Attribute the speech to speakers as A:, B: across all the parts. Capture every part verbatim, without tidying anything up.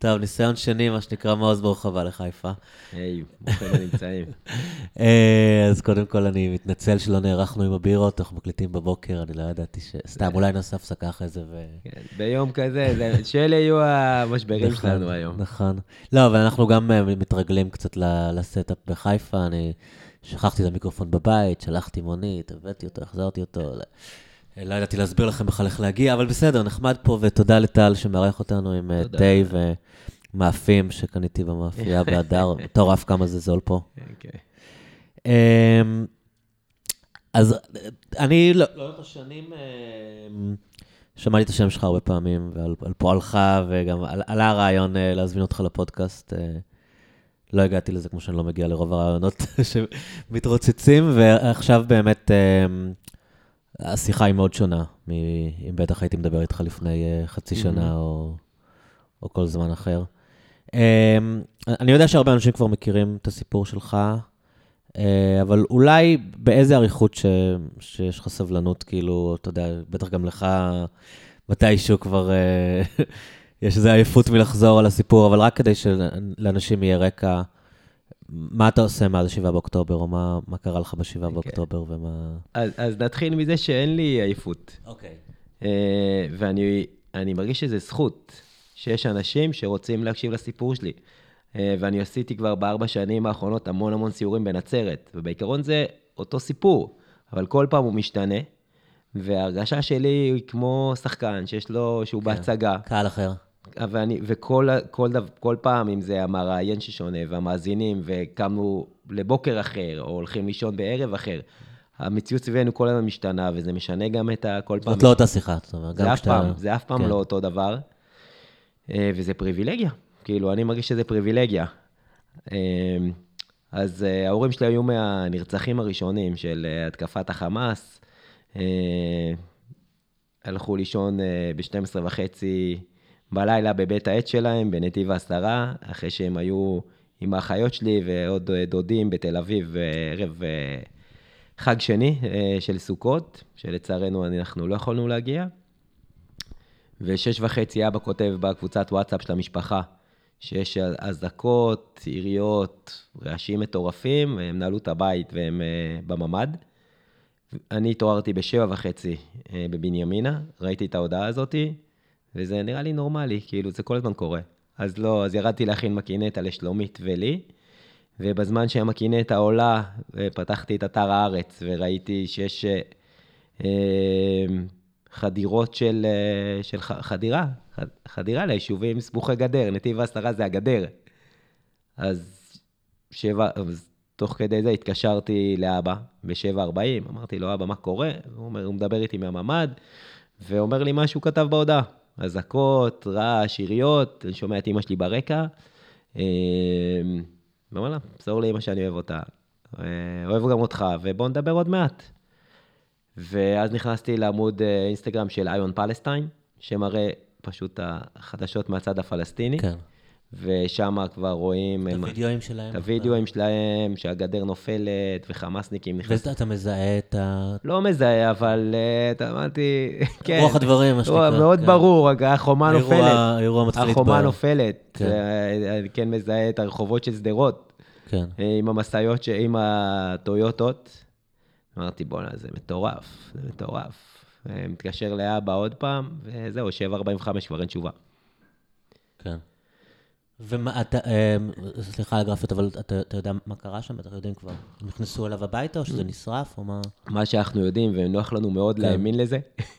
A: טוב, ניסיון שני, מה שנקרא מעוז ברוך הבא לחיפה.
B: היי, ברוכים הנמצאים.
A: אז קודם כל אני מתנצל שלא נערכנו עם הבירות, אנחנו מקליטים בבוקר, אני לא ידעתי ש... סתם, אולי נעשה הפסקה אחרי זה ו...
B: ביום כזה, שאלה יהיו המשברים שלנו היום.
A: נכון. לא, אבל אנחנו גם מתרגלים קצת לסטאפ בחיפה, אני שכחתי את המיקרופון בבית, שלחתי מונית, הבאתי אותו, החזרתי אותו, לא ידעתי להסביר לכם בכלל איך להגיע, אבל בסדר, נחמד פה, ותודה לטל שמארח אותנו עם תה ומאפים שקניתי במאפייה באדר, מטורף כמה זה זול פה. אז אני לאורך השנים שמעתי את השם שלך הרבה פעמים, ועל פועלך, וגם עלה הרעיון להזמין אותך לפודקאסט. לא הגעתי לזה כמו שאני לא מגיע לרוב הרעיונות שמתרוצצים, ועכשיו באמת... השיחה היא מאוד שונה, אם בטח הייתי מדבר איתך לפני חצי שנה או, או כל זמן אחר. אני יודע שהרבה אנשים כבר מכירים את הסיפור שלך, אבל אולי באיזה עריכות ש, שיש לך סבלנות, כאילו, אתה יודע, בטח גם לך מתישהו כבר יש איזו עייפות מלחזור על הסיפור, אבל רק כדי שלאנשים יהיה רקע, מה אתה עושה מאז השבעה באוקטובר, או מה, מה קרה לך בשבעה okay. באוקטובר, ומה...
B: אז, אז נתחיל מזה שאין לי עייפות.
A: אוקיי. Okay.
B: Uh, ואני אני מרגיש שזה זכות, שיש אנשים שרוצים להקשיב לסיפור שלי. Uh, ואני עשיתי כבר בארבע שנים האחרונות המון המון סיורים בנצרת, ובעיקרון זה אותו סיפור, אבל כל פעם הוא משתנה, וההרגשה שלי היא כמו שחקן, שיש לו, שהוא okay. בהצגה.
A: קהל אחר.
B: ואני, וכל כל דו, כל פעם, אם זה המראיין ששונה, והמאזינים, וקמנו לבוקר אחר, או הולכים לישון בערב אחר, המציאות סביבנו כל הזמן משתנה, וזה משנה גם את כל פעם.
A: זאת לא אותה שיחה, זאת אומרת,
B: זה אף פעם, זה אף פעם לא אותו דבר, וזה פריבילגיה, כאילו, אני מרגיש שזה פריבילגיה. אז ההורים שלי היו מהנרצחים הראשונים של התקפת החמאס, הלכו לישון ב-שתים עשרה וחצי, בלילה בבית העץ שלהם, בנתיב העשרה, אחרי שהם היו עם האחיות שלי ועוד דודים בתל אביב, ערב חג שני של סוכות, שלצערנו אנחנו לא יכולנו להגיע. ושש וחצי אבא כותב בקבוצת וואטסאפ של המשפחה, שיש אזעקות, עיריות, רעשים מטורפים, והם נעלו את הבית והם בממד. אני התעוררתי בשבע וחצי בבנימינה, ראיתי את ההודעה הזאת, וזה נראה לי נורמלי, כאילו זה כל הזמן קורה. אז לא, אז ירדתי להכין מקינטה לשלומית ולי, ובזמן שהמקינטה עולה, פתחתי את אתר הארץ, וראיתי שיש אה, חדירות של, של חדירה, חדירה ליישובים סמוכי גדר, נתיב העשרה זה הגדר. אז שבע, אז תוך כדי זה התקשרתי לאבא, בשבע ארבעים, אמרתי לו, אבא, מה קורה? הוא, אומר, הוא מדבר איתי מהממד, ואומר לי מה שהוא כתב בהודעה. אזעקות, רעש, עיריות, אני שומע את אמא שלי ברקע, ואומר לה, בסור לי אמא שאני אוהב אותה, אוהב גם אותך, ובוא נדבר עוד מעט. ואז נכנסתי לעמוד אינסטגרם של איון פלסטיין, שמראה פשוט החדשות מהצד הפלסטיני, כן. ושם כבר רואים...
A: את הוידאוים שלהם.
B: את הוידאוים שלהם, שהגדר נופלת, וחמאסניקים נכנס...
A: ואתה מזהה את ה...
B: לא מזהה, אבל אתה אמרתי...
A: רוח הדברים, מה שנקרא.
B: מאוד ברור, החומה נופלת.
A: האירוע מתחיל להתברר.
B: החומה נופלת. אני כן מזהה את הרחובות של סדרות.
A: כן.
B: עם המסעיות, עם הטויוטות. אמרתי, בוא, זה מטורף, זה מטורף. מתקשר לאבא עוד פעם, וזהו, שבע ארבעים וחמש כבר אין תשובה.
A: כן. ומה, אתה, סליחה על הגרפיות, אבל אתה, אתה יודע מה קרה שם? אתה יודעים כבר, נכנסו אליו הביתה או שזה נשרף או מה?
B: מה שאנחנו יודעים, ונוח לנו מאוד להאמין לזה,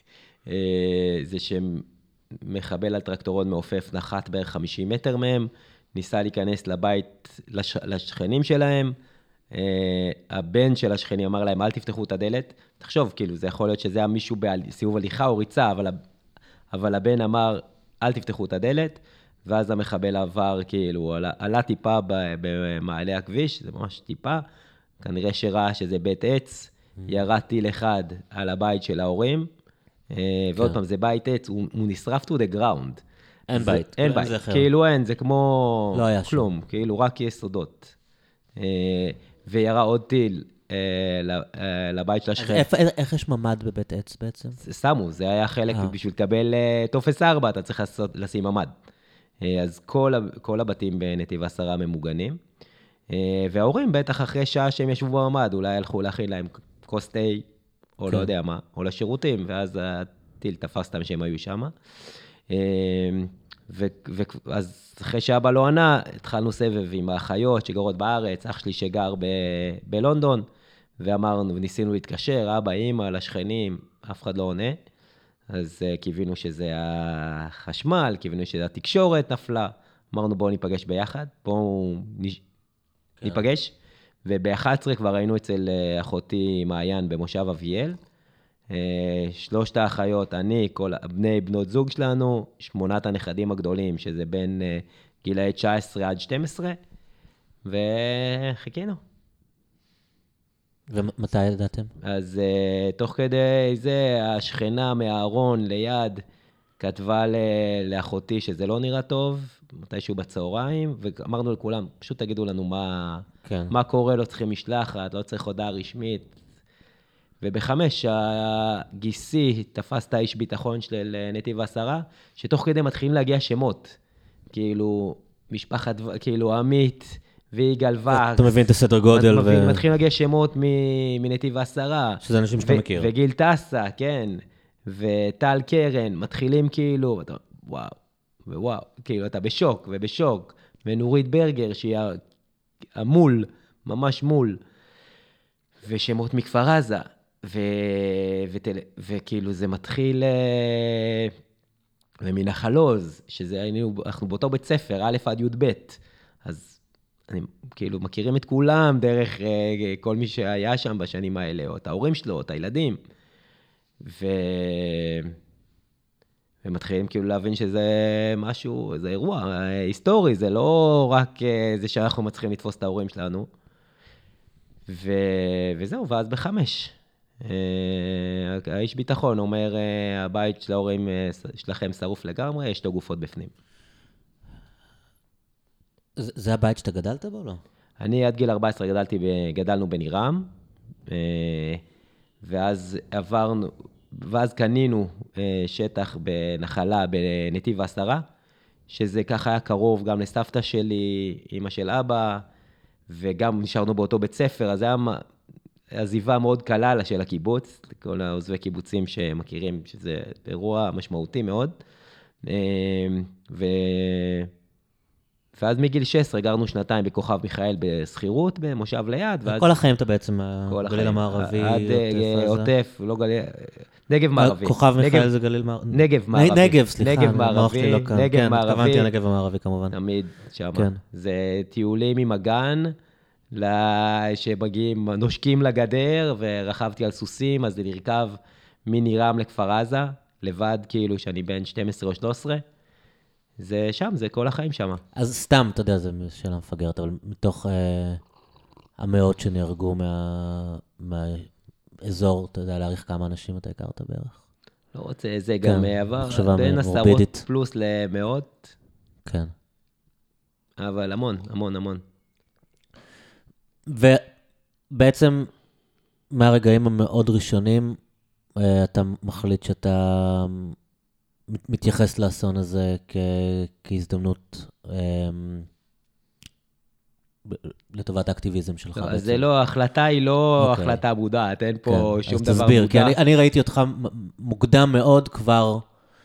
B: זה שמחבל על טרקטורון מעופף נחת בערך חמישים מטר מהם, ניסה להיכנס לבית לשכנים שלהם, הבן של השכנים אמר להם, אל תפתחו את הדלת, תחשוב, כאילו, זה יכול להיות שזה היה מישהו בסיבוב הליכה או ריצה, אבל, אבל הבן אמר, אל תפתחו את הדלת, ואז המחבל עבר, כאילו, עלה, עלה טיפה במעלה הכביש, זה ממש טיפה, כנראה שראה שזה בית עץ, ירד טיל אחד על הבית של ההורים, ועוד פעם, זה בית עץ, הוא, הוא נשרף to the ground.
A: אין בית.
B: אין בית, כאילו אין, זה כמו כלום, כאילו רק יסודות. וירה עוד טיל לבית של השכן.
A: איך יש ממד בבית עץ בעצם?
B: שמו, זה היה חלק בשביל לקבל טופס ארבע, אתה צריך לשים ממד. אז כל, כל הבתים בנתיב העשרה ממוגנים. וההורים בטח אחרי שעה שהם ישבו בממ"ד, אולי הלכו להכין להם כוס תה, או לא יודע מה, או לשירותים, ואז הטיל תפס אותם שהם היו שם. ואז אחרי שאבא לא ענה, התחלנו סבב עם האחיות שגרות בארץ, אח שלי שגר ב- בלונדון, ואמרנו, וניסינו להתקשר, אבא, אמא, לשכנים, אף אחד לא עונה. אז קיווינו שזה החשמל, קיווינו שזה התקשורת נפלה, אמרנו בואו ניפגש ביחד, בואו נש... כן. ניפגש, וב-אחת עשרה כבר היינו אצל אחותי מעיין במושב אביאל, שלושת האחיות, אני, כל בני בנות זוג שלנו, שמונת הנכדים הגדולים, שזה בין גילאי תשע עשרה עד שתים עשרה, וחיכינו.
A: ומתי ידעתם?
B: אז uh, תוך כדי זה, השכנה מהארון ליד כתבה לאחותי שזה לא נראה טוב, מתישהו בצהריים, ואמרנו לכולם, פשוט תגידו לנו מה, כן. מה קורה, לא צריכים משלחת, לא צריך הודעה רשמית. ובחמש, הגיסי תפס את האיש ביטחון של נתיב העשרה, שתוך כדי מתחילים להגיע שמות, כאילו משפחת, כאילו עמית, ויגאל וקס.
A: אתה מבין את הסדר גודל.
B: ו... מתחילים להגיע שמות מנתיב העשרה.
A: שזה אנשים שאתה מכיר.
B: וגיל טסה, כן. וטל קרן, מתחילים כאילו, ואתה, וואו, ווואו, כאילו אתה בשוק ובשוק. ונורית ברגר, שהיא המול, ממש מול. ושמות מכפר עזה. ו... וטל... וכאילו זה מתחיל... ומנחל עוז, שזה היינו, אנחנו באותו בית ספר, א' עד י' ב', אז אני כאילו מכירים את כולם דרך uh, כל מי שהיה שם בשנים האלה, או את ההורים שלו, או את הילדים, ו... ומתחילים כאילו להבין שזה משהו, זה אירוע היסטורי, זה לא רק uh, זה שאנחנו מצליחים לתפוס את ההורים שלנו, ו... וזהו, ואז בחמש. האיש ביטחון אומר, הבית של ההורים שלכם שרוף לגמרי, יש לו גופות בפנים.
A: זה הבית שאתה גדלת בו, לא?
B: אני עד גיל ארבע עשרה גדלתי, גדלנו בנירם, ואז עברנו, ואז קנינו שטח בנחלה בנתיב העשרה, שזה ככה היה קרוב גם לסבתא שלי, אמא של אבא, וגם נשארנו באותו בית ספר, אז היה עזיבה מאוד קלה של הקיבוץ, כל העוזבי קיבוצים שמכירים, שזה אירוע משמעותי מאוד. ו... ואז מגיל שש עשרה גרנו שנתיים בכוכב מיכאל בסחירות, במושב ליד. ואז...
A: כל החיים אתה בעצם גליל המערבי,
B: עד עוטף, לא גליל, נגב מערבי.
A: כוכב מיכאל זה גליל מערבי.
B: נגב מערבי.
A: נגב, סליחה.
B: נגב מערבי.
A: נגב מערבי. התכוונתי הנגב המערבי כמובן.
B: תמיד שם. זה טיולים עם הגן, שמגיעים, נושקים לגדר, ורכבתי על סוסים, אז זה לרכב מנירם לכפר עזה, לבד כאילו שאני בן שתים עשרה או שלוש עשרה, זה שם, זה כל החיים שם.
A: אז סתם, אתה יודע, זה שאלה מפגרת, אבל מתוך אה, המאות שנהרגו מה, מהאזור, אתה יודע, להעריך כמה אנשים אתה הכרת בערך?
B: לא רוצה, זה גם
A: כן,
B: עבר בין עשרות פלוס למאות.
A: כן.
B: אבל המון, המון, המון.
A: ובעצם מהרגעים המאוד ראשונים, אתה מחליט שאתה מתייחס לאסון הזה כ- כהזדמנות לטובת האקטיביזם שלך.
B: לא, זה לא, ההחלטה היא לא okay. החלטה מודעת, אין פה כן. שום דבר
A: תסביר,
B: מודע.
A: כי אני, אני ראיתי אותך מוקדם מאוד כבר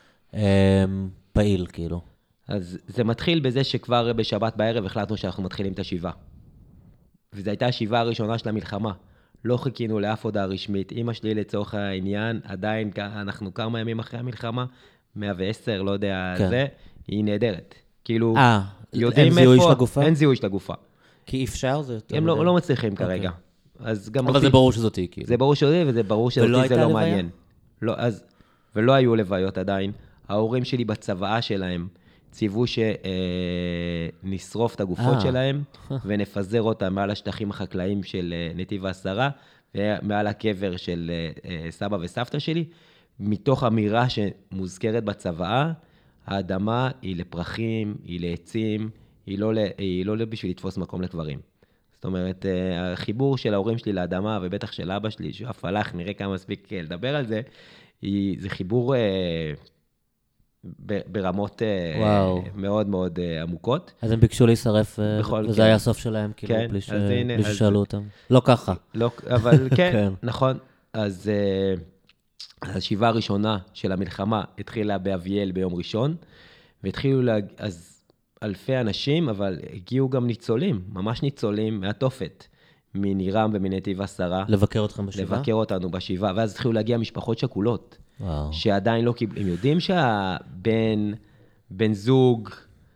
A: פעיל, כאילו.
B: אז זה מתחיל בזה שכבר בשבת בערב החלטנו שאנחנו מתחילים את השיבה. וזו הייתה השיבה הראשונה של המלחמה. לא חיכינו לאף הודעה רשמית. אמא שלי לצורך העניין, עדיין אנחנו כמה ימים אחרי המלחמה, מאה ועשר, לא יודע, כן. זה, היא נהדרת. כאילו,
A: אה, אין זיהוי של הגופה?
B: אין זיהוי של הגופה.
A: כי אפשר זה יותר...
B: הם לא, לא מצליחים כרגע. אז גם
A: אבל אותי, זה ברור שזאתי, כאילו.
B: זה ברור שזאתי, וזה ברור שזאתי זה לא מעניין. לא, אז, ולא היו לוויות עדיין. ההורים שלי בצוואה שלהם, ציוו שנשרוף את הגופות שלהם, ונפזר אותם מעל השטחים החקלאיים של נתיב העשרה, ומעל הקבר של סבא וסבתא שלי, מתוך אמירה שמוזכרת בצוואה, האדמה היא לפרחים, היא לעצים, היא לא, היא לא בשביל לתפוס מקום לקברים. זאת אומרת, החיבור של ההורים שלי לאדמה, ובטח של אבא שלי, שאף הלך, נראה כמה מספיק לדבר על זה, היא, זה חיבור... ברמות
A: וואו.
B: מאוד מאוד עמוקות.
A: אז הם ביקשו להישרף,
B: בכל,
A: וזה
B: כן.
A: היה הסוף שלהם, כאילו,
B: כן,
A: בלי, ש...
B: אז הנה,
A: בלי
B: אז...
A: ששאלו אותם. לא ככה.
B: לא, אבל כן,
A: כן.
B: נכון. אז השבעה הראשונה של המלחמה התחילה באביאל ביום ראשון, והתחילו לה... אז אלפי אנשים, אבל הגיעו גם ניצולים, ממש ניצולים מהתופת, מנירם ומנתיב עשרה.
A: לבקר אתכם בשבעה?
B: לבקר אותנו בשבעה, ואז התחילו להגיע משפחות שכולות,
A: וואו.
B: שעדיין לא קיבלו, הם יודעים שהבן, בן זוג,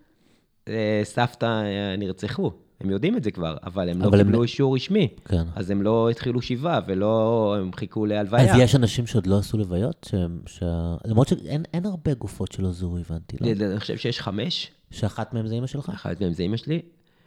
B: סבתא נרצחו, הם יודעים את זה כבר, אבל הם אבל לא קיבלו הם... אישור רשמי, כן. אז הם לא התחילו שבעה, ולא, הם חיכו להלוויה.
A: אז יש אנשים שעוד לא עשו לוויות? ש... ש... למרות שאין אין הרבה גופות שלא זוהו, הבנתי, לא?
B: אני חושב שיש חמש.
A: שאחת מהם זה אמא שלך?
B: אחת מהם זה אמא שלי.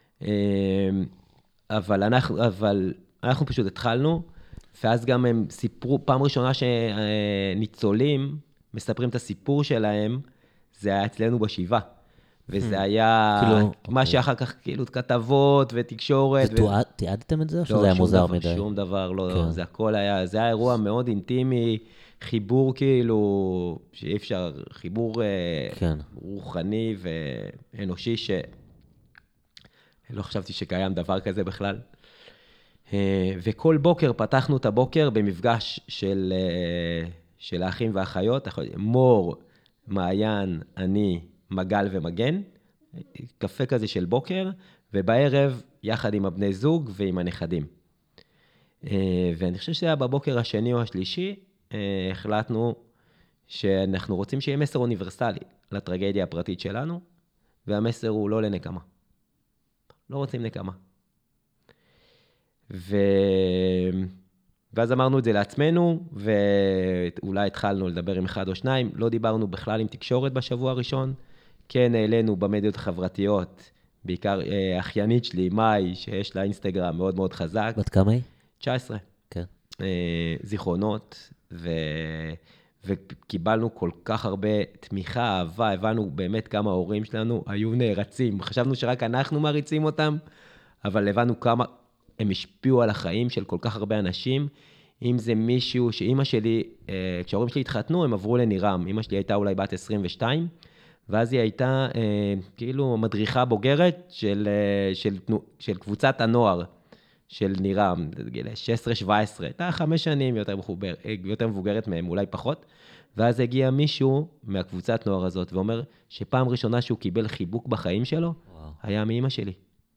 B: אבל אנחנו, אבל אנחנו פשוט התחלנו, ואז גם הם סיפרו, פעם ראשונה שניצולים מספרים את הסיפור שלהם, זה היה אצלנו בשבעה. וזה היה מה שאחר כך, כאילו, כתבות ותקשורת.
A: תיעדתם את זה, או שזה היה מוזר מדי?
B: שום דבר, לא, זה הכל היה, זה היה אירוע מאוד אינטימי, חיבור כאילו, שאי אפשר, חיבור רוחני ואנושי, שלא חשבתי שקיים דבר כזה בכלל. וכל בוקר פתחנו את הבוקר במפגש של, של האחים והאחיות, מור, מעיין, אני, מגל ומגן, קפה כזה של בוקר, ובערב יחד עם הבני זוג ועם הנכדים. ואני חושב שזה היה בבוקר השני או השלישי, החלטנו שאנחנו רוצים שיהיה מסר אוניברסלי לטרגדיה הפרטית שלנו, והמסר הוא לא לנקמה. לא רוצים נקמה. ו... ואז אמרנו את זה לעצמנו, ואולי התחלנו לדבר עם אחד או שניים, לא דיברנו בכלל עם תקשורת בשבוע הראשון, כן העלינו במדיות החברתיות, בעיקר אה, אחיינית שלי, מאי, שיש לה אינסטגרם מאוד מאוד חזק.
A: בת כמה היא?
B: תשע עשרה.
A: כן.
B: אה, זיכרונות, ו... וקיבלנו כל כך הרבה תמיכה, אהבה, הבנו באמת כמה ההורים שלנו היו נערצים. חשבנו שרק אנחנו מריצים אותם, אבל הבנו כמה הם השפיעו על החיים של כל כך הרבה אנשים. אם זה מישהו שאמא שלי, כשההורים שלי התחתנו, הם עברו לנירם. אמא שלי הייתה אולי בת עשרים ושתיים, ואז היא הייתה כאילו מדריכה בוגרת של, של, של קבוצת הנוער של נירם, גיל שש עשרה שבע עשרה, הייתה חמש שנים יותר, מחובר, יותר מבוגרת מהם, אולי פחות, ואז הגיע מישהו מהקבוצת נוער הזאת, ואומר שפעם ראשונה שהוא קיבל חיבוק בחיים שלו, וואו. היה מאמא שלי.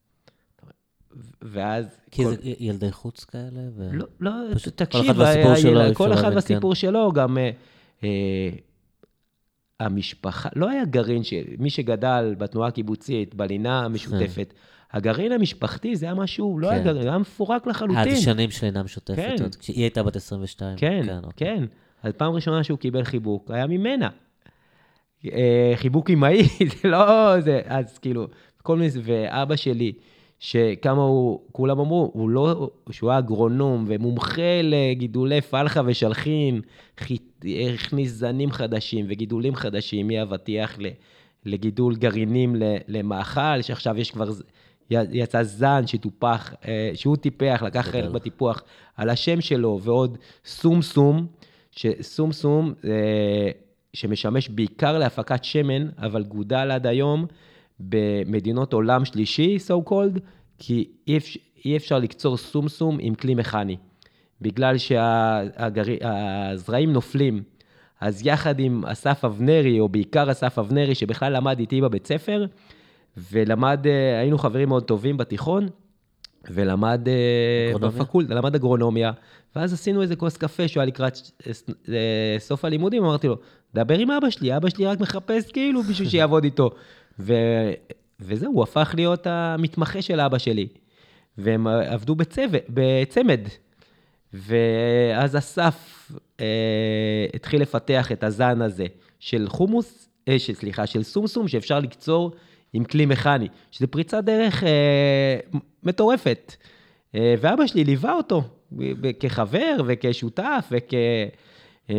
B: ואז...
A: כי כל... זה ילדי חוץ כאלה? ו...
B: לא, לא,
A: פשוט...
B: תקשיב,
A: כל אחד והסיפור שלו.
B: כל אחד והסיפור שלו, גם... אה, המשפחה, לא היה גרעין, מי שגדל בתנועה הקיבוצית, בלינה המשותפת, הגרעין המשפחתי זה היה משהו, לא היה גרעין, היה מפורק לחלוטין.
A: זה שנים שלינה משותפת, כשהיא הייתה בת עשרים ושתיים.
B: כן, כן. אז פעם ראשונה שהוא קיבל חיבוק, היה ממנה. חיבוק אמאי, זה לא, זה, אז כאילו, כל מיני, ואבא שלי, שכמה הוא, כולם אמרו, הוא לא, שהוא היה אגרונום ומומחה לגידולי פלחה ושלחין, הכניס זנים חדשים וגידולים חדשים מאבטיח לגידול גרעינים למאכל, שעכשיו יש כבר, יצא זן שטופח, שהוא טיפח, לקח חלק בטיפוח על השם שלו, ועוד סום סום, שסום סום, שמשמש בעיקר להפקת שמן, אבל גודל עד היום, במדינות עולם שלישי, so called, כי אי אפשר, אי אפשר לקצור סום-סום עם כלי מכני. בגלל שהזרעים נופלים, אז יחד עם אסף אבנרי, או בעיקר אסף אבנרי, שבכלל למד איתי בבית ספר, ולמד, היינו חברים מאוד טובים בתיכון, ולמד בפקולטה, למד אגרונומיה, ואז עשינו איזה כוס קפה, שהוא היה לקראת סוף הלימודים, אמרתי לו, דבר עם אבא שלי, אבא שלי רק מחפש כאילו בשביל שיעבוד איתו. ו... וזהו, הוא הפך להיות המתמחה של אבא שלי, והם עבדו בצוות, בצמד, ואז אסף אה, התחיל לפתח את הזן הזה של חומוס, אה, של, סליחה, של סומסום, שאפשר לקצור עם כלי מכני, שזה פריצת דרך אה, מטורפת, אה, ואבא שלי ליווה אותו, כחבר וכשותף, וכ... אה,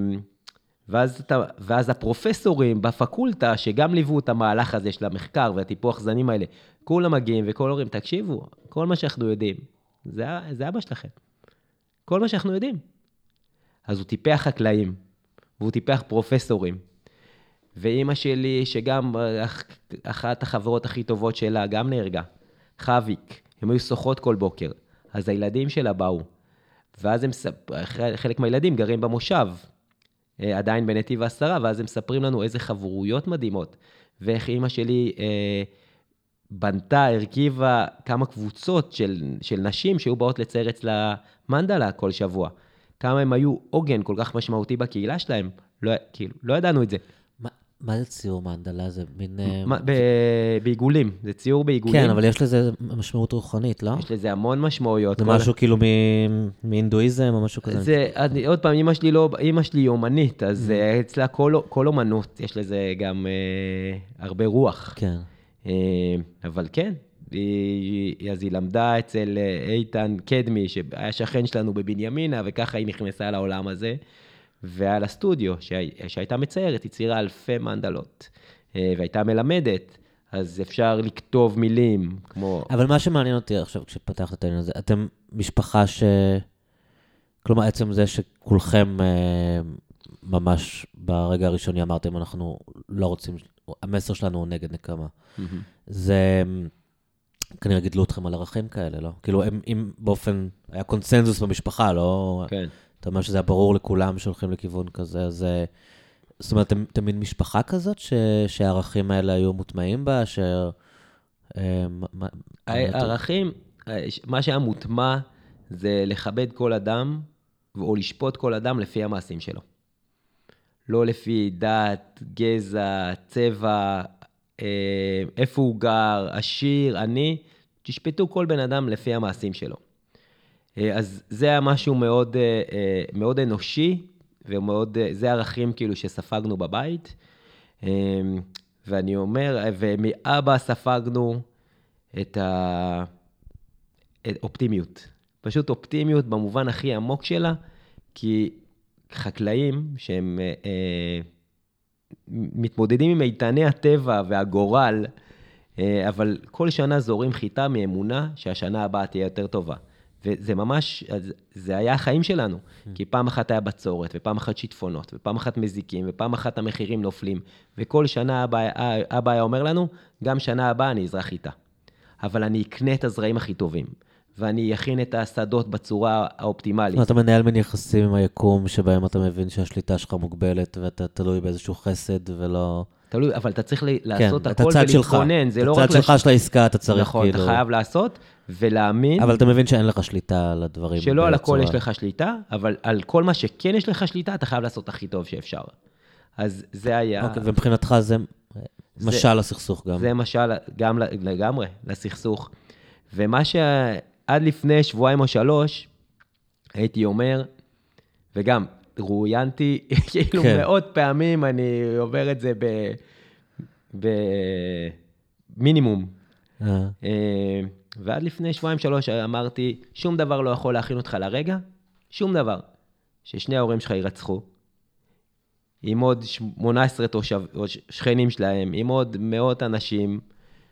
B: ואז, ואז הפרופסורים בפקולטה, שגם ליוו את המהלך הזה של המחקר והטיפוח זנים האלה, כולם מגיעים וכל הורים, תקשיבו, כל מה שאנחנו יודעים, זה, זה אבא שלכם. כל מה שאנחנו יודעים. אז הוא טיפח חקלאים, והוא טיפח פרופסורים, ואימא שלי, שגם אחת החברות הכי טובות שלה, גם נהרגה, חוויק, הם היו שוחות כל בוקר, אז הילדים שלה באו, ואז הם, חלק מהילדים גרים במושב, עדיין בנתיב העשרה, ואז הם מספרים לנו איזה חברויות מדהימות, ואיך אימא שלי אה, בנתה, הרכיבה כמה קבוצות של, של נשים שהיו באות לצייר אצלה מנדלה כל שבוע. כמה הם היו עוגן כל כך משמעותי בקהילה שלהם, לא, כאילו, לא ידענו את זה.
A: מה, מה זה ציור מנדלה? זה מין...
B: מה, ב, בעיגולים, זה ציור בעיגולים.
A: כן, אבל יש לזה משמעות רוחנית, לא?
B: יש לזה המון משמעויות.
A: זה משהו כאילו מהינדואיזם או משהו כזה?
B: זה, אני, עוד פעם, אמא שלי, לא, אמא שלי היא אומנית, אז mm. אצלה כל, כל אומנות, יש לזה גם אה, הרבה רוח.
A: כן.
B: אה, אבל כן, היא, אז היא למדה אצל איתן קדמי, שהיה שכן שלנו בבנימינה, וככה היא נכנסה לעולם הזה, והיה לה סטודיו, שהי, שהייתה מציירת, היא ציירה אלפי מנדלות, אה, והייתה מלמדת, אז אפשר לכתוב מילים, כמו...
A: אבל מה שמעניין אותי עכשיו, כשפתחת את העניין הזה, אתם משפחה ש... כלומר, עצם זה שכולכם אה, ממש ברגע הראשוני אמרתם, אנחנו לא רוצים, המסר שלנו הוא נגד נקמה. Mm-hmm. זה כנראה גידלו אתכם על ערכים כאלה, לא? כאילו, אם, אם באופן, היה קונצנזוס במשפחה, לא?
B: כן.
A: אתה אומר שזה היה ברור לכולם שהולכים לכיוון כזה, אז... זאת אומרת, אתם, אתם מין משפחה כזאת ש, שהערכים האלה היו מוטמעים בה, ש...
B: הערכים, מה שהיה מוטמע זה לכבד כל אדם, או לשפוט כל אדם לפי המעשים שלו. לא לפי דת, גזע, צבע, איפה הוא גר, עשיר, עני, תשפטו כל בן אדם לפי המעשים שלו. אז זה היה משהו מאוד, מאוד אנושי, ומאוד, זה ערכים כאילו שספגנו בבית, ואני אומר, ומאבא ספגנו את האופטימיות, פשוט אופטימיות במובן הכי עמוק שלה, כי חקלאים שהם אה, מתמודדים עם איתני הטבע והגורל, אה, אבל כל שנה זורים חיטה מאמונה שהשנה הבאה תהיה יותר טובה. וזה ממש, זה היה החיים שלנו, כי פעם אחת היה בצורת, ופעם אחת שיטפונות, ופעם אחת מזיקים, ופעם אחת המחירים נופלים, וכל שנה אבא היה אומר לנו, גם שנה הבאה אני אזרח חיטה. אבל אני אקנה את הזרעים הכי טובים, ואני אכין את השדות בצורה האופטימלית.
A: אתה מנהל מן יחסים עם היקום, שבהם אתה מבין שהשליטה שלך מוגבלת, ואתה תלוי באיזשהו חסד ולא...
B: תלוי, אבל אתה צריך לעשות הכל ולהתכונן, זה לא רק...
A: את הצד שלך של העסקה אתה צריך כאילו...
B: נכון, אתה חייב לעשות ולהאמין...
A: אבל אתה מבין שאין לך שליטה על הדברים.
B: שלא על הכל יש לך שליטה, אבל על כל מה שכן יש לך שליטה, אתה חייב לעשות הכי טוב שאפשר. אז זה היה...
A: אוקיי, ומבחינתך זה משל לסכסוך גם.
B: זה משל גם לגמרי, לסכסוך. ומה שעד לפני שבועיים או שלוש, הייתי אומר, וגם רויינתי, כאילו מאות פעמים אני עובר את זה במינימום. ועד לפני שבועיים שלוש אמרתי, שום דבר לא יכול להכין אותך לרגע, שום דבר, ששני ההורים שלך יירצחו, עם עוד שמונה עשרה תושב, שכנים שלהם, עם עוד מאות אנשים,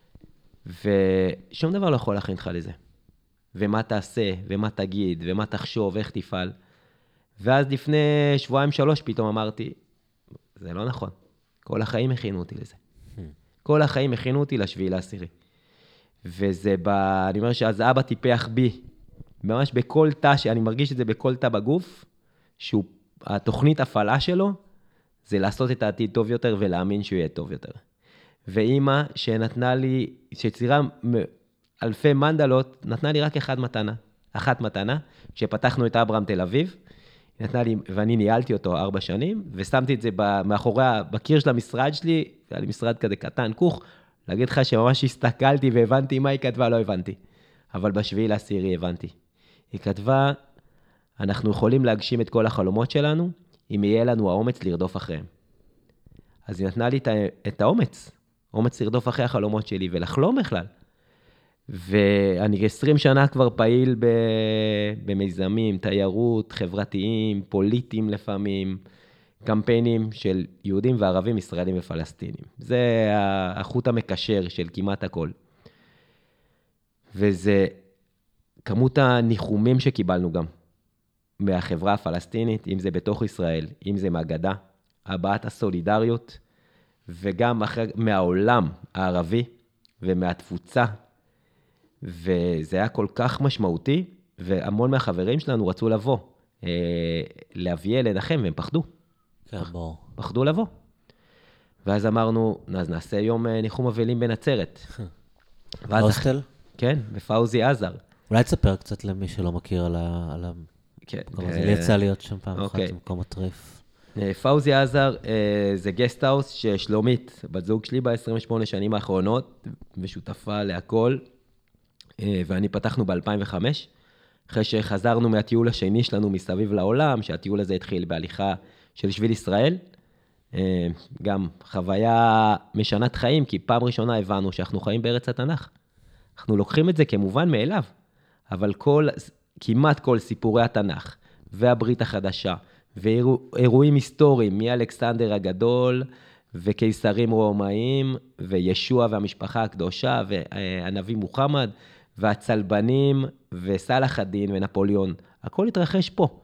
B: ושום דבר לא יכול להכין אותך לזה. ומה תעשה, ומה תגיד, ומה תחשוב, איך תפעל. ואז לפני שבועיים שלוש פתאום אמרתי, זה לא נכון. כל החיים הכינו אותי לזה. כל החיים הכינו אותי לשביעי לעשירי. וזה ב... אני אומר שאז אבא טיפח בי, ממש בכל תא, אני מרגיש את זה בכל תא בגוף, שהוא, התוכנית הפעלה שלו, זה לעשות את העתיד טוב יותר ולהאמין שהוא יהיה טוב יותר. ואימא שנתנה לי, שצירה אלפי מנדלות, נתנה לי רק אחד מתנה, אחת מתנה, כשפתחנו את אברהם תל אביב, נתנה לי, ואני ניהלתי אותו ארבע שנים, ושמתי את זה מאחורי, בקיר של המשרד שלי, היה לי משרד כזה קטן, כוך, להגיד לך שממש הסתכלתי והבנתי מה היא כתבה, לא הבנתי. אבל בשביעי לעשירי הבנתי. היא כתבה, אנחנו יכולים להגשים את כל החלומות שלנו, אם יהיה לנו האומץ לרדוף אחריהם. אז היא נתנה לי את האומץ, אומץ לרדוף אחרי החלומות שלי, ולחלום בכלל. ואני עשרים שנה כבר פעיל במיזמים, תיירות, חברתיים, פוליטיים לפעמים, קמפיינים של יהודים וערבים, ישראלים ופלסטינים. זה החוט המקשר של כמעט הכל. וזה כמות הניחומים שקיבלנו גם מהחברה הפלסטינית, אם זה בתוך ישראל, אם זה מהגדה, הבעת הסולידריות, וגם אחרי, מהעולם הערבי ומהתפוצה, וזה היה כל כך משמעותי, והמון מהחברים שלנו רצו לבוא, אה, להביא לנחם, והם פחדו.
A: כן, ברור.
B: פחדו לבוא. ואז אמרנו, אז נעשה יום ניחום אבלים בנצרת.
A: הוסטל?
B: כן, בפאוזי עזר.
A: אולי תספר קצת למי שלא מכיר על ה... על ה...
B: כן.
A: זה לי יצא להיות שם פעם אחת,
B: אוקיי.
A: זה מקום מטריף.
B: פאוזי עזר זה גסטהאוס ששלומית, בת זוג שלי ב-עשרים ושמונה שנים האחרונות, ושותפה להכל, ואני פתחנו ב-אלפיים וחמש, אחרי שחזרנו מהטיול השני שלנו מסביב לעולם, שהטיול הזה התחיל בהליכה של שביל ישראל, גם חוויה משנת חיים, כי פעם ראשונה הבנו שאנחנו חיים בארץ התנ"ך. אנחנו לוקחים את זה כמובן מאליו, אבל כל, כמעט כל סיפורי התנ"ך, והברית החדשה, ואירועים היסטוריים, מאלכסנדר הגדול, וקיסרים רומאים, וישוע והמשפחה הקדושה, והנביא מוחמד, והצלבנים, וסלאח א-דין ונפוליאון. הכל התרחש פה.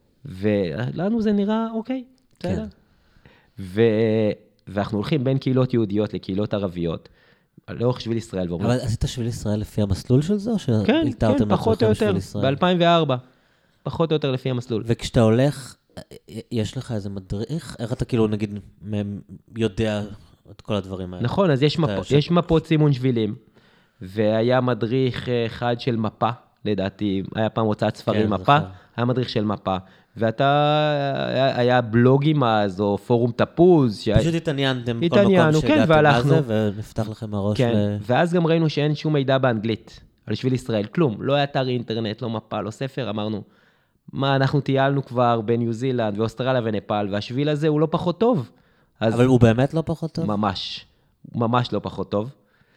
B: ולנו זה נראה אוקיי, בסדר? כן. ו... ואנחנו הולכים בין קהילות יהודיות לקהילות ערביות, לאורך שביל ישראל.
A: אבל עשית שביל ישראל לפי המסלול של זה, או
B: כן, כן, פחות או יותר, ב-אלפיים וארבע. פחות או יותר לפי המסלול.
A: וכשאתה הולך, יש לך איזה מדריך? איך אתה כאילו, נגיד, יודע את כל הדברים האלה?
B: נכון, אז יש, מפ... ש... יש מפות סימון שבילים, והיה מדריך אחד של מפה, לדעתי, היה פעם הוצאת ספרים כן, מפה, זכר. היה מדריך של מפה, ואתה, היה, היה בלוגים אז, או פורום תפוז.
A: פשוט התעניינתם כל מקום שהגעתם מה זה, ונפתח לכם הראש.
B: כן, ל... ואז גם ראינו שאין שום מידע באנגלית, על שביל ישראל, כלום, לא היה אתר אינטרנט, לא מפה, לא ספר, אמרנו, מה, אנחנו טיילנו כבר בניו זילנד, ואוסטרליה ונפאל, והשביל הזה הוא לא פחות טוב.
A: אבל הוא באמת לא פחות טוב?
B: ממש, ממש לא פחות טוב.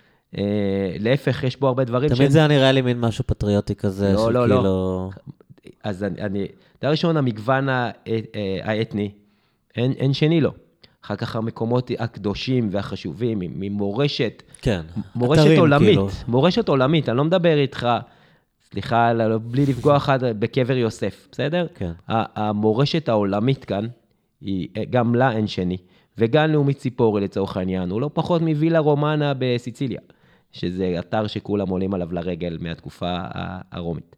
B: להפך, יש בו הרבה דברים
A: תמיד זה נראה לי מין משהו פטריוטי כזה,
B: לא, לא, לא. אז אני, דבר ראשון, המגוון האתני, אין שני לו. אחר כך המקומות הקדושים והחשובים, ממורשת,
A: כן,
B: מורשת עולמית, מורשת עולמית, אני לא מדבר איתך, סליחה, בלי לפגוע אחד בקבר יוסף, בסדר?
A: כן.
B: המורשת העולמית כאן, גם לה אין שני, וגם לאומית ציפורי לצורך העניין, הוא לא פחות מווילה רומנה בסיציליה, שזה אתר שכולם עולים עליו לרגל מהתקופה הרומית.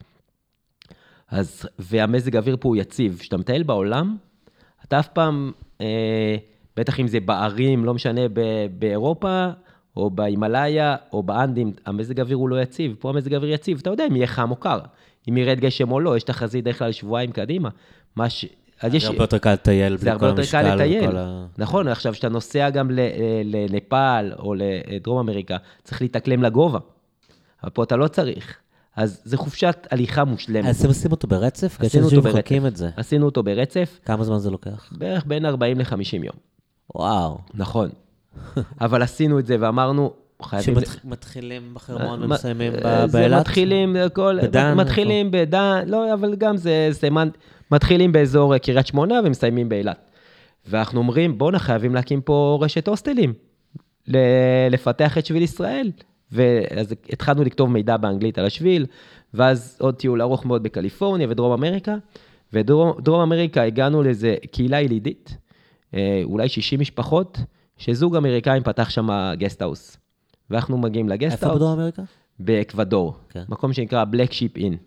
B: אז, והמזג האוויר פה הוא יציב. כשאתה מטייל בעולם, אתה אף פעם, אה, בטח אם זה בערים, לא משנה, ב- באירופה, או בהימלאיה, או באנדים, המזג האוויר הוא לא יציב. פה המזג האוויר יציב. אתה יודע אם יהיה חם או קר. אם ירד גשם או לא, יש תחזית דרך כלל שבועיים קדימה. מה ש...
A: זה יש... הרבה יותר קל לטייל.
B: זה הרבה יותר קל לטייל. ה... נכון, עכשיו שאתה נוסע גם לנפאל, או לדרום אמריקה, צריך להתאקלם לגובה. אבל פה אתה לא צריך. אז זה חופשת הליכה מושלמת.
A: אז אתם עושים אותו ברצף? עשינו אותו ברצף. את זה.
B: עשינו אותו ברצף.
A: כמה זמן זה לוקח?
B: בערך בין ארבעים לחמישים יום.
A: וואו.
B: נכון. אבל עשינו את זה ואמרנו, חייבים...
A: שמתחילים בחרמון ומסיימים באילת?
B: מתחילים בכל... מתחילים בדן, לא, אבל גם זה סמנט... מתחילים באזור קריית שמונה ומסיימים באילת. ואנחנו אומרים, בואו חייבים להקים פה רשת הוסטלים. לפתח את שביל ישראל. ואז התחלנו לכתוב מידע באנגלית על השביל, ואז עוד טיול ארוך מאוד בקליפורניה ודרום אמריקה, ודרום אמריקה הגענו לאיזה קהילה ילידית, אולי שישים משפחות, שזוג אמריקאים פתח שם גסטהאוס. ואנחנו מגיעים לגסטהאוס.
A: איפה בדרום אמריקה?
B: באקוודור, okay. מקום שנקרא בלק שיפ אין.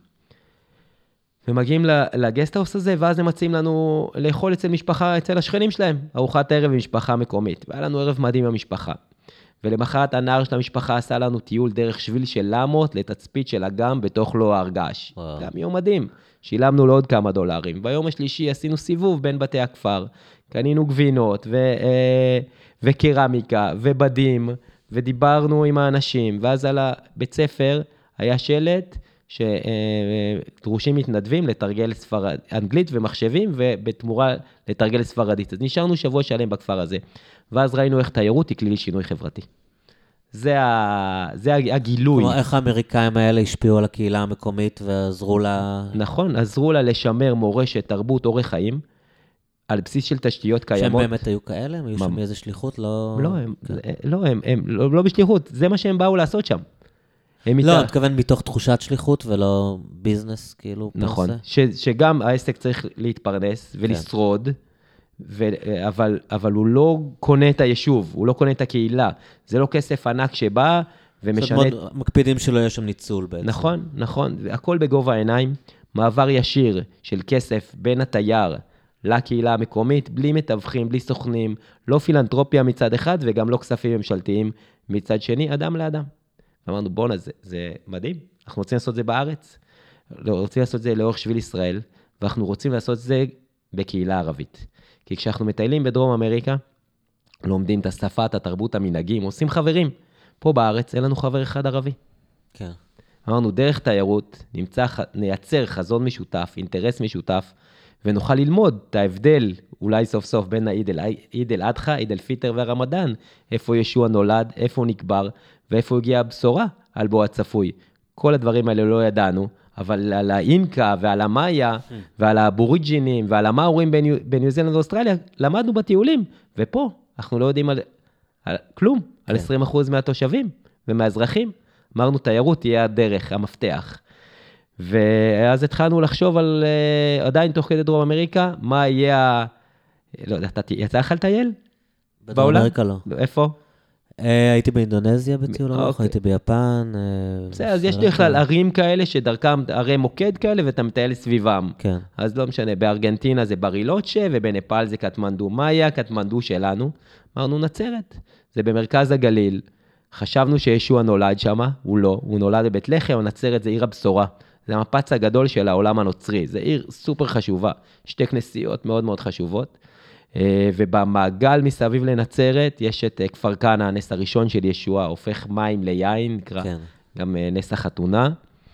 B: ומגיעים לגסטהאוס הזה, ואז הם מציעים לנו לאכול אצל משפחה, אצל השכנים שלהם, ארוחת ערב במשפחה מקומית. והיה לנו ערב מדהים במשפחה. ולמחרת הנער של המשפחה עשה לנו טיול דרך שביל של למות לתצפית של אגם בתוך לא הרגש. גם יום מדהים. שילמנו לו עוד כמה דולרים. ביום השלישי עשינו סיבוב בין בתי הכפר. קנינו גבינות ו, וקרמיקה ובדים, ודיברנו עם האנשים. ואז על הבית ספר היה שלט שדרושים מתנדבים לתרגל ספרד, אנגלית ומחשבים, ובתמורה לתרגל ספרדית. אז נשארנו שבוע שלם בכפר הזה. ואז ראינו איך תיירות היא כלי לשינוי חברתי. זה, ה... זה הגילוי.
A: כלומר, איך האמריקאים האלה השפיעו על הקהילה המקומית ועזרו לה...
B: נכון, עזרו לה לשמר מורשת, תרבות, אורח חיים, על בסיס של תשתיות קיימות.
A: שהם באמת היו כאלה? הם היו שם באיזה שליחות? לא,
B: לא, הם, כן. לא, הם, הם לא, לא בשליחות, זה מה שהם באו לעשות שם.
A: לא, אני מתכוון מתוך תחושת שליחות ולא ביזנס, כאילו.
B: נכון, ש, שגם העסק צריך להתפרנס ולשרוד, ו, אבל, אבל הוא לא קונה את היישוב, הוא לא קונה את הקהילה. זה לא כסף ענק שבא ומשנה...
A: זאת אומרת, מקפידים שלא יהיה שם ניצול בעצם.
B: נכון, נכון. הכל בגובה העיניים, מעבר ישיר של כסף בין התייר לקהילה המקומית, בלי מתווכים, בלי סוכנים, לא פילנטרופיה מצד אחד, וגם לא כספים ממשלתיים מצד שני, אדם לאדם. אמרנו, בוא נזה, זה מדהים, אנחנו רוצים לעשות את זה בארץ, רוצים לעשות את זה לאורך שביל ישראל, ואנחנו רוצים לעשות את זה בקהילה ערבית. כי כשאנחנו מטיילים בדרום אמריקה, לומדים את השפה, את התרבות, המנהגים, עושים חברים. פה בארץ אין לנו חבר אחד ערבי.
A: כן.
B: אמרנו, דרך תיירות, נמצא, נייצר חזון משותף, אינטרס משותף, ונוכל ללמוד את ההבדל, אולי סוף סוף, בין העיד אל אדחא, עיד אל פיטר והרמדאן, איפה ישוע נולד, איפה הוא נקבר, ואיפה הגיעה הבשורה על בוא הצפוי. כל הדברים האלה לא ידענו, אבל על האינקה ועל המאיה, ועל הבוריג'ינים, ועל המאורים בניו זילנד ואוסטרליה, למדנו בטיולים, ופה אנחנו לא יודעים על, על כלום, על עשרים אחוז מהתושבים ומהאזרחים. אמרנו, תיירות תהיה הדרך, המפתח. ואז התחלנו לחשוב על, עדיין תוך כדי דרום אמריקה, מה יהיה, לא יודע, יצא לך לטייל?
A: בדרום אמריקה לא.
B: איפה?
A: הייתי באינדונזיה בטיול ארוך, הייתי ביפן.
B: בסדר, אז יש לי בכלל ערים כאלה שדרכם, ערי מוקד כאלה, ואתה מטייל סביבם.
A: כן.
B: אז לא משנה, בארגנטינה זה ברילוצ'ה, ובנפאל זה קטמנדו מאיה, קטמנדו שלנו. אמרנו, נצרת. זה במרכז הגליל. חשבנו שישוע נולד שם, הוא לא. הוא נולד בבית לחם, או נצרת זה עיר הבשורה. זה המפץ הגדול של העולם הנוצרי. זה עיר סופר חשובה. שתי כנסיות מאוד מאוד חשובות. ובמעגל מסביב לנצרת, יש את כפר כנא, הנס הראשון של ישוע, הופך מים ליין, נקרא כן. גם נס החתונה,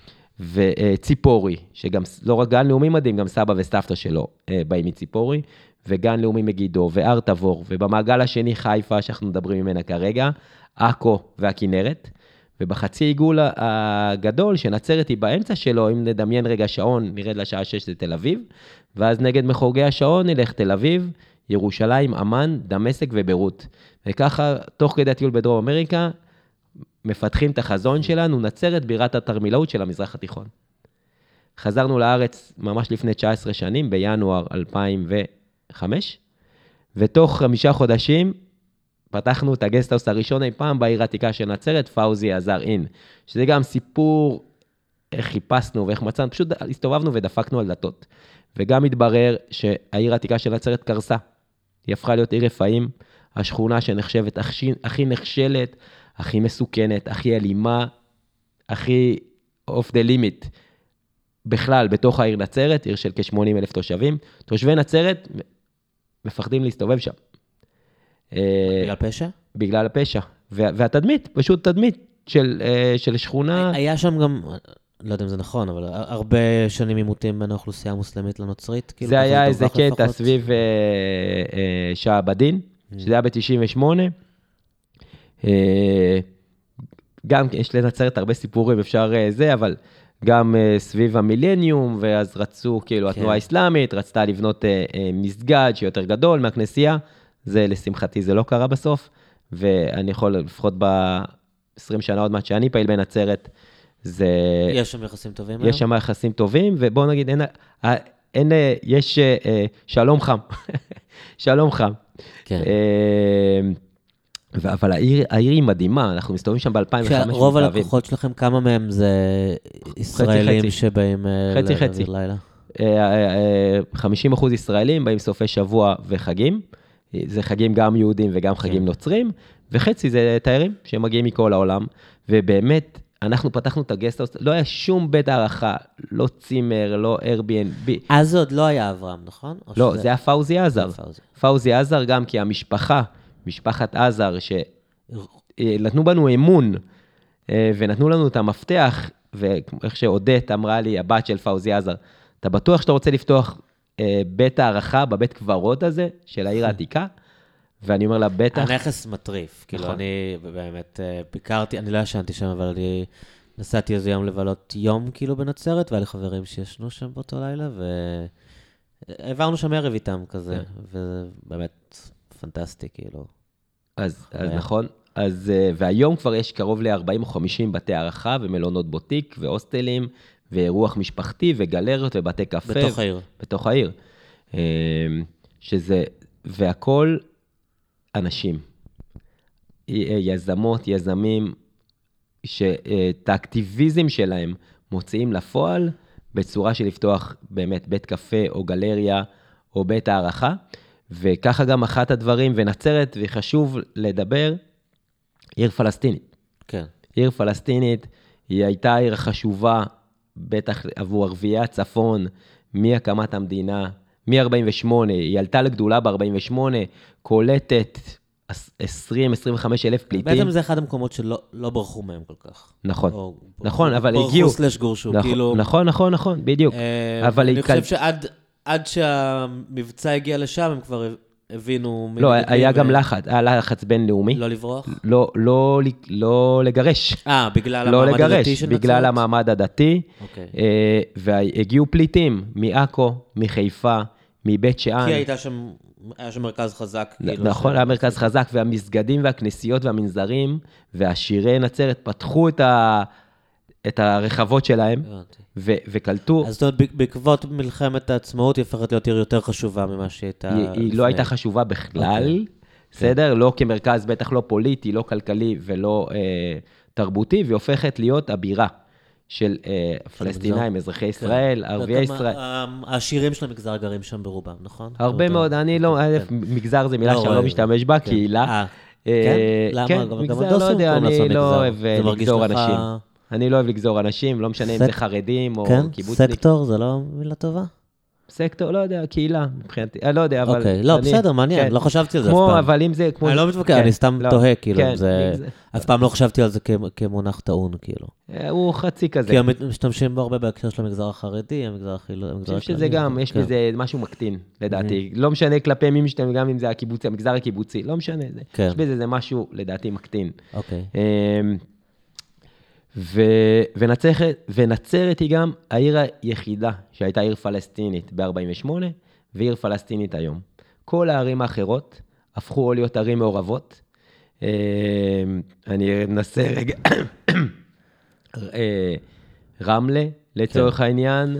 B: וציפורי, שגם לא רק גן לאומי מדהים, גם סבא וסבתא שלו באים מציפורי, וגן לאומי מגידו, והר תבור, ובמעגל השני חיפה, שאנחנו מדברים ממנה כרגע, עכו והכינרת, ובחצי עיגול הגדול, שנצרת היא באמצע שלו, אם נדמיין רגע שעון, נרד לשעה שש זה תל אביב, ואז נגד מחורגי השעון נלך תל אביב, ירושלים, אמן, דמשק וביירות. וככה, תוך כדי הטיול בדרום אמריקה, מפתחים את החזון שלנו, נצרת בירת התרמילאות של המזרח התיכון. חזרנו לארץ ממש לפני תשע עשרה שנים, בינואר אלפיים וחמש, ותוך חמישה חודשים, פתחנו את הגסטהאוס הראשון אי פעם בעיר העתיקה של נצרת, פאוזי עזר אין, שזה גם סיפור איך חיפשנו ואיך מצאנו, פשוט הסתובבנו ודפקנו על דלתות. וגם התברר שהעיר העתיקה של נצרת קרסה. היא הפכה להיות עיר רפאים, השכונה שנחשבת הכי, הכי נחשלת, הכי מסוכנת, הכי אלימה, הכי off the limit. בכלל, בתוך העיר נצרת, עיר של כ-שמונים אלף תושבים, תושבי נצרת מפחדים להסתובב שם.
A: בגלל פשע?
B: בגלל הפשע. והתדמית, פשוט תדמית של, של שכונה...
A: היה שם גם... לא יודע אם זה נכון, אבל הרבה שנים עימותים בין האוכלוסייה המוסלמית לנוצרית.
B: זה היה איזה קטע סביב שעבדין, שזה היה ב-תשעים ושמונה. גם יש לנצרת הרבה סיפורים, אפשר זה, אבל גם סביב המילניום, ואז רצו, כאילו, התנועה האסלאמית, רצתה לבנות מסגד שיותר גדול מהכנסייה. זה, לשמחתי, זה לא קרה בסוף, ואני יכול, לפחות ב-עשרים שנה עוד מעט שאני פעיל בנצרת, זה...
A: יש שם יחסים טובים היום?
B: יש שם יחסים טובים, ובואו נגיד, אין, אין, יש שלום חם. שלום חם.
A: כן.
B: אבל העיר, העיר היא מדהימה, אנחנו מסתובבים שם ב-אלפיים וחמש.
A: רוב הלקוחות שלכם, כמה מהם זה ישראלים חצי, שבאים
B: חצי, חצי.
A: לילה?
B: חמישים אחוז ישראלים באים סופי שבוע וחגים, זה חגים גם יהודים וגם חגים כן. נוצרים, וחצי זה תיירים שמגיעים מכל העולם, ובאמת, אנחנו פתחנו את הגסטהאוס, לא היה שום בית הערכה, לא צימר, לא Airbnb.
A: אז עוד לא היה אברהם, נכון?
B: לא, שזה... זה היה פאוזי עזר. פאוזי. פאוזי עזר גם כי המשפחה, משפחת עזר, שנתנו בנו אמון, ונתנו לנו את המפתח, ואיך שעודית אמרה לי, הבת של פאוזי עזר, אתה בטוח שאתה רוצה לפתוח בית הערכה, בבית קברות הזה, של העיר העתיקה? ואני אומר לה, בטח...
A: הנכס מטריף, כאילו אני באמת ביקרתי, אני לא ישנתי שם, אבל אני נסעתי איזה יום לבלות יום כאילו בנצרת, והיה לי חברים שישנו שם באותו לילה, והעברנו שם ערב איתם כזה, ובאמת פנטסטי, כאילו.
B: אז נכון, אז, והיום כבר יש קרוב ל-ארבעים או חמישים בתי הערכה, ומלונות בוטיק, והוסטלים, ואירוח משפחתי, וגלריות, ובתי קפה.
A: בתוך העיר.
B: בתוך העיר. שזה... והכל אנשים. יזמות, יזמים, שאת האקטיביזם שלהם מוציאים לפועל, בצורה של לפתוח באמת בית קפה או גלריה או בית הערכה, וככה גם אחת הדברים, ונצרת, וחשוב לדבר, עיר פלסטינית.
A: כן.
B: עיר פלסטינית, היא הייתה עיר חשובה, בטח עבור ערביי הצפון, מהקמת המדינה, מ-ארבעים ושמונה, היא עלתה לגדולה ב-ארבעים ושמונה, קולטת עשרים עד עשרים וחמישה אלף פליטים.
A: בעצם זה אחד המקומות שלא לא ברחו מהם כל כך.
B: נכון,
A: או,
B: נכון,
A: או,
B: אבל
A: ברחו
B: הגיעו.
A: ברחו סלש גורשו,
B: נכון,
A: כאילו...
B: נכון, נכון, נכון, בדיוק.
A: אה,
B: אבל
A: אני
B: היא...
A: חושב שעד עד שהמבצע הגיע לשם, הם כבר הבינו...
B: לא, היה גם לחץ, היה לחץ בינלאומי.
A: לא לברוח?
B: לא, לא, לא לגרש.
A: אה, בגלל
B: לא
A: המעמד
B: לגרש,
A: הדתי של נצרת?
B: בגלל המעמד הדתי.
A: אוקיי.
B: אה, והגיעו פליטים מעכו, מחיפה, מבית שאן.
A: כי הייתה שם, היה שם מרכז חזק. כאילו
B: נכון,
A: ש...
B: היה מרכז חזק, והמסגדים והכנסיות והמנזרים, והשירי נצרת פתחו את, ה, את הרחבות שלהם, ו, וקלטו.
A: אז זאת אומרת, בעקבות מלחמת העצמאות, היא הופכת להיות עיר יותר חשובה ממה שהייתה...
B: היא, היא לא הייתה חשובה בכלל, בסדר? לא כמרכז, בטח לא פוליטי, לא כלכלי ולא אה, תרבותי, והיא הופכת להיות הבירה של אה, פלסטינאים, אזרחי ישראל, ערביי ישראל.
A: השירים של המגזר גרים שם ברובם, נכון?
B: הרבה מאוד, אני לא, מגזר זה מילה שאני לא משתמש בה, קהילה.
A: כן? למה?
B: מגזר, לא יודע, אני לא אוהב לגזור אנשים. אני לא אוהב לגזור אנשים, לא משנה אם זה חרדים או קיבוצניק.
A: כן? סקטור זה לא מילה טובה?
B: סקטור, לא יודע, קהילה, מבחינתי, אני לא יודע, אבל...
A: אוקיי, לא, בסדר, מעניין, לא חשבתי על זה אף פעם.
B: כמו, אבל אם זה, כמו...
A: אני לא מתווכח, אני סתם תוהה, כאילו, אף פעם לא חשבתי על זה כמונח טעון, כאילו.
B: הוא חצי כזה.
A: כי הם משתמשים בו הרבה בהקשר של המגזר החרדי, המגזר החילוני.
B: אני חושב שזה גם, יש בזה משהו מקטין, לדעתי. לא משנה כלפי מי משתמש, גם אם זה הקיבוצי, המגזר הקיבוצי, לא משנה, יש בזה זה משהו, לדעתי, מקטין.
A: אוקיי.
B: ו- ונצרת, ונצרת היא גם העיר היחידה שהייתה עיר פלסטינית ב-ארבעים ושמונה, ועיר פלסטינית היום. כל הערים האחרות הפכו להיות ערים מעורבות. אני אנסה רגע, רמלה לצורך העניין,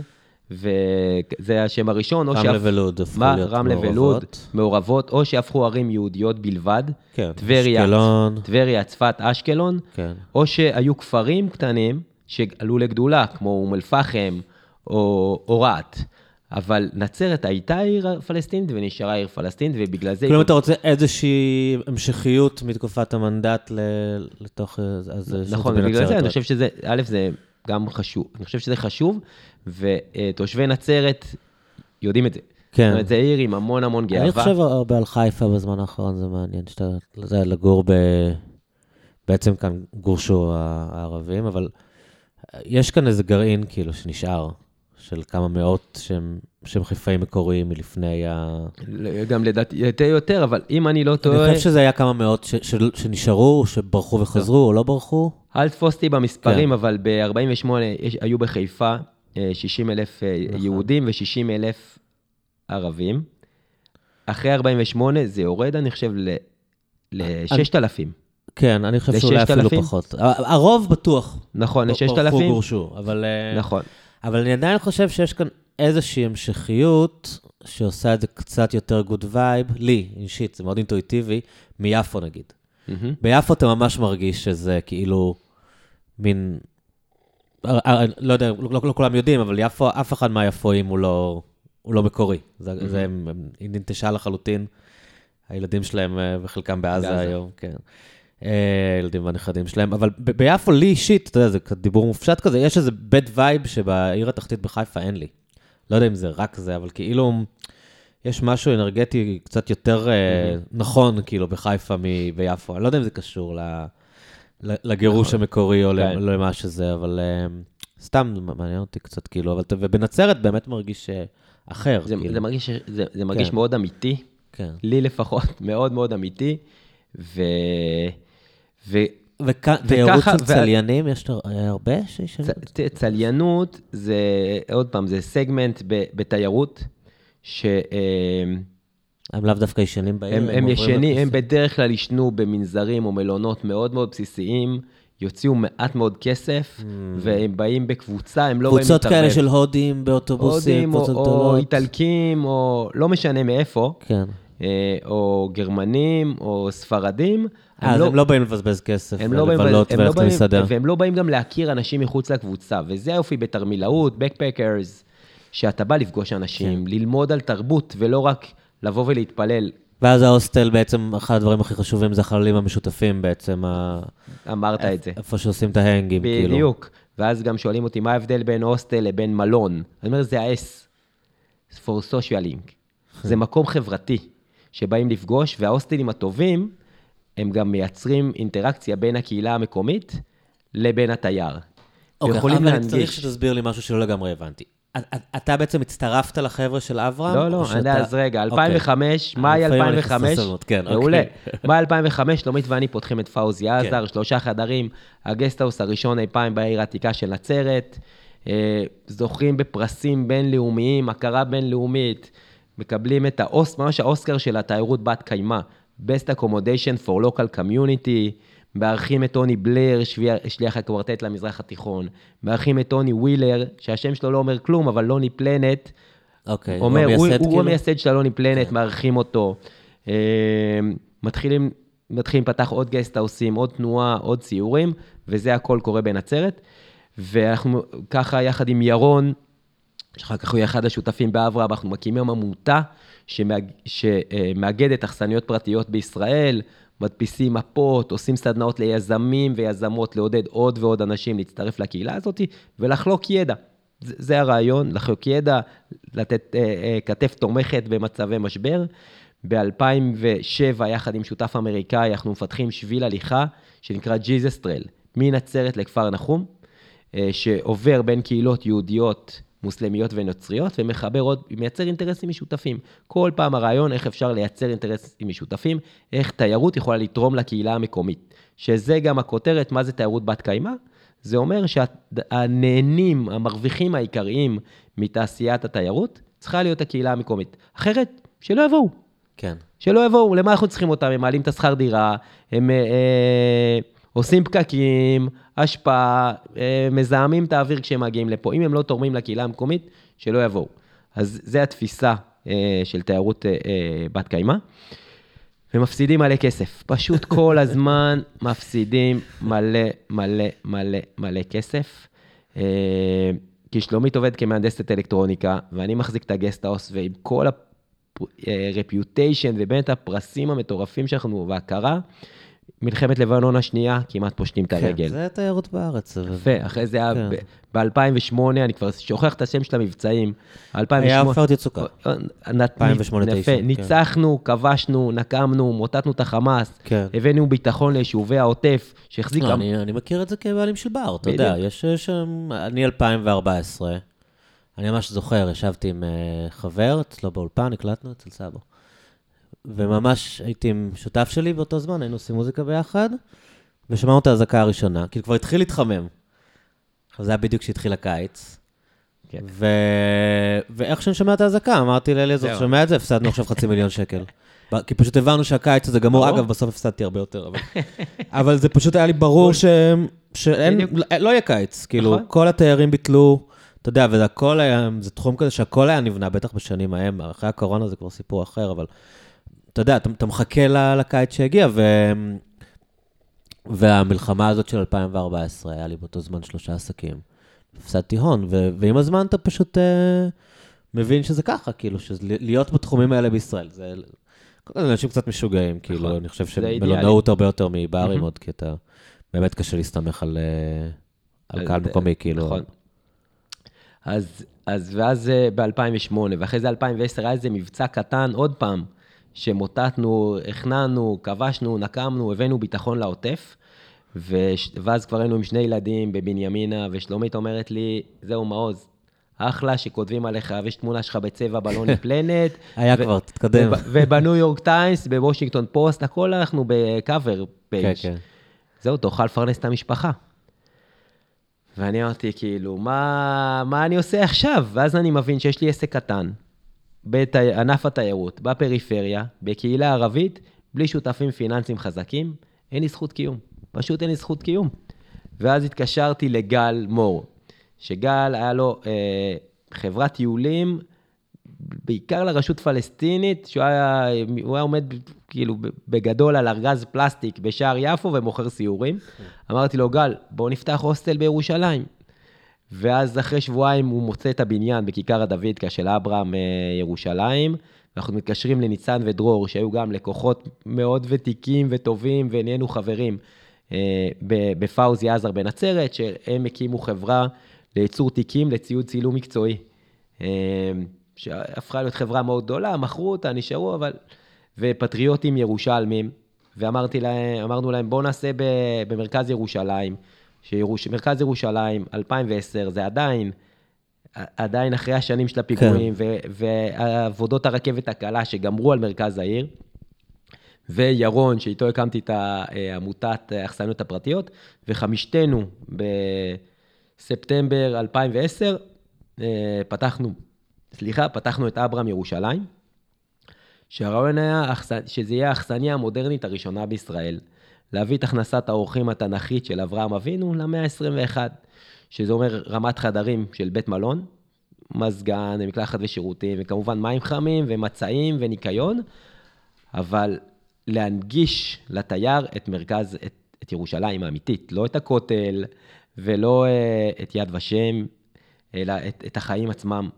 B: וזה השם הראשון.
A: רמלה ולוד הפכו להיות מעורבות.
B: רמלה ולוד מעורבות, או שהפכו ערים יהודיות בלבד.
A: כן,
B: טבריה,
A: אשקלון.
B: טבריה, צפת, אשקלון.
A: כן.
B: או שהיו כפרים קטנים שעלו לגדולה, כמו אום אל-פחם או אורת. אבל נצרת הייתה עיר פלסטינית ונשארה עיר פלסטינית, ובגלל זה...
A: כלומר, אתה רוצה איזושהי המשכיות מתקופת המנדט לתוך...
B: נכון, ובגלל זה אני חושב שזה, א', זה גם חשוב. אני חושב שזה חשוב, ותושבי נצרת יודעים את זה.
A: כן.
B: זאת אומרת, זה עיר עם המון המון גאווה.
A: אני חושב הרבה על חיפה בזמן האחרון, זה מעניין, שאתה לגור ב... בעצם כאן גורשו הערבים, אבל יש כאן איזה גרעין כאילו שנשאר, של כמה מאות שהם, שהם חיפאים מקוריים מלפני ה...
B: גם לדעתי יותר יותר, אבל אם אני לא טועה...
A: אני חושב שזה היה כמה מאות ש, ש, שנשארו, שברחו וחזרו, או לא ברחו.
B: אל תפוס אותי במספרים, כן. אבל ב-ארבעים ושמונה היו בחיפה שישים אלף נכון. יהודים ו-שישים אלף ערבים. אחרי ארבעים ושמונה זה יורד, אני חושב, ל-ששת אלפים.
A: כן, אני חושב שאולי אפילו פחות. הרוב בטוח.
B: נכון, ל-ששת אלפים.
A: ברחו גורשו, אבל...
B: נכון.
A: אבל אני עדיין חושב שיש כאן איזושהי המשכיות, שעושה את זה קצת יותר good vibe, לי, אישית, זה מאוד אינטואיטיבי, מיפו נגיד. Mm-hmm. ביפו אתה ממש מרגיש שזה כאילו מין, לא יודע, לא, לא כולם יודעים, אבל יפו, אף אחד מהיפואים הוא לא, הוא לא מקורי. זה, mm-hmm. זה היא ננטשה לחלוטין, הילדים שלהם וחלקם בעזה, בעזה. היום, כן. ילדים והנכדים שלהם, אבל ב- ביפו לי אישית, אתה יודע, זה דיבור מופשט כזה, יש איזה bad vibe שבעיר התחתית בחיפה אין לי. לא יודע אם זה רק זה, אבל כאילו, יש משהו אנרגטי קצת יותר mm-hmm. נכון, כאילו, בחיפה מביפו. אני לא יודע אם זה קשור ל- לגירוש נכון. המקורי או כן. למה שזה, אבל סתם מעניין אותי קצת, כאילו, אבל ובנצרת באמת מרגיש אחר.
B: זה,
A: כאילו.
B: זה מרגיש, זה, זה מרגיש
A: כן.
B: מאוד אמיתי,
A: כן.
B: לי לפחות, מאוד מאוד אמיתי, ו... ו...
A: ותיירות של צליינים, יש הרבה?
B: צליינות, זה, עוד פעם, זה סגמנט בתיירות, שהם...
A: הם לאו דווקא ישנים בעיר.
B: הם ישנים, הם בדרך כלל ישנו במנזרים או מלונות מאוד מאוד בסיסיים, יוציאו מעט מאוד כסף, והם באים בקבוצה, הם לא באים להתערבב.
A: קבוצות כאלה של הודים באוטובוסים,
B: הודים או איטלקים, או לא משנה מאיפה.
A: כן.
B: או גרמנים, או ספרדים.
A: אז הם לא באים לבזבז כסף,
B: ולבלות וללכת למסעדה. והם לא באים גם להכיר אנשים מחוץ לקבוצה, וזה היופי בתרמילאות, בקפקרס, שאתה בא לפגוש אנשים, ללמוד על תרבות, ולא רק לבוא ולהתפלל.
A: ואז ההוסטל בעצם, אחד הדברים הכי חשובים זה החללים המשותפים בעצם.
B: אמרת את זה.
A: איפה שעושים את ההנגים, כאילו.
B: בדיוק. ואז גם שואלים אותי, מה ההבדל בין הוסטל לבין מלון? אני אומר, זה ה-S, for socialing. זה מקום חברתי, שבאים לפגוש, וההוסטלים הטובים, הם גם מייצרים אינטראקציה בין הקהילה המקומית, לבין התייר.
A: אוקיי, אבל אני צריך שתסביר לי משהו שלא לגמרי הבנתי. אתה בעצם הצטרפת לחבר'ה של אברהם?
B: לא, לא, אז רגע, אלפיים וחמש, מאי אלפיים וחמש, מעולה. מאי אלפיים וחמש, שלומית ואני פותחים את פאוזי עזר, שלושה חדרים, הגסטהאוס הראשון אי פעם בעיר העתיקה של נצרת, זוכים בפרסים בינלאומיים, הכרה בינלאומית, מקבלים את האוס, ממש האוסקר של התיירות בת קיימה, Best Accommodation for Local Community, מארחים את טוני בלר, שליח הקוורטט למזרח התיכון, מארחים את טוני ווילר, שהשם שלו לא אומר כלום, אבל לוני פלנט,
A: אוקיי,
B: אומר, הוא, הוא, הוא המייסד של לוני פלנט, מארחים אותו, מתחילים, מתחילים פתח עוד גסטהאוסים, עוד תנועה, עוד ציורים, וזה הכל קורה בנצרת, ואנחנו ככה יחד עם ירון, שאחר כך הוא אחד השותפים באברהם, אנחנו מקימים עמותה, שמאגדת אכסניות פרטיות בישראל, מדפיסים מפות, עושים סדנאות ליזמים ויזמות, לעודד עוד ועוד אנשים להצטרף לקהילה הזאת, ולחלוק ידע. זה, זה הרעיון, לחלוק ידע, לתת אה, אה, כתף תומכת במצבי משבר. ב-אלפיים ושבע, יחד עם שותף אמריקאי, אנחנו מפתחים שביל הליכה, שנקרא ג'יזוס טרייל, מנצרת לכפר נחום, אה, שעובר בין קהילות יהודיות, מוסלמיות ונוצריות, ומחבר עוד, מייצר אינטרסים משותפים. כל פעם הרעיון, איך אפשר לייצר אינטרסים משותפים, איך תיירות יכולה לתרום לקהילה המקומית. שזה גם הכותרת, מה זה תיירות בת קיימה? זה אומר שהנהנים, המרוויחים העיקריים מתעשיית התיירות, צריכה להיות הקהילה המקומית. אחרת, שלא יבואו.
A: כן.
B: שלא יבואו. למה אנחנו צריכים אותם? הם מעלים את השכר דירה, הם... אה, עושים פקקים, השפעה, מזהמים את האוויר כשהם מגיעים לפה. אם הם לא תורמים לקהילה המקומית, שלא יבואו. אז זה התפיסה של תיירות בת קיימה. ומפסידים מלא כסף. פשוט כל הזמן מפסידים מלא, מלא, מלא, מלא כסף. כי שלומית עובד כמהנדסת אלקטרוניקה, ואני מחזיק את הגסטהאוס, ועם כל הרפיוטיישן, ובאמת הפרסים המטורפים שאנחנו, והכרה, מלחמת לבנון השנייה, כמעט פושטים את הרגל.
A: כן, זה תיירות בארץ.
B: יפה, אחרי זה היה ב-אלפיים ושמונה, אני כבר שוכח את השם של המבצעים.
A: היה עופרת יצוקה. אלפיים ושמונה תשע.
B: ניצחנו, כבשנו, נקמנו, מוטטנו את החמאס, הבאנו ביטחון ליישובי העוטף, שהחזיק...
A: אני מכיר את זה כבעלים של בר, אתה יודע, יש שם... אני אלפיים וארבע עשרה, אני ממש זוכר, ישבתי עם חבר, אצלו באולפן, הקלטנו אצל סבו. וממש הייתי עם שותף שלי באותו זמן, היינו עושים מוזיקה ביחד, ושמענו את ההזקה הראשונה, כי כבר התחיל להתחמם. זה היה בדיוק כשהתחיל הקיץ. כן. ו... ואיך שאני שומע את ההזקה, אמרתי לאליעזר, שומע את זה, הפסדנו עכשיו חצי מיליון שקל. כי פשוט הבנו שהקיץ הזה גמור, אגב, בסוף הפסדתי הרבה יותר. אבל, אבל זה פשוט היה לי ברור ש... שאין, לא יהיה קיץ. כאילו, כל התיירים ביטלו, אתה יודע, וזה הכל היה, זה תחום כזה שהכל היה נבנה, בטח בשנים ההם, אחרי הקורונה זה כבר סיפור אחר, אבל... אתה יודע, אתה, אתה מחכה לקיץ שהגיע, ו... והמלחמה הזאת של אלפיים וארבע עשרה, היה לי באותו זמן שלושה עסקים. הפסדתי הון, ו... ועם הזמן אתה פשוט uh, מבין שזה ככה, כאילו, להיות בתחומים האלה בישראל, זה... אנשים קצת משוגעים, כאילו, אני חושב שמלונאות הרבה יותר מבארים עוד, כי אתה באמת קשה להסתמך על, על קהל מקומי, כאילו.
B: נכון. אז, אז ואז ב-אלפיים ושמונה, ואחרי זה אלפיים ועשר, היה איזה מבצע קטן עוד פעם, שמוטטנו, הכנענו, כבשנו, נקמנו, הבאנו ביטחון לעוטף, ואז כבר היינו עם שני ילדים בבנימינה, ושלומית אומרת לי, זהו מעוז, אחלה שכותבים עליך, ויש תמונה שלך בצבע בלוני פלנט.
A: היה כבר, תתקדם.
B: ובניו יורק טיימס, בוושינגטון פוסט, הכל אנחנו בקאבר פייג'. זהו, תוכל לפרנס את המשפחה. ואני אמרתי, כאילו, מה, מה אני עושה עכשיו? ואז אני מבין שיש לי עסק קטן, בענף התיירות, בפריפריה, בקהילה ערבית, בלי שותפים פיננסיים חזקים, אין לי זכות קיום. פשוט אין לי זכות קיום. ואז התקשרתי לגל מור, שגל היה לו אה, חברת טיולים בעיקר לרשות פלסטינית, שהוא היה, הוא היה עומד כאילו בגדול על ארגז פלסטיק בשער יפו ומוכר סיורים. אמרתי לו, גל, בוא נפתח הוסטל בירושלים. ואז אחרי שבועיים הוא מוצא את הבניין בכיכר הדוידקה של אברהם ירושלים, ואנחנו מתקשרים לניצן ודרור, שהיו גם לקוחות מאוד ותיקים וטובים, ונהיינו חברים בפאוזי עזר בנצרת, שהם הקימו חברה לייצור תיקים לציוד צילום מקצועי. שהפכה להיות חברה מאוד גדולה, מכרו אותה, נשארו, אבל... ופטריוטים ירושלמים, ואמרתי להם, אמרנו להם, בואו נעשה במרכז ירושלים, שמרכז ירושלים, אלפיים ועשר, זה עדיין, עדיין אחרי השנים של הפיגועים, כן. ועבודות הרכבת הקלה שגמרו על מרכז העיר, וירון, שאיתו הקמתי את העמותת האכסניות הפרטיות, וחמישתנו בספטמבר אלפיים ועשר, פתחנו, סליחה, פתחנו את אברהם ירושלים, שהרעיון היה שזה יהיה האכסניה המודרנית הראשונה בישראל, להביא את הכנסת האורחים התנ"כית של אברהם אבינו למאה ה-עשרים ואחת, שזה אומר רמת חדרים של בית מלון, מזגן, מקלחת ושירותים, וכמובן מים חמים ומצעים וניקיון, אבל להנגיש לתייר את מרכז, את, את ירושלים האמיתית, לא את הכותל ולא את יד ושם, אלא את, את החיים עצמם.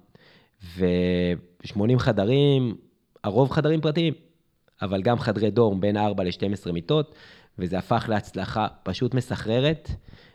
B: ו-שמונים חדרים, הרוב חדרים פרטיים, אבל גם חדרי דורם בין ארבע ל-שתים עשרה מיטות, וזה הפך להצלחה פשוט מסחררת,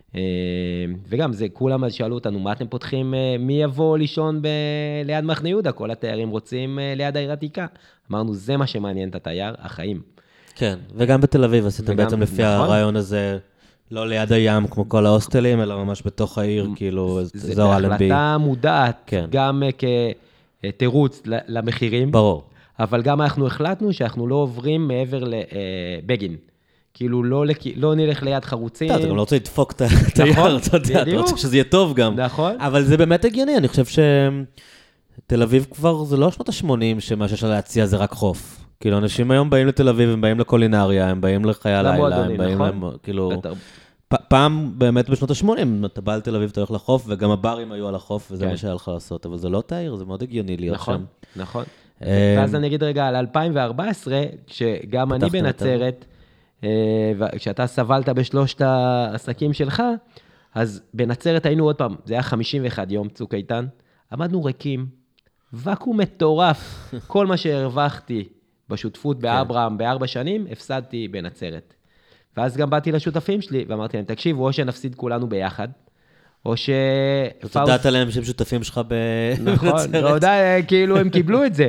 B: וגם זה, כולם שאלו אותנו, מה אתם פותחים, מי יבוא לישון ב- ליד מחנה יהודה? כל התיירים רוצים ליד העיר העתיקה. אמרנו, זה מה שמעניין את התייר, החיים.
A: כן, וגם בתל אביב עשיתם בעצם לפי הרעיון הזה, לא ליד הים כמו כל ההוסטלים, אלא ממש בתוך העיר, כאילו, אזור אלנבי.
B: זה בהחלטה מודעת, גם כתירוץ למחירים.
A: ברור.
B: אבל גם אנחנו החלטנו שאנחנו לא עוברים מעבר לבגין. כאילו לא, לא נלך ליד חרוצים.
A: אתה גם לא רוצה לדפוק את התייר, אתה יודע, אתה רוצה שזה יהיה טוב גם.
B: נכון.
A: אבל זה באמת הגיוני, אני חושב שתל אביב כבר, זה לא שנות ה-שמונים, שמה שיש לה להציע זה רק חוף. כאילו, אנשים היום באים לתל אביב, הם באים לקולינריה, הם באים לחיי הלילה, הם באים להם, כאילו... פעם באמת בשנות ה-שמונים, אתה בא לתל אביב, אתה הולך לחוף, וגם הברים היו על החוף, וזה מה שהיה לך לעשות, אבל זה לא תאיר, זה מאוד הגיוני להיות שם.
B: נכון, נכון. ואז אני אגיד רגע על אלפיים וארבע עשרה, כשגם אני בנצרת, כשאתה סבלת בשלושת העסקים שלך, אז בנצרת היינו עוד פעם, זה היה חמישים ואחד יום צוק איתן, עמדנו ריקים, וקום מטורף, כל מה שהרווחתי בשותפות באברהם בארבע שנים, הפסדתי בנצרת. ואז גם באתי לשותפים שלי, ואמרתי להם, תקשיבו, או שנפסיד כולנו ביחד, או ש...
A: ותדעת להם שהם שותפים שלך בנצרת.
B: נכון, לא יודע, כאילו הם קיבלו את זה.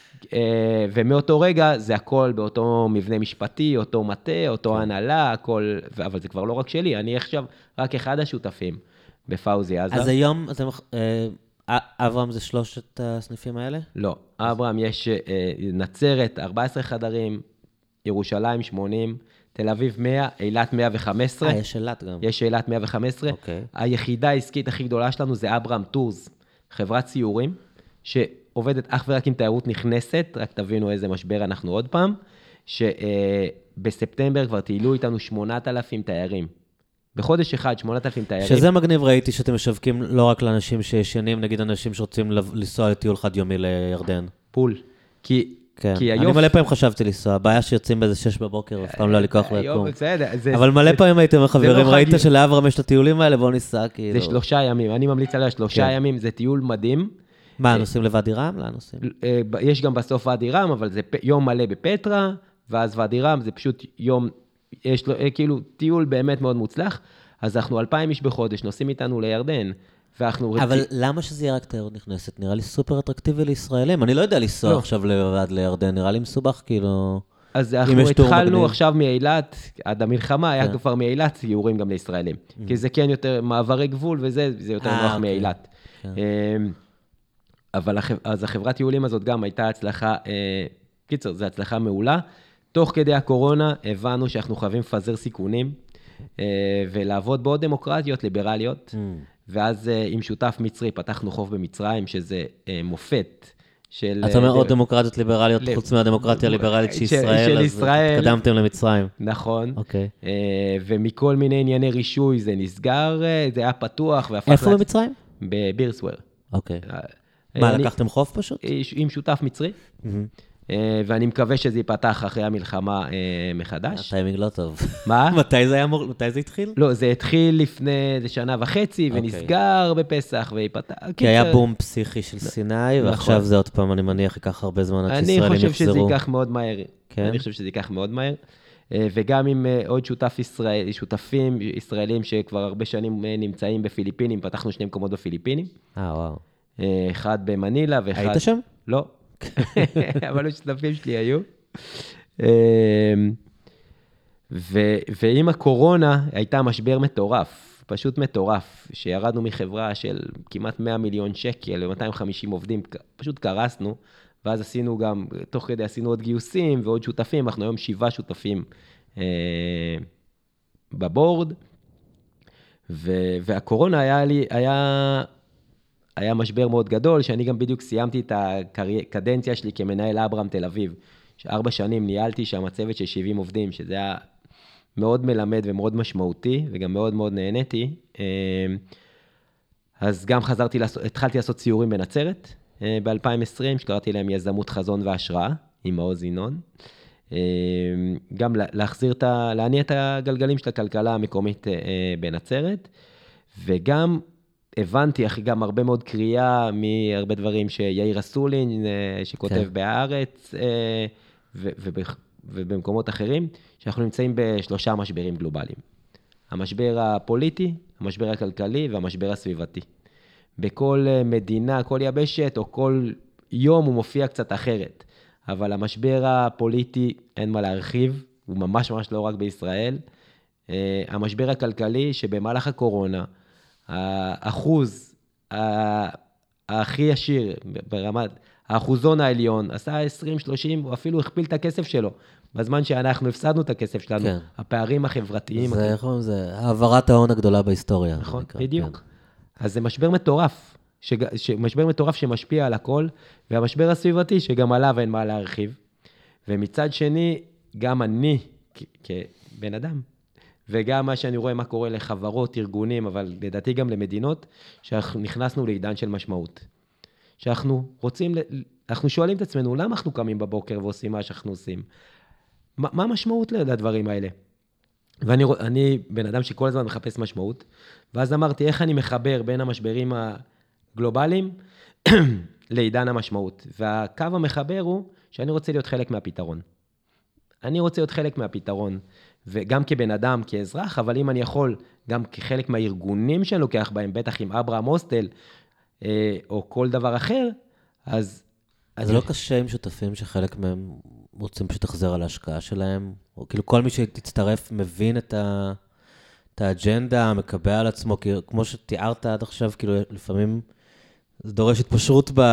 B: ומאותו רגע זה הכל באותו מבנה משפטי, אותו מטה, אותו הנהלה, הכל, אבל זה כבר לא רק שלי, אני עכשיו רק אחד השותפים בפאוזי עזר.
A: אז היום, אברהם זה שלושת הסניפים האלה?
B: לא, אברהם יש נצרת, ארבעה עשר חדרים, ירושלים שמונים, תל אביב מאה, אילת מאה וחמש עשרה.
A: אה, יש אילת גם.
B: יש אילת מאה וחמש עשרה.
A: אוקיי.
B: היחידה העסקית הכי גדולה שלנו זה אברהם טורס, חברת ציורים, שעובדת אך ורק עם תיירות נכנסת, רק תבינו איזה משבר אנחנו עוד פעם, שבספטמבר כבר טיילו איתנו שמונת אלפים תיירים. בחודש אחד, שמונת אלפים תיירים.
A: שזה מגניב, ראיתי שאתם משווקים לא רק לאנשים שישנים, נגיד אנשים שרוצים לנסוע לטיול חד יומי לירדן.
B: פול. כי...
A: כן. אני מלא פעמים חשבתי לנסוע, הבעיה שיוצאים באיזה שש בבוקר, אף פעם לא לקוח ליקום. אבל מלא פעמים הייתם החברים, ראית שלאברהם יש את הטיולים האלה, בואו ניסע כאילו.
B: זה שלושה ימים, אני ממליץ עליה שלושה ימים, זה טיול מדהים.
A: מה, נוסעים לוואדי רם? לא נוסעים.
B: יש גם בסוף ואדי רם, אבל זה יום מלא בפטרה, ואז ואדי רם זה פשוט יום, יש לו כאילו טיול באמת מאוד מוצלח, אז אנחנו אלפיים איש בחודש, נוסעים איתנו לירדן, ואנחנו...
A: אבל למה שזה יהיה רק תיירות נכנסת? נראה לי סופר אטרקטיבי לישראלים. אני לא יודע לנסוע עכשיו לבד לירדן, נראה לי מסובך, כאילו...
B: אז אנחנו התחלנו עכשיו מאילת, עד המלחמה היה כבר מאילת ציורים גם לישראלים. כי זה כן יותר מעברי גבול, וזה יותר נוח מאילת. אבל אז החברת טיולים הזאת גם הייתה הצלחה, קיצר, זו הצלחה מעולה. תוך כדי הקורונה הבנו שאנחנו חייבים לפזר סיכונים, ולעבוד בעוד דמוקרטיות ליברליות, ואז עם שותף מצרי פתחנו חוף במצרים, שזה מופת של...
A: אתה אומר עוד דמוקרטיות ליברליות, חוץ מהדמוקרטיה הליברלית של ישראל, אז התקדמתם למצרים.
B: נכון.
A: אוקיי.
B: ומכל מיני ענייני רישוי זה נסגר, זה היה פתוח.
A: איפה במצרים?
B: בבירסוור.
A: אוקיי. מה, לקחתם חוף פשוט?
B: עם שותף מצרי, ואני מקווה שזה ייפתח אחרי המלחמה מחדש.
A: הטיימינג לא טוב.
B: מה?
A: מתי זה היה אמור, מתי זה התחיל?
B: לא, זה התחיל לפני שנה וחצי, ונסגר בפסח, וייפתח.
A: כי היה בום פסיכי של סיני, ועכשיו זה עוד פעם, אני מניח, ייקח הרבה זמן עד שישראלים יחזרו.
B: אני חושב שזה ייקח מאוד מהר. אני חושב שזה ייקח מאוד מהר. וגם עם עוד שותף ישראל, שותפים ישראלים שכבר הרבה שנים נמצאים בפיליפינים, פתחנו שני מקומות בפיליפינים.
A: אה, וואו.
B: אחד במנילה ואחד...
A: היית שם?
B: לא. אבל השותפים שלי היו. ועם הקורונה הייתה משבר מטורף, פשוט מטורף, שירדנו מחברה של כמעט מאה מיליון שקל ו-מאתיים וחמישים עובדים, פשוט קרסנו, ואז עשינו גם, תוך כדי עשינו עוד גיוסים ועוד שותפים, אנחנו היום שבעה שותפים בבורד, והקורונה היה לי, היה... היה משבר מאוד גדול, שאני גם בדיוק סיימתי את הקדנציה שלי כמנהל אברהם תל אביב, שארבע שנים ניהלתי שם צוות של שבעים עובדים, שזה היה מאוד מלמד ומאוד משמעותי, וגם מאוד מאוד נהניתי. אז גם חזרתי, התחלתי לעשות ציורים בנצרת ב-אלפיים ועשרים, שקראתי להם יזמות חזון והשראה, עם מעוז ינון. גם להחזיר את ה... להניע את הגלגלים של הכלכלה המקומית בנצרת, וגם הבנתי, אחי, גם הרבה מאוד קריאה מהרבה דברים שיאיר אסולין, שכותב כן. בהארץ, ובמקומות אחרים, שאנחנו נמצאים בשלושה משברים גלובליים. המשבר הפוליטי, המשבר הכלכלי והמשבר הסביבתי. בכל מדינה, כל יבשת או כל יום הוא מופיע קצת אחרת. אבל המשבר הפוליטי, אין מה להרחיב, הוא ממש ממש לא רק בישראל. המשבר הכלכלי, שבמהלך הקורונה, האחוז הכי ישיר ברמת, האחוזון העליון, עשה עשרים שלושים, או אפילו הכפיל את הכסף שלו, בזמן שאנחנו הפסדנו את הכסף שלנו, כן. הפערים החברתיים.
A: זה, איך אומרים, זה העברת ההון הגדולה בהיסטוריה.
B: נכון, בדיוק. כן. אז זה משבר מטורף, שג, ש, משבר מטורף שמשפיע על הכל, והמשבר הסביבתי שגם עליו אין מה להרחיב. ומצד שני, גם אני, כ, כבן אדם, וגם מה שאני רואה מה קורה לחברות, ארגונים, אבל לדעתי גם למדינות, שאנחנו נכנסנו לעידן של משמעות. שאנחנו רוצים, אנחנו שואלים את עצמנו, למה אנחנו קמים בבוקר ועושים מה שאנחנו עושים? מה, מה המשמעות לדברים האלה? ואני אני בן אדם שכל הזמן מחפש משמעות, ואז אמרתי, איך אני מחבר בין המשברים הגלובליים לעידן המשמעות? והקו המחבר הוא שאני רוצה להיות חלק מהפתרון. אני רוצה להיות חלק מהפתרון, וגם כבן אדם, כאזרח, אבל אם אני יכול, גם כחלק מהארגונים שאני לוקח בהם, בטח עם אברהם הוסטל, או כל דבר אחר, אז...
A: אז לא קשה עם שותפים שחלק מהם רוצים פשוט לחזר על ההשקעה שלהם, או כאילו כל מי שתצטרף מבין את ה... את האג'נדה, מקבל על עצמו, כי כמו שתיארת עד עכשיו, כאילו לפעמים זה דורש התפשרות ב...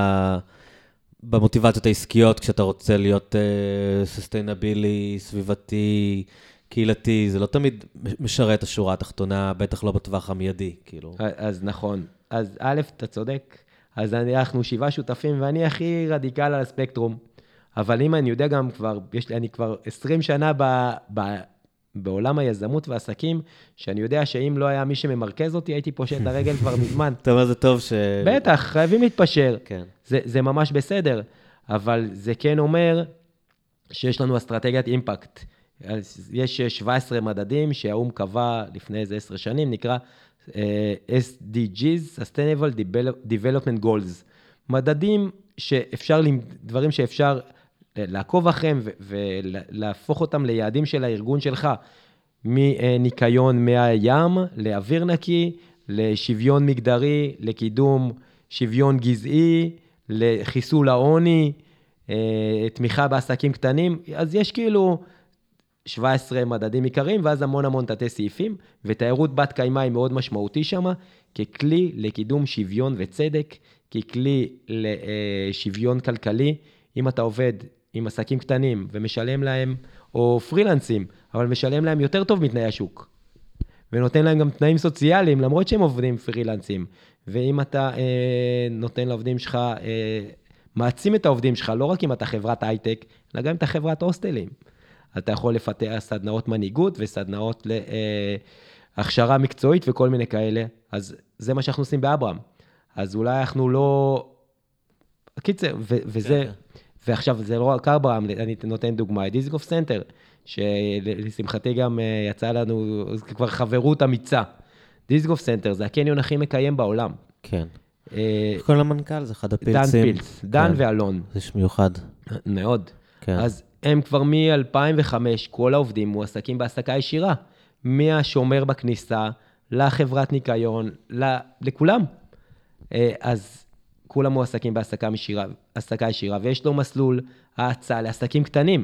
A: במוטיבציות העסקיות, כשאתה רוצה להיות סוסטיינבילי, סביבתי, קהילתי, זה לא תמיד משרת השורה התחתונה, בטח לא בטווח המיידי, כאילו.
B: אז נכון. אז א', אתה צודק, אז אנחנו שבעה שותפים, ואני הכי רדיקל על הספקטרום, אבל אם אני יודע גם כבר, יש לי, אני כבר עשרים שנה ב, ב, בעולם היזמות והעסקים, שאני יודע שאם לא היה מי שממרכז אותי, הייתי פושט את הרגל כבר מזמן.
A: אתה אומר, זה טוב ש...
B: בטח, חייבים להתפשר.
A: כן.
B: זה, זה ממש בסדר, אבל זה כן אומר שיש לנו אסטרטגיית אימפקט. יש שבעה עשר מדדים שהאום קבע לפני איזה עשר שנים, נקרא אס די ג'יז, Sustainable Development Goals. מדדים שאפשר, דברים שאפשר לעקוב אחריהם ולהפוך אותם ליעדים של הארגון שלך, מניקיון מהים, לאוויר נקי, לשוויון מגדרי, לקידום שוויון גזעי, לחיסול העוני, תמיכה בעסקים קטנים. אז יש כאילו שבעה עשר מדדים עיקריים, ואז המון המון תתי סעיפים, ותיירות בת קיימה היא מאוד משמעותי שם, ככלי לקידום שוויון וצדק, ככלי לשוויון כלכלי. אם אתה עובד עם עסקים קטנים ומשלם להם, או פרילנסים, אבל משלם להם יותר טוב מתנאי השוק, ונותן להם גם תנאים סוציאליים, למרות שהם עובדים פרילנסים, ואם אתה אה, נותן לעובדים שלך, אה, מעצים את העובדים שלך, לא רק אם אתה חברת הייטק, אלא גם אם אתה חברת הוסטלים. אתה יכול לפתח סדנאות מנהיגות, וסדנאות להכשרה מקצועית, וכל מיני כאלה. אז זה מה שאנחנו עושים באברהם. אז אולי אנחנו לא קיצר, וזה, ועכשיו זה לא רק אברהם, אני נותן דוגמה, דיסגוף סנטר, שלשמחתי גם יצא לנו, כבר חברות אמיצה. דיסגוף סנטר זה הקניון הכי מקיים בעולם.
A: כן. כל המנכ"ל זה אחד הפילצים.
B: דן פילץ, דן ואלון.
A: זה מיוחד.
B: מאוד. אז הם כבר מ-אלפיים וחמש, כל העובדים מועסקים בהעסקה ישירה. מהשומר בכניסה, לחברת ניקיון, לכולם. אז כולם מועסקים בהעסקה ישירה, ויש לו מסלול האצה לעסקים קטנים.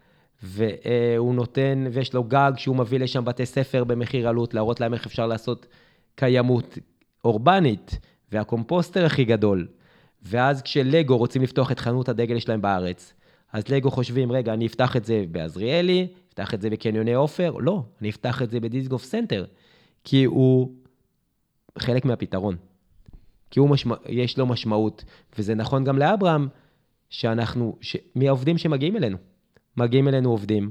B: והוא נותן, ויש לו גג שהוא מביא לשם בתי ספר במחיר עלות, להראות להם איך אפשר לעשות קיימות אורבנית, והקומפוסטר הכי גדול. ואז כשלגו רוצים לפתוח את חנות הדגל שלהם בארץ, אז לגו חושבים, רגע, אני אפתח את זה בעזריאלי, אפתח את זה בקניוני אופר, לא, אני אפתח את זה בדיסגוף סנטר, כי הוא חלק מהפתרון. כי הוא משמע, יש לו משמעות, וזה נכון גם לאברהם, שאנחנו, ש... מי העובדים שמגיעים אלינו? מגיעים אלינו עובדים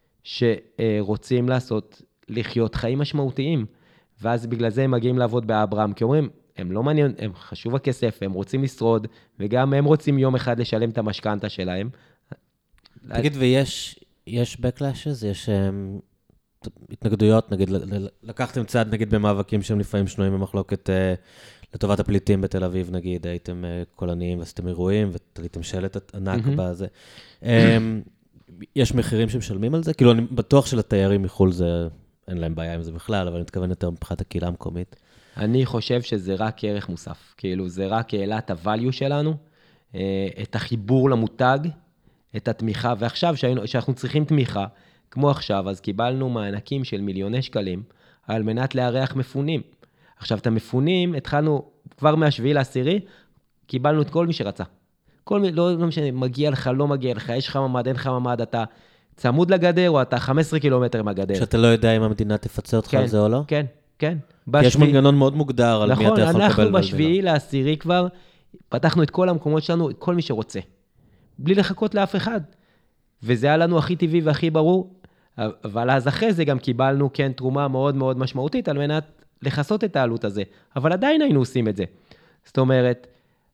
B: שרוצים לעשות, לחיות חיים משמעותיים, ואז בגלל זה הם מגיעים לעבוד באברהם, כי אומרים, הם לא מעניין, הם חשוב הכסף, הם רוצים לשרוד, וגם הם רוצים יום אחד לשלם את המשכנתה שלהם.
A: תגיד, ויש, יש backlashes? יש um, התנגדויות, נגיד, לקחתם צעד, נגיד, במאבקים שהם לפעמים שנויים במחלוקת, uh, לטובת הפליטים בתל אביב, נגיד, הייתם uh, קולניים ועשיתם אירועים, ותליתם שלט ענק mm-hmm. בזה. Um, יש מחירים שמשלמים על זה? כאילו, אני בטוח שלתיירים מחול זה, אין להם בעיה עם זה בכלל, אבל אני מתכוון יותר מבחינת הקהילה המקומית.
B: אני חושב שזה רק ערך מוסף. כאילו, זה רק העלת הvalue שלנו, את החיבור למותג, את התמיכה, ועכשיו שאנחנו צריכים תמיכה, כמו עכשיו, אז קיבלנו מענקים של מיליוני שקלים, על מנת לארח מפונים. עכשיו, את המפונים, התחלנו כבר מהשביעי לעשירי, קיבלנו את כל מי שרצה. כל מי, לא, לא משנה, מגיע לך, לא מגיע לך, יש לך ממד, אין לך ממד, אתה צמוד לגדר, או אתה חמש עשרה קילומטר מהגדר.
A: שאתה לא יודע אם המדינה תפצה אותך
B: כן,
A: על זה או לא?
B: כן, כן.
A: כי יש מנגנון מאוד מוגדר על
B: נכון,
A: מי אתה יכול לקבל.
B: נכון, אנחנו בשביעי לעשירי כבר, פתחנו את כל המקומות שלנו, כל מי שרוצה. בלי לחכות לאף אחד. וזה היה לנו הכי טבעי והכי ברור, אבל אז אחרי זה גם קיבלנו, כן, תרומה מאוד מאוד משמעותית, על מנת לחסות את העלות הזה. אבל עדיין היינו עושים את זה. זאת אומרת,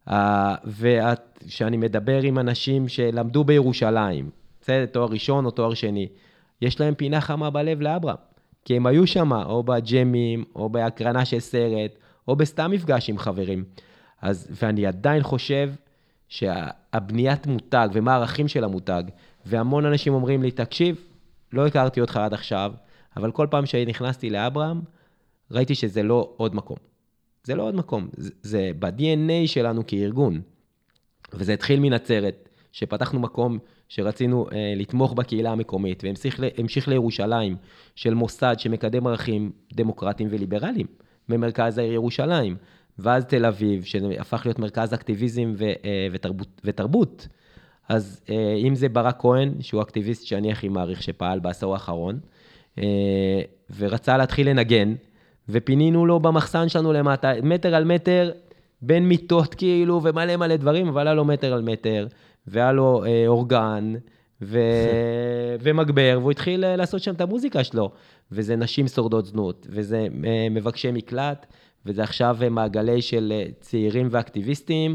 B: וכשאני מדבר עם אנשים שלמדו בירושלים, זה תואר ראשון או תואר שני, יש להם פינה חמה בלב לאברהם, כי הם היו שם, או בג'מים, או בהקרנה של סרט, או בסתם מפגש עם חברים. אז, ואני עדיין חושב שהבניית מותג, ומה הערכים של המותג, והמון אנשים אומרים לי, תקשיב, לא הכרתי אותך עד עכשיו, אבל כל פעם שנכנסתי לאברהם, ראיתי שזה לא עוד מקום. זה לא עוד מקום, זה, זה ב-די אן איי שלנו כארגון, וזה התחיל מנצרת, שפתחנו מקום שרצינו אה, לתמוך בקהילה המקומית, והמשיך לירושלים של מוסד שמקדם ערכים דמוקרטיים וליברליים, במרכז העיר ירושלים, ואז תל אביב, שהפך להיות מרכז אקטיביזם ו, אה, ותרבות, ותרבות. אז אה, אם זה ברק כהן, שהוא אקטיביסט שאני הכי מעריך שפעל בעשור האחרון, אה, ורצה להתחיל לנגן, ופינינו לו במחסן שלנו למטה, מטר על מטר, בין מיטות כאילו, ומלא מלא דברים, אבל היה לו מטר על מטר, והיה לו אה, אורגן, ו... ומגבר, והוא התחיל אה, לעשות שם את המוזיקה שלו, וזה נשים שורדות זנות, וזה אה, מבקשי מקלט, וזה עכשיו אה, מעגלי של אה, צעירים ואקטיביסטים,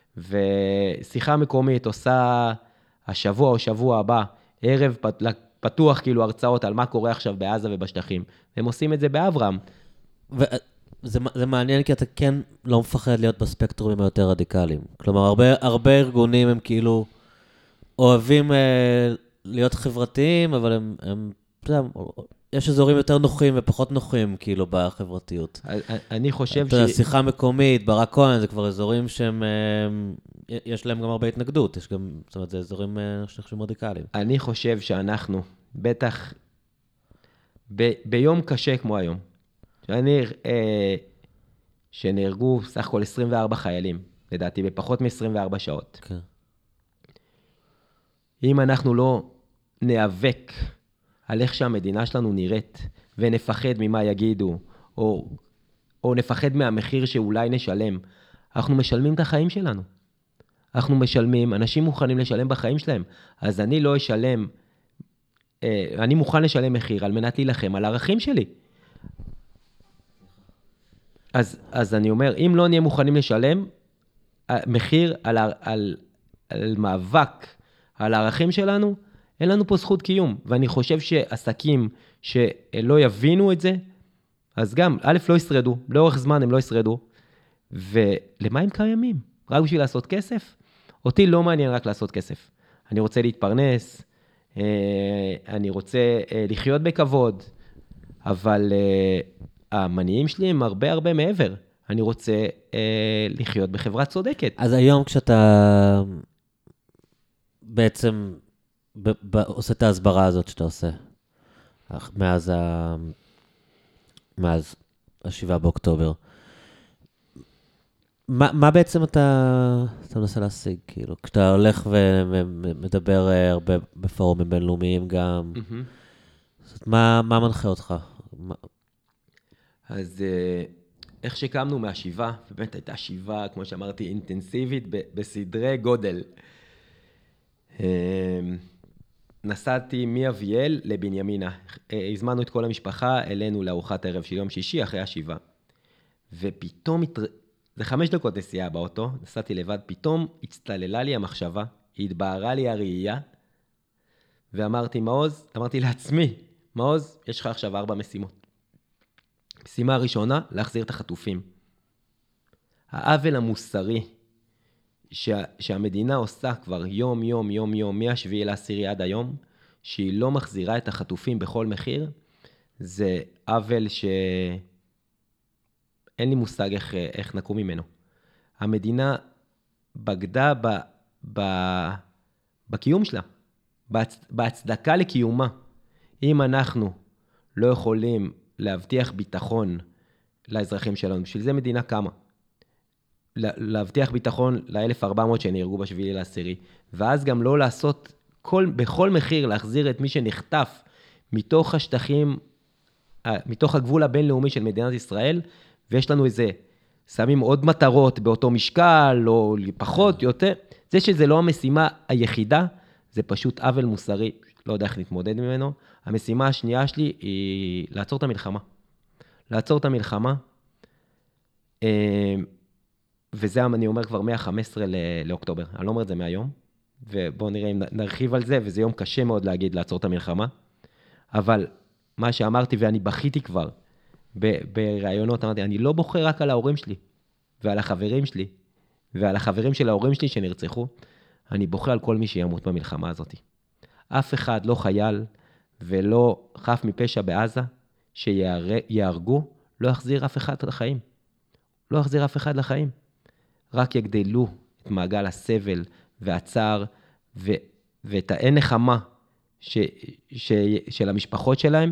B: ושיחה מקומית עושה השבוע או שבוע הבא, ערב פת... פתוח כאילו הרצאות על מה קורה עכשיו בעזה ובשטחים, הם עושים את זה באברהם.
A: וזה זה מעניין כי אתה כן לא מפחד להיות בספקטרומים היותר רדיקליים. כלומר, הרבה, הרבה ארגונים הם כאילו אוהבים אה, להיות חברתיים, אבל הם, הם, הם, יש אזורים יותר נוחים ופחות נוחים כאילו בחברתיות.
B: אני חושב
A: ש... שיחה מקומית, ברק כהן, זה כבר אזורים שהם, אה, יש להם גם הרבה התנגדות, יש גם, זאת אומרת, זה אזורים אה, שנחשבים רדיקליים.
B: אני חושב שאנחנו, בטח, ב, ביום קשה כמו היום, שאני, אה, שנהרגו סך הכל עשרים וארבעה חיילים, לדעתי, בפחות מ-עשרים וארבע שעות.
A: כן.
B: אם אנחנו לא נאבק על איך שהמדינה שלנו נראית, ונפחד ממה יגידו, או, או נפחד מהמחיר שאולי נשלם, אנחנו משלמים את החיים שלנו. אנחנו משלמים, אנשים מוכנים לשלם בחיים שלהם, אז אני לא אשלם, אה, אני מוכן לשלם מחיר על מנת להילחם על הערכים שלי. אז, אז אני אומר, אם לא נהיה מוכנים לשלם, מחיר על, על, על מאבק, על הערכים שלנו, אין לנו פה זכות קיום. ואני חושב שעסקים שלא יבינו את זה, אז גם, א', לא ישרדו, לאורך זמן הם לא ישרדו, ולמה הם קיימים? רק בשביל לעשות כסף? אותי לא מעניין רק לעשות כסף. אני רוצה להתפרנס, אני רוצה לחיות בכבוד, אבל המניעים שלי הם הרבה הרבה מעבר. אני רוצה לחיות בחברה צודקת.
A: אז היום כשאתה בעצם עושה את ההסברה הזאת שאתה עושה, מאז ה... מאז השבעה באוקטובר, מה, מה בעצם אתה, אתה מנסה להשיג? כאילו, כשאתה הולך ומדבר הרבה בפורומים בינלאומיים גם, mm-hmm. זאת, מה, מה מנחה אותך? מה...
B: אז איך שקמנו מהשיבה, באמת הייתה שיבה, כמו שאמרתי, אינטנסיבית בסדרי גודל. נסעתי מאביאל לבנימינה. הזמנו את כל המשפחה אלינו לארוחת הערב של יום שישי אחרי השיבה. ופתאום, זה חמש דקות נסיעה באוטו, נסעתי לבד, פתאום הצטללה לי המחשבה, התבהרה לי הראייה, ואמרתי, מעוז, אמרתי לעצמי, מעוז, יש לך עכשיו ארבע משימות. משימה הראשונה, להחזיר את החטופים. העוול המוסרי שה, שהמדינה עושה כבר יום, יום, יום, יום, מהשביעי לעשירי עד היום, שהיא לא מחזירה את החטופים בכל מחיר, זה עוול שאין לי מושג איך, איך נקום ממנו. המדינה בגדה ב, ב, בקיום שלה, בהצ, בהצדקה לקיומה. אם אנחנו לא יכולים להבטיח ביטחון לאזרחים שלנו, בשביל זה מדינה קמה. להבטיח ביטחון ל-אלף וארבע מאות שנהרגו בשביעי לעשירי, ואז גם לא לעשות כל, בכל מחיר להחזיר את מי שנחטף מתוך השטחים, מתוך הגבול הבינלאומי של מדינת ישראל, ויש לנו איזה, שמים עוד מטרות באותו משקל, או פחות, יותר. זה שזה לא המשימה היחידה, זה פשוט עוול מוסרי, לא יודע איך להתמודד ממנו. המשימה השנייה שלי היא לעצור את המלחמה. לעצור את המלחמה, וזה אני אומר כבר מה-חמישה עשר לאוקטובר, אני לא אומר את זה מהיום, ובואו נראה אם נרחיב על זה, וזה יום קשה מאוד להגיד לעצור את המלחמה, אבל מה שאמרתי ואני בכיתי כבר, ברעיונות אמרתי, אני לא בוחר רק על ההורים שלי, ועל החברים שלי, ועל החברים של ההורים שלי שנרצחו, אני בוחר על כל מי שימות במלחמה הזאת. אף אחד לא חייל, ולא חף מפשע בעזה, שיהרגו, לא יחזיר אף אחד לחיים. לא יחזיר אף אחד לחיים. רק יגדלו את מעגל הסבל והצער, ו, ואת האין נחמה ש, ש, של המשפחות שלהם,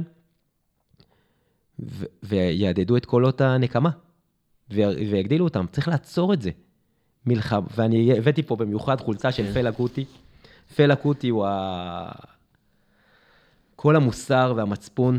B: ו, ויעדדו את קולות הנקמה, ו, ויגדילו אותם. צריך לעצור את זה. מלחם, ואני הבאתי פה במיוחד חולצה של פלה קוטי. פלה קוטי הוא ה... כל המוסר והמצפון,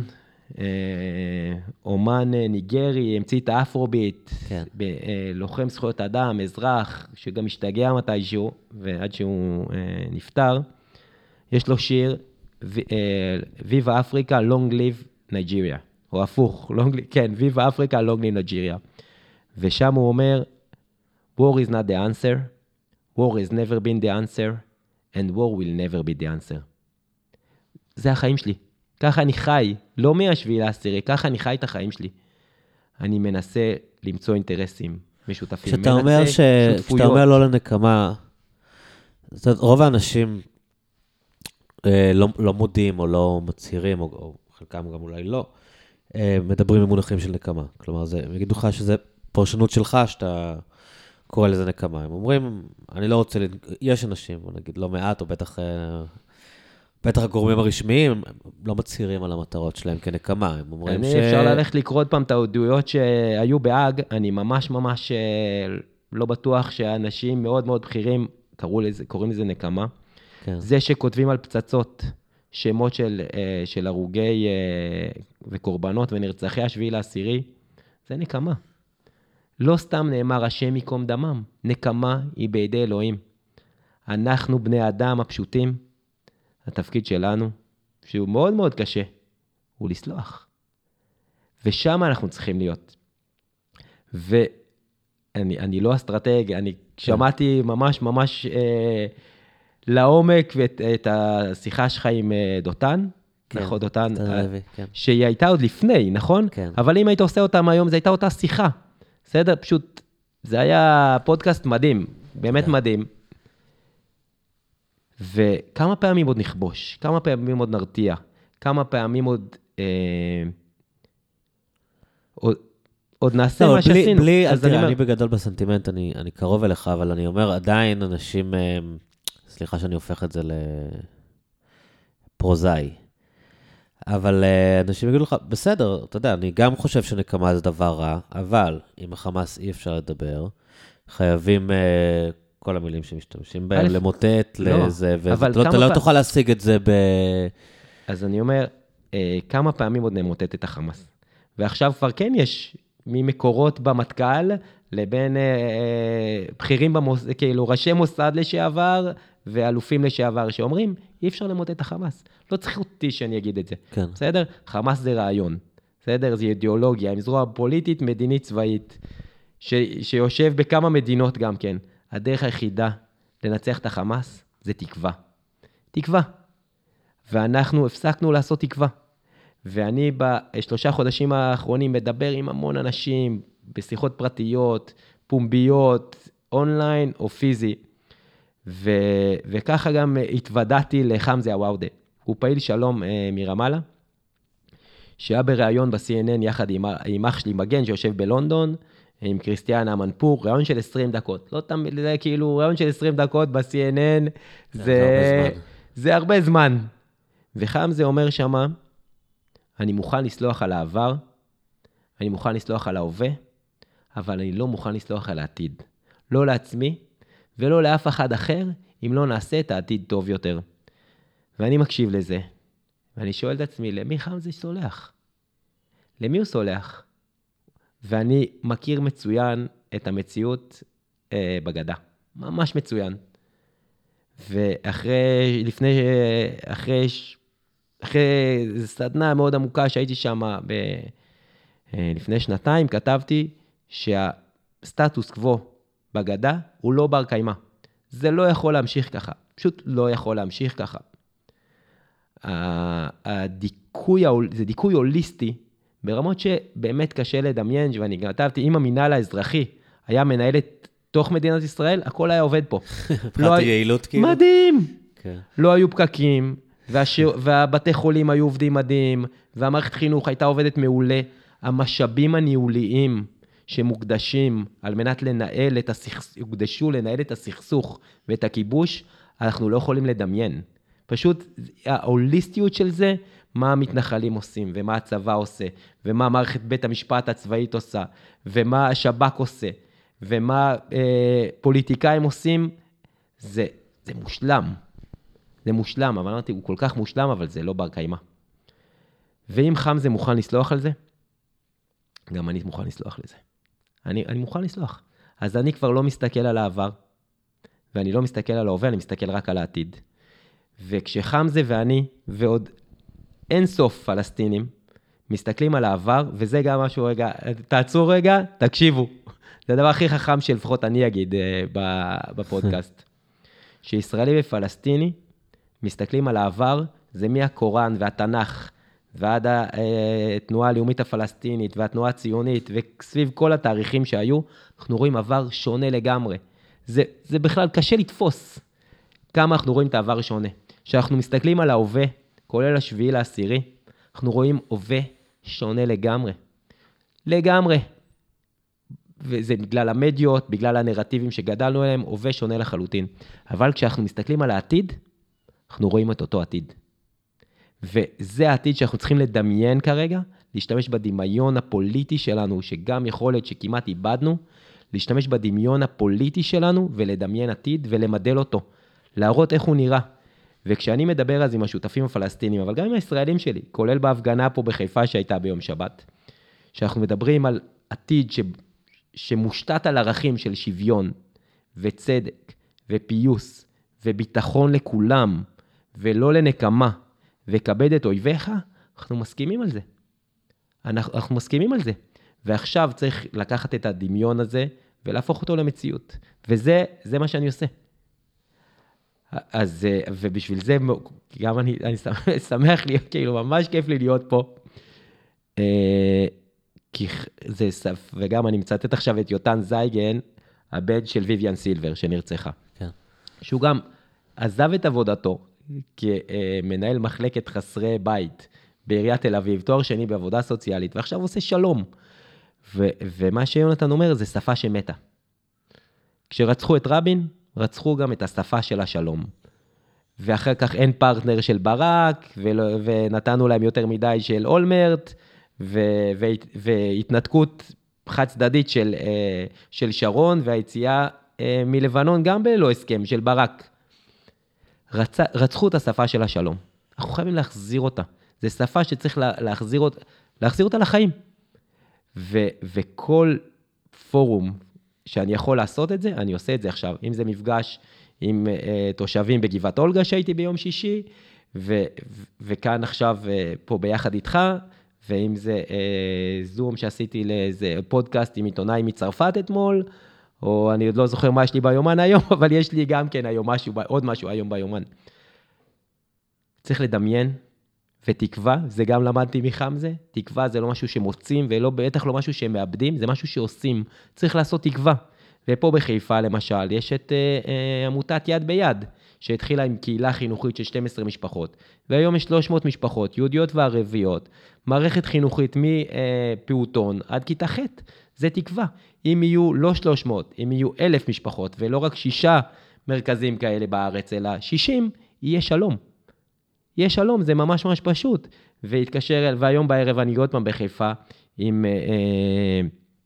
B: אומן ניגרי, המציא את האפרוביט, כן. לוחם זכויות אדם, אזרח, שגם השתגע מתישהו, ועד שהוא נפטר, יש לו שיר, ויבה אפריקה, long live Nigeria, או הפוך, long, כן, ויבה אפריקה, long live Nigeria, ושם הוא אומר, war is not the answer, war has never been the answer, and war will never be the answer. זה החיים שלי. ככה אני חי, לא מהשביעי לעשירי, ככה אני חי את החיים שלי. אני מנסה למצוא אינטרסים משותפים.
A: כשאתה אומר, ש... כשאתה אומר לא לנקמה, רוב האנשים אה, לא, לא מודים או לא מצהירים, או, או חלקם גם אולי לא, אה, מדברים במונחים של נקמה. כלומר, זה, הם יגידו לך שזה פרשנות שלך שאתה קורא לזה נקמה. הם אומרים, אני לא רוצה, יש אנשים, בוא נגיד, לא מעט, או בטח... אה, בטח הגורמים הרשמיים לא מצהירים על המטרות שלהם כנקמה, הם אומרים ש...
B: אפשר ללכת לקרוא עוד פעם את העדויות שהיו באג, אני ממש ממש לא בטוח שאנשים מאוד מאוד בכירים קראו לזה, קוראים לזה נקמה. כן. זה שכותבים על פצצות שמות של, של הרוגי וקורבנות ונרצחי השביעי לעשירי, זה נקמה. לא סתם נאמר השם יקום דמם, נקמה היא בידי אלוהים. אנחנו בני אדם הפשוטים, התפקיד שלנו, שהוא מאוד מאוד קשה, הוא לסלוח. ושם אנחנו צריכים להיות. אני, אני לא אסטרטג, אני שמעתי ממש ממש אה, לעומק ואת, את השיחה שלך עם אה, דותן,
A: כן,
B: נכון, דותן,
A: דותן לוי, כן.
B: שהיא הייתה עוד לפני, נכון?
A: כן.
B: אבל אם היית עושה אותם היום, זו הייתה אותה שיחה. בסדר? פשוט, זה היה פודקאסט מדהים, באמת
A: כן.
B: מדהים. וכמה פעמים עוד נכבוש? כמה פעמים עוד נרתיע? כמה פעמים עוד... אה, עוד, עוד נעשה
A: לא,
B: מה
A: בלי,
B: שעשינו.
A: בלי,
B: אז
A: תראה,
B: אני אומר,
A: אני בגדול בסנטימנט, אני, אני קרוב אליך, אבל אני אומר, עדיין אנשים, אה, סליחה שאני הופך את זה לפרוזאי, אבל אה, אנשים יגידו לך, בסדר, אתה יודע, אני גם חושב שנקמה זה דבר רע, אבל עם החמאס אי אפשר לדבר, חייבים אה, כל המילים שמשתמשים בהם,
B: א',
A: למוטט,
B: לא,
A: לזה,
B: אבל
A: ואתה לא,
B: כמה
A: לא
B: פעם-
A: תוכל להשיג את זה ב...
B: אז אני אומר, אה, כמה פעמים עוד נמוטט את החמאס? ועכשיו כבר כן יש ממקורות במטכ"ל, לבין אה, אה, בכירים במוס... כאילו ראשי מוסד לשעבר, ואלופים לשעבר, שאומרים, אי אפשר למוטט את החמאס. לא צריך אותי שאני אגיד את זה.
A: כן.
B: בסדר? חמאס זה רעיון. בסדר? זה אידיאולוגיה, עם זרוע פוליטית, מדינית, צבאית, ש... שיושב בכמה מדינות גם כן. הדרך היחידה לנצח את החמאס זה תקווה. תקווה. ואנחנו הפסקנו לעשות תקווה. ואני בשלושה חודשים האחרונים מדבר עם המון אנשים, בשיחות פרטיות, פומביות, אונליין או פיזי. ו... וככה גם התוודעתי לחמזה הוואודה. הוא פעיל שלום אה, מרמאללה, שהיה בראיון ב-סי אן אן יחד עם, עם אח שלי מגן, שיושב בלונדון, עם קריסטיאן אמנפור, ראיון של עשרים דקות. לא תמיד, זה כאילו ראיון של עשרים דקות ב-סי אן אן, זה,
A: זה הרבה זמן.
B: זה הרבה זמן. וחמזה אומר שמה, אני מוכן לסלוח על העבר, אני מוכן לסלוח על ההווה, אבל אני לא מוכן לסלוח על העתיד. לא לעצמי ולא לאף אחד אחר, אם לא נעשה את העתיד טוב יותר. ואני מקשיב לזה, ואני שואל את עצמי, למי חמזה סולח? למי הוא סולח? ואני מכיר מצוין את המציאות אה, בגדה. ממש מצוין. ואחרי, לפני, אחרי, אחרי סדנה מאוד עמוקה שהייתי שם ב, אה, לפני שנתיים, כתבתי שהסטטוס קוו בגדה הוא לא בר קיימא. זה לא יכול להמשיך ככה. פשוט לא יכול להמשיך ככה. הדיכוי, זה דיכוי הוליסטי, ברמות שבאמת קשה לדמיין, ואני כתבתי, אם המינהל האזרחי היה מנהל את תוך מדינת ישראל, הכל היה עובד פה.
A: מבחינת יעילות כאילו?
B: מדהים!
A: כן.
B: לא היו פקקים, והבתי חולים היו עובדים מדהים, והמערכת חינוך הייתה עובדת מעולה. המשאבים הניהוליים שמוקדשים על מנת לנהל את הסכסוך, יוקדשו לנהל את הסכסוך ואת הכיבוש, אנחנו לא יכולים לדמיין. פשוט ההוליסטיות של זה, מה המתנחלים עושים, ומה הצבא עושה, ומה מערכת בית המשפט הצבאית עושה, ומה השב"כ עושה, ומה אה, פוליטיקאים עושים, זה, זה מושלם. זה מושלם, אבל אמרתי, הוא כל כך מושלם, אבל זה לא בר קיימא. ואם חמזה מוכן לסלוח על זה, גם אני מוכן לסלוח לזה. אני, אני מוכן לסלוח. אז אני כבר לא מסתכל על העבר, ואני לא מסתכל על ההווה, אני מסתכל רק על העתיד. וכשחמזה ואני, ועוד אין סוף פלסטינים, מסתכלים על העבר, וזה גם משהו, רגע, תעצרו רגע, תקשיבו. זה הדבר הכי חכם שלפחות אני אגיד בפודקאסט. שישראלי ופלסטיני מסתכלים על העבר, זה מהקוראן והתנ"ך, ועד התנועה הלאומית הפלסטינית והתנועה הציונית, וסביב כל התאריכים שהיו, אנחנו רואים עבר שונה לגמרי. זה, זה בכלל קשה לתפוס כמה אנחנו רואים את העבר שונה. כשאנחנו מסתכלים על ההווה, כולל השביעי לעשירי, אנחנו רואים הווה שונה לגמרי. לגמרי. וזה בגלל המדיות, בגלל הנרטיבים שגדלנו עליהם, הווה שונה לחלוטין. אבל כשאנחנו מסתכלים על העתיד, אנחנו רואים את אותו עתיד. וזה העתיד שאנחנו צריכים לדמיין כרגע, להשתמש בדמיון הפוליטי שלנו, שגם יכולת שכמעט איבדנו, להשתמש בדמיון הפוליטי שלנו, ולדמיין עתיד ולמדל אותו. להראות איך הוא נראה. וכשאני מדבר אז עם השותפים הפלסטינים, אבל גם עם הישראלים שלי, כולל בהפגנה פה בחיפה שהייתה ביום שבת, שאנחנו מדברים על עתיד ש... שמושתת על ערכים של שוויון וצדק ופיוס וביטחון לכולם, ולא לנקמה, וכבד את אויביך, אנחנו מסכימים על זה. אנחנו, אנחנו מסכימים על זה. ועכשיו צריך לקחת את הדמיון הזה, ולהפוך אותו למציאות. וזה, זה מה שאני עושה. אז, ובשביל זה, גם אני, אני שמח להיות, כאילו, ממש כיף לי להיות פה. כי זה, וגם אני מצטט עכשיו את יוטן זייגן, הבן של ויויאן סילבר, שנרצחה. כן. שהוא גם עזב את עבודתו, כמנהל מחלקת חסרי בית, בעיריית תל אביב, תואר שני בעבודה סוציאלית, ועכשיו עושה שלום. ו, ומה שיונתן אומר, זה שפה שמתה. כשרצחו את רבין, רצחו גם את השפה של השלום. ואחר כך אין פרטנר של ברק, ולא, ונתנו להם יותר מדי של אולמרט, ו, ו, והתנתקות חד צדדית של, של שרון, והיציאה מלבנון גם בלא הסכם של ברק. רצ, רצחו את השפה של השלום. אנחנו חייבים להחזיר אותה. זו שפה שצריך להחזיר אותה, להחזיר אותה לחיים. ו, וכל פורום שאני יכול לעשות את זה, אני עושה את זה עכשיו. אם זה מפגש עם uh, תושבים בגבעת אולגה שהייתי ביום שישי, ו, ו, וכאן עכשיו uh, פה ביחד איתך, ואם זה uh, זום שעשיתי לאיזה פודקאסט עם עיתונאי מצרפת אתמול, או אני עוד לא זוכר מה יש לי ביומן היום, אבל יש לי גם כן היום משהו, עוד משהו היום ביומן. צריך לדמיין, ותקווה, זה גם למדתי מחמזה, תקווה זה לא משהו שמוצאים, ולא בטח לא משהו שמאבדים, זה משהו שעושים, צריך לעשות תקווה. ופה בחיפה למשל, יש את אה, אה, עמותת יד ביד, שהתחילה עם קהילה חינוכית של שתים עשרה משפחות, והיום יש שלוש מאות משפחות, יהודיות וערביות, מערכת חינוכית מפעוטון עד כיתה ח', זה תקווה. אם יהיו לא שלוש מאות, אם יהיו אלף משפחות, ולא רק שישה מרכזים כאלה בארץ, אלא שישים, יהיה שלום. יש שלום, זה ממש ממש פשוט. והתקשר, והיום בערב אני עוד פעם בחיפה, עם אה,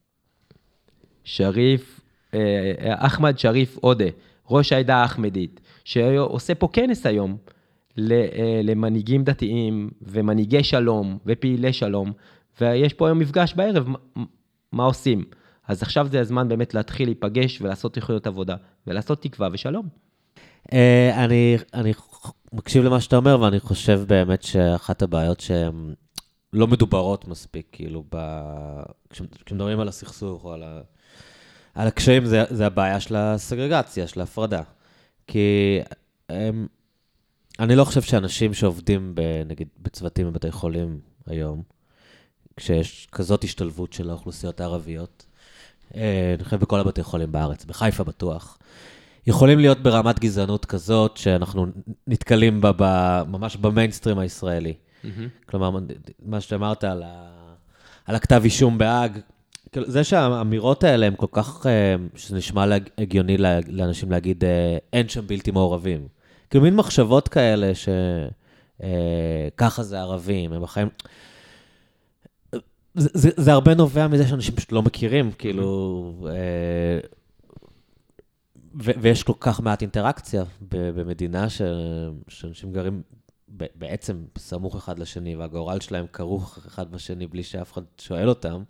B: שריף, אה, אחמד שריף עודה, ראש העדה האחמדית, שעושה פה כנס היום, למנהיגים דתיים, ומנהיגי שלום, ופעילי שלום, ויש פה היום מפגש בערב, מה, מה עושים? אז עכשיו זה הזמן באמת להתחיל להיפגש, ולעשות תוכניות עבודה, ולעשות תקווה ושלום.
A: אני, אני מקשיב למה שאתה אומר, ואני חושב באמת שאחת הבעיות שהן לא מדוברות מספיק, כאילו, ב... כשמדברים על הסכסוך או על, ה... על הקשיים, זה, זה הבעיה של הסגרגציה, של ההפרדה. כי הם... אני לא חושב שאנשים שעובדים, נגיד, בצוותים בבתי חולים היום, כשיש כזאת השתלבות של האוכלוסיות הערביות, אני חושב בכל הבתי חולים בארץ, בחיפה בטוח, יכולים להיות ברמת גזענות כזאת, שאנחנו נתקלים בה ממש במיינסטרים הישראלי. Mm-hmm. כלומר, מה שאמרת על, ה... על הכתב אישום בהאג, זה שהאמירות האלה הן כל כך, שזה נשמע הגיוני לאנשים להגיד, אין שם בלתי מעורבים. כאילו מין מחשבות כאלה, שככה זה ערבים, הם החיים... זה, זה, זה הרבה נובע מזה שאנשים פשוט לא מכירים, כאילו... Mm-hmm. ו- ויש כל כך מעט אינטראקציה במדינה ש- שאנשים גרים ב- בעצם סמוך אחד לשני, והגורל שלהם כרוך אחד בשני בלי שאף אחד שואל אותם.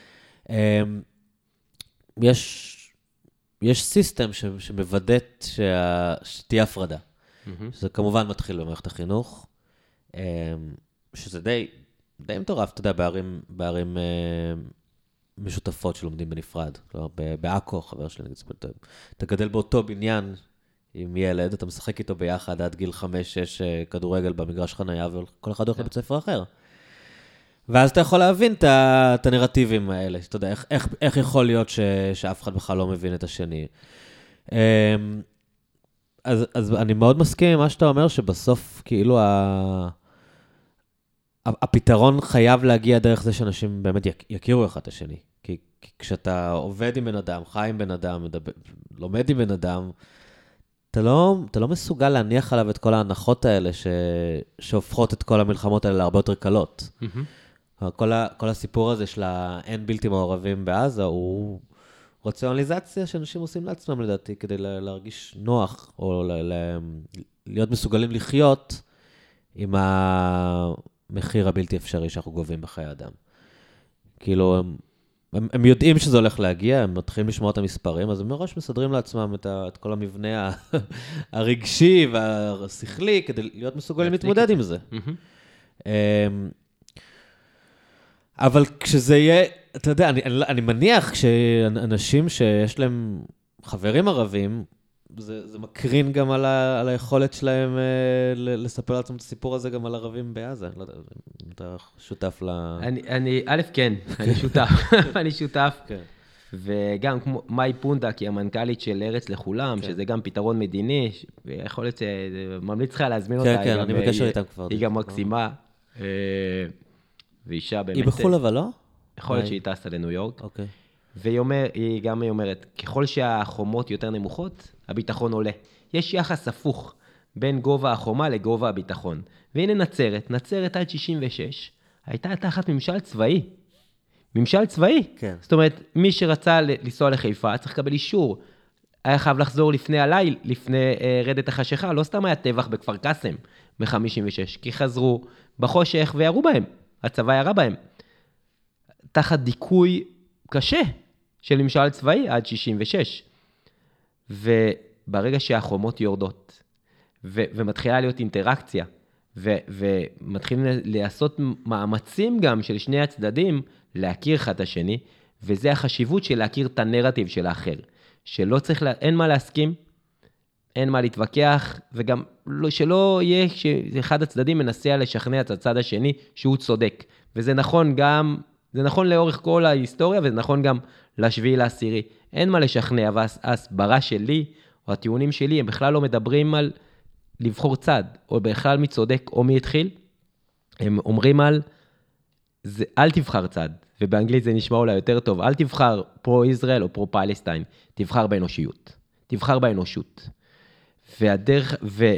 A: יש, יש סיסטם ש- שמוודאת שה- שתהיה הפרדה. Mm-hmm. שזה כמובן מתחיל במערכת החינוך, שזה די, די מטורף, אתה יודע, בערים, בערים משותפות שלומדים בנפרד. כלומר, בעכו, חבר שלי, נגיד, אתה גדל באותו בניין עם ילד, אתה משחק איתו ביחד עד גיל חמש, שש כדורגל במגרש חנייה, וכל אחד הולך לבית ספר אחר. ואז אתה יכול להבין את הנרטיבים האלה, אתה יודע, איך, איך, איך יכול להיות ש, שאף אחד בכלל לא מבין את השני. אז, אז אני מאוד מסכים עם מה שאתה אומר, שבסוף, כאילו, ה... הפתרון חייב להגיע דרך זה שאנשים באמת יכירו אחד את השני. כי, כי כשאתה עובד עם בן אדם, חי עם בן אדם, מדבר, לומד עם בן אדם, אתה לא, אתה לא מסוגל להניח עליו את כל ההנחות האלה ש, שהופכות את כל המלחמות האלה להרבה יותר קלות. Mm-hmm. כל, ה, כל הסיפור הזה של האין בלתי מעורבים בעזה, הוא רציונליזציה שאנשים עושים לעצמם לדעתי, כדי להרגיש נוח, או ל, ל, להיות מסוגלים לחיות עם ה... מחיר הבלתי אפשרי שאנחנו גובים בחיי אדם. כאילו, הם, הם, הם יודעים שזה הולך להגיע, הם מתחילים לשמוע את המספרים, אז הם מראש מסדרים לעצמם את, ה, את כל המבנה הרגשי והשכלי, כדי להיות מסוגלים להתמודד עם זה. אבל כשזה יהיה, אתה יודע, אני, אני, אני מניח שאנשים שיש להם חברים ערבים, זה, זה מקרין גם על, ה, על היכולת שלהם אה, לספר לעצמם את הסיפור הזה גם על ערבים בעזה. לא יודע, אתה שותף ל...
B: אני, אני, א', כן, אני שותף, אני שותף. כן. וגם כמו מאי פונדק, היא המנכ"לית של ארץ לכולם, כן. שזה גם פתרון מדיני, ויכול להיות שממליץ לך להזמין
A: כן,
B: אותה.
A: כן, אני בקשר איתם כבר.
B: היא גם מקסימה, ואישה באמת...
A: היא בחול אבל לא?
B: יכול להיות שהיא טסה לניו יורק.
A: אוקיי.
B: והיא אומר, היא גם אומרת, ככל שהחומות יותר נמוכות, הביטחון עולה. יש יחס הפוך בין גובה החומה לגובה הביטחון. והנה נצרת, נצרת עד שישים ושש, הייתה תחת ממשל צבאי. ממשל צבאי. כן. זאת אומרת, מי שרצה לנסוע לחיפה, צריך לקבל אישור. היה חייב לחזור לפני הליל, לפני אה, רדת החשיכה. לא סתם היה טבח בכפר קסם ב-חמישים ושש, כי חזרו בחושך וירו בהם. הצבא ירה בהם. תחת דיכוי קשה של ממשל צבאי עד שישים ושש. וברגע שהחומות יורדות, ו- ומתחילה להיות אינטראקציה, ו- ומתחילים לעשות מאמצים גם של שני הצדדים, להכיר אחד את השני, וזה החשיבות של להכיר את הנרטיב של האחר. שלא צריך, לה... אין מה להסכים, אין מה להתווכח, וגם לא, שלא יהיה שאחד הצדדים מנסה לשכנע את הצד השני שהוא צודק. וזה נכון גם, זה נכון לאורך כל ההיסטוריה, וזה נכון גם לשביעי לעשירי. אין מה לשכנע, והסברה שלי, או הטיעונים שלי, הם בכלל לא מדברים על לבחור צד, או בכלל מי צודק או מי התחיל. הם אומרים על, זה, אל תבחר צד, ובאנגלית זה נשמע אולי יותר טוב, אל תבחר פרו-ישראל או פרו-פלסטיין, תבחר באנושיות. תבחר באנושות. והדרך, ו,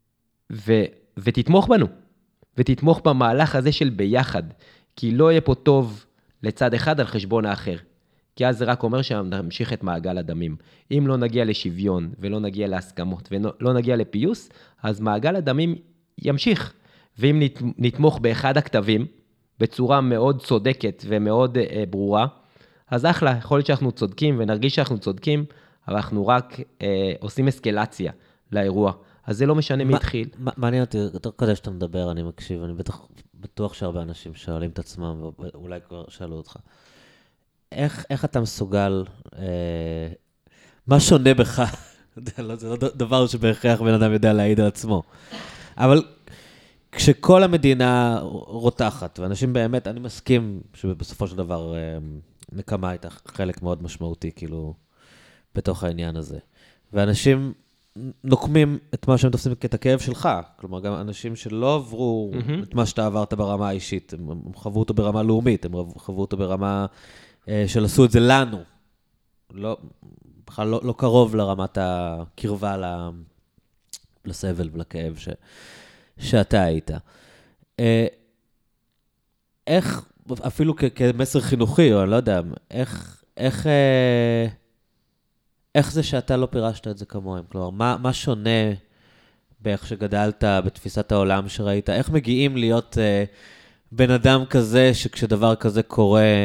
B: ו, ותתמוך בנו. ותתמוך במהלך הזה של ביחד. כי לא יהיה פה טוב לצד אחד על חשבון האחר. כי אז זה רק אומר שנמשיך את מעגל הדמים. אם לא נגיע לשוויון, ולא נגיע להסכמות, ולא נגיע לפיוס, אז מעגל הדמים ימשיך. ואם נתמוך באחד הכתבים, בצורה מאוד צודקת ומאוד אה, ברורה, אז אחלה, יכול להיות שאנחנו צודקים, ונרגיש שאנחנו צודקים, אבל אנחנו רק אה, עושים אסקלציה לאירוע. אז זה לא משנה מי התחיל.
A: מעניין אותי, יותר כזה שאתה מדבר, אני מקשיב, אני בטח, בטוח שהרבה אנשים שואלים את עצמם, ואולי כבר שאלו אותך. איך, איך אתה מסוגל, אה, מה שונה בך? זה לא דבר שבהכרח בן אדם יודע להעיד על עצמו. אבל כשכל המדינה רותחת, ואנשים באמת, אני מסכים שבסופו של דבר נקמה הייתה חלק מאוד משמעותי, כאילו, בתוך העניין הזה. ואנשים נוקמים את מה שהם תופסים את הכאב שלך. כלומר, גם אנשים שלא עברו mm-hmm. את מה שאתה עברת ברמה האישית, הם, הם חוו אותו ברמה לאומית, הם חוו אותו ברמה אה, של עשו את זה לנו. לא, בכלל לא, לא קרוב לרמת הקרבה לסבל ולכאב ש... שאתה היית. איך, אפילו כמסר חינוכי, או אני לא יודע, איך, איך, איך זה שאתה לא פירשת את זה כמוהם? כלומר, מה, מה שונה באיך שגדלת, בתפיסת העולם שראית? איך מגיעים להיות בן אדם כזה, שכשדבר כזה קורה,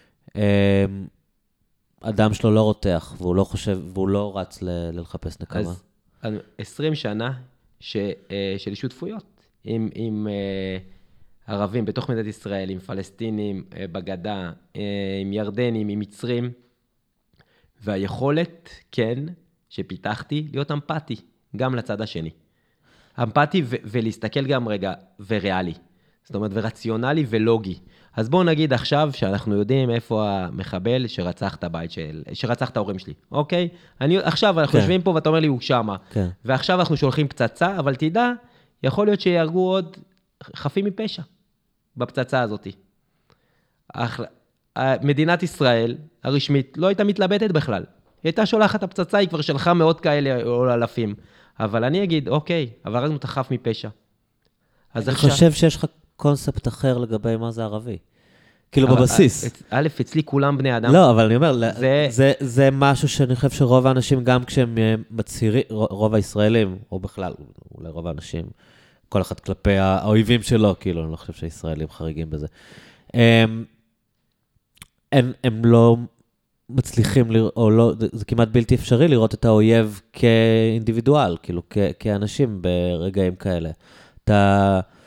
A: אדם שלו לא רותח, והוא לא חושב, והוא לא רץ ללחפש נקמה?
B: אז עשרים שנה ש, של שותפויות. עם, עם uh, ערבים בתוך מדינת ישראל, עם פלסטינים uh, בגדה, uh, עם ירדנים, עם מצרים, והיכולת, כן, שפיתחתי, להיות אמפתי, גם לצד השני. אמפתי ו- ולהסתכל גם רגע, וריאלי. זאת אומרת, ורציונלי ולוגי. אז בואו נגיד עכשיו שאנחנו יודעים איפה המחבל שרצח את הבית של, שרצח את ההורים שלי, אוקיי? אני, עכשיו אנחנו יושבים כן. פה ואתה אומר לי, הוא שמה. כן. ועכשיו אנחנו שולחים פצצה, אבל תדע, יכול להיות שיהרגו עוד חפים מפשע בפצצה הזאת. אך, מדינת ישראל הרשמית לא הייתה מתלבטת בכלל. היא הייתה שולחת הפצצה, היא כבר שלחה מאות כאלה או אלפים. אבל אני אגיד, אוקיי, אבל הרגנו את החף מפשע.
A: אני עכשיו... חושב שיש לך קונספט אחר לגבי מה זה ערבי. כאילו בבסיס.
B: א', אצלי כולם בני אדם.
A: לא, אבל אני אומר, זה... זה, זה משהו שאני חושב שרוב האנשים, גם כשהם מצהירים, רוב הישראלים, או בכלל, אולי רוב האנשים, כל אחד כלפי האויבים שלו, כאילו, אני לא חושב שהישראלים חריגים בזה. הם, הם, הם לא מצליחים, או לא, זה כמעט בלתי אפשרי לראות את האויב כאינדיבידואל, כאילו, כ, כאנשים ברגעים כאלה. אתה...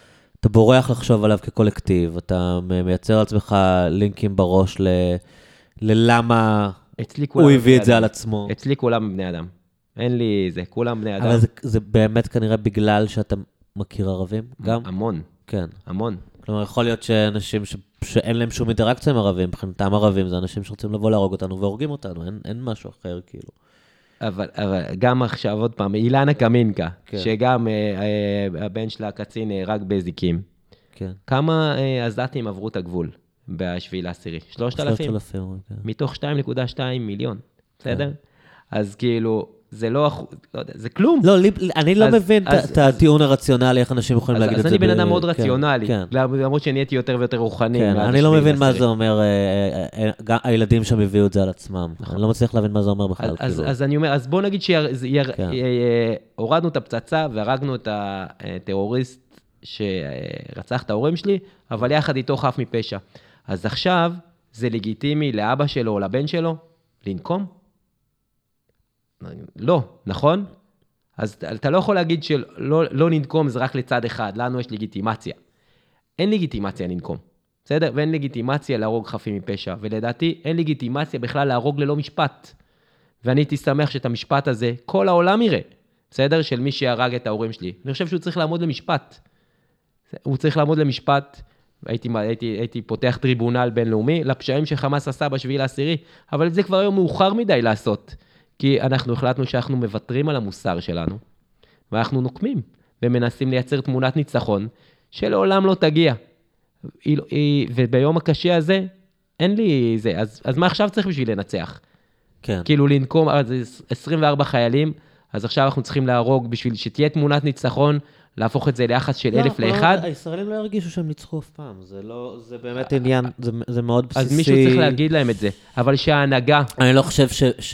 A: אתה בורח לחשוב עליו כקולקטיב, אתה מייצר לעצמך לינקים בראש ל... ללמה הוא הביא את זה על עצמו.
B: אצלי כולם בני אדם. אין לי זה, כולם בני אדם.
A: אבל זה, זה באמת כנראה בגלל שאתה מכיר ערבים גם?
B: המון.
A: כן.
B: המון.
A: כלומר, יכול להיות שאנשים ש... שאין להם שום אינטראקציה עם ערבים, מבחינתם ערבים, זה אנשים שרוצים לבוא להרוג אותנו והורגים אותנו, אין, אין משהו אחר כאילו.
B: אבל, אבל גם עכשיו עוד פעם, אילנה קמינקה,
A: כן.
B: שגם אה, אה, הבן שלה הקצין נהרג בזיקים.
A: כן.
B: כמה אה, עזתים עברו את הגבול בשביעי לעשירי? שלושת אלפים?
A: שלושת אלפים, כן.
B: מתוך שתיים נקודה שתיים מיליון, בסדר? אז כאילו, זה לא, לא יודע, זה כלום.
A: לא, אני לא
B: אז,
A: מבין
B: אז,
A: את הטיעון הרציונלי, איך אנשים יכולים
B: אז,
A: להגיד
B: אז
A: את זה.
B: אז אני בן אדם מאוד
A: כן,
B: רציונלי,
A: כן.
B: למרות שנהייתי יותר ויותר רוחני.
A: כן, אני לא מבין מה זה אומר, גם הילדים שם הביאו את זה על עצמם. אני לא מצליח להבין מה זה אומר בכלל.
B: אז, אז אני אומר, אז בוא נגיד שהורדנו את הפצצה והרגנו את הטרוריסט שרצח את ההורים שלי, אבל יחד איתו חף מפשע. אז עכשיו זה לגיטימי לאבא שלו או לבן שלו לנקום? לא, נכון? אז אתה לא יכול להגיד שלא לא ננקום זה רק לצד אחד, לנו יש לגיטימציה. אין לגיטימציה לנקום, בסדר? ואין לגיטימציה להרוג חפים מפשע, ולדעתי אין לגיטימציה בכלל להרוג ללא משפט. ואני הייתי שמח שאת המשפט הזה כל העולם יראה, בסדר? של מי שהרג את ההורים שלי. אני חושב שהוא צריך לעמוד למשפט. הוא צריך לעמוד למשפט, הייתי, הייתי, הייתי פותח טריבונל בינלאומי, לפשעים שחמאס עשה בשביעי לעשירי, אבל זה כבר היום מאוחר מדי לעשות. כי אנחנו החלטנו שאנחנו מוותרים על המוסר שלנו, ואנחנו נוקמים, ומנסים לייצר תמונת ניצחון, שלעולם לא תגיע. וביום הקשה הזה, אין לי זה, אז, אז מה עכשיו צריך בשביל לנצח?
A: כן.
B: כאילו לנקום, אז עשרים וארבעה חיילים, אז עכשיו אנחנו צריכים להרוג, בשביל שתהיה תמונת ניצחון, להפוך את זה ליחס של אלף לאחד.
A: הישראלים לא הרגישו שהם ניצחו אף פעם, זה לא, זה באמת עניין, זה מאוד בסיסי.
B: אז מישהו צריך להגיד להם את זה, אבל שההנהגה...
A: אני לא חושב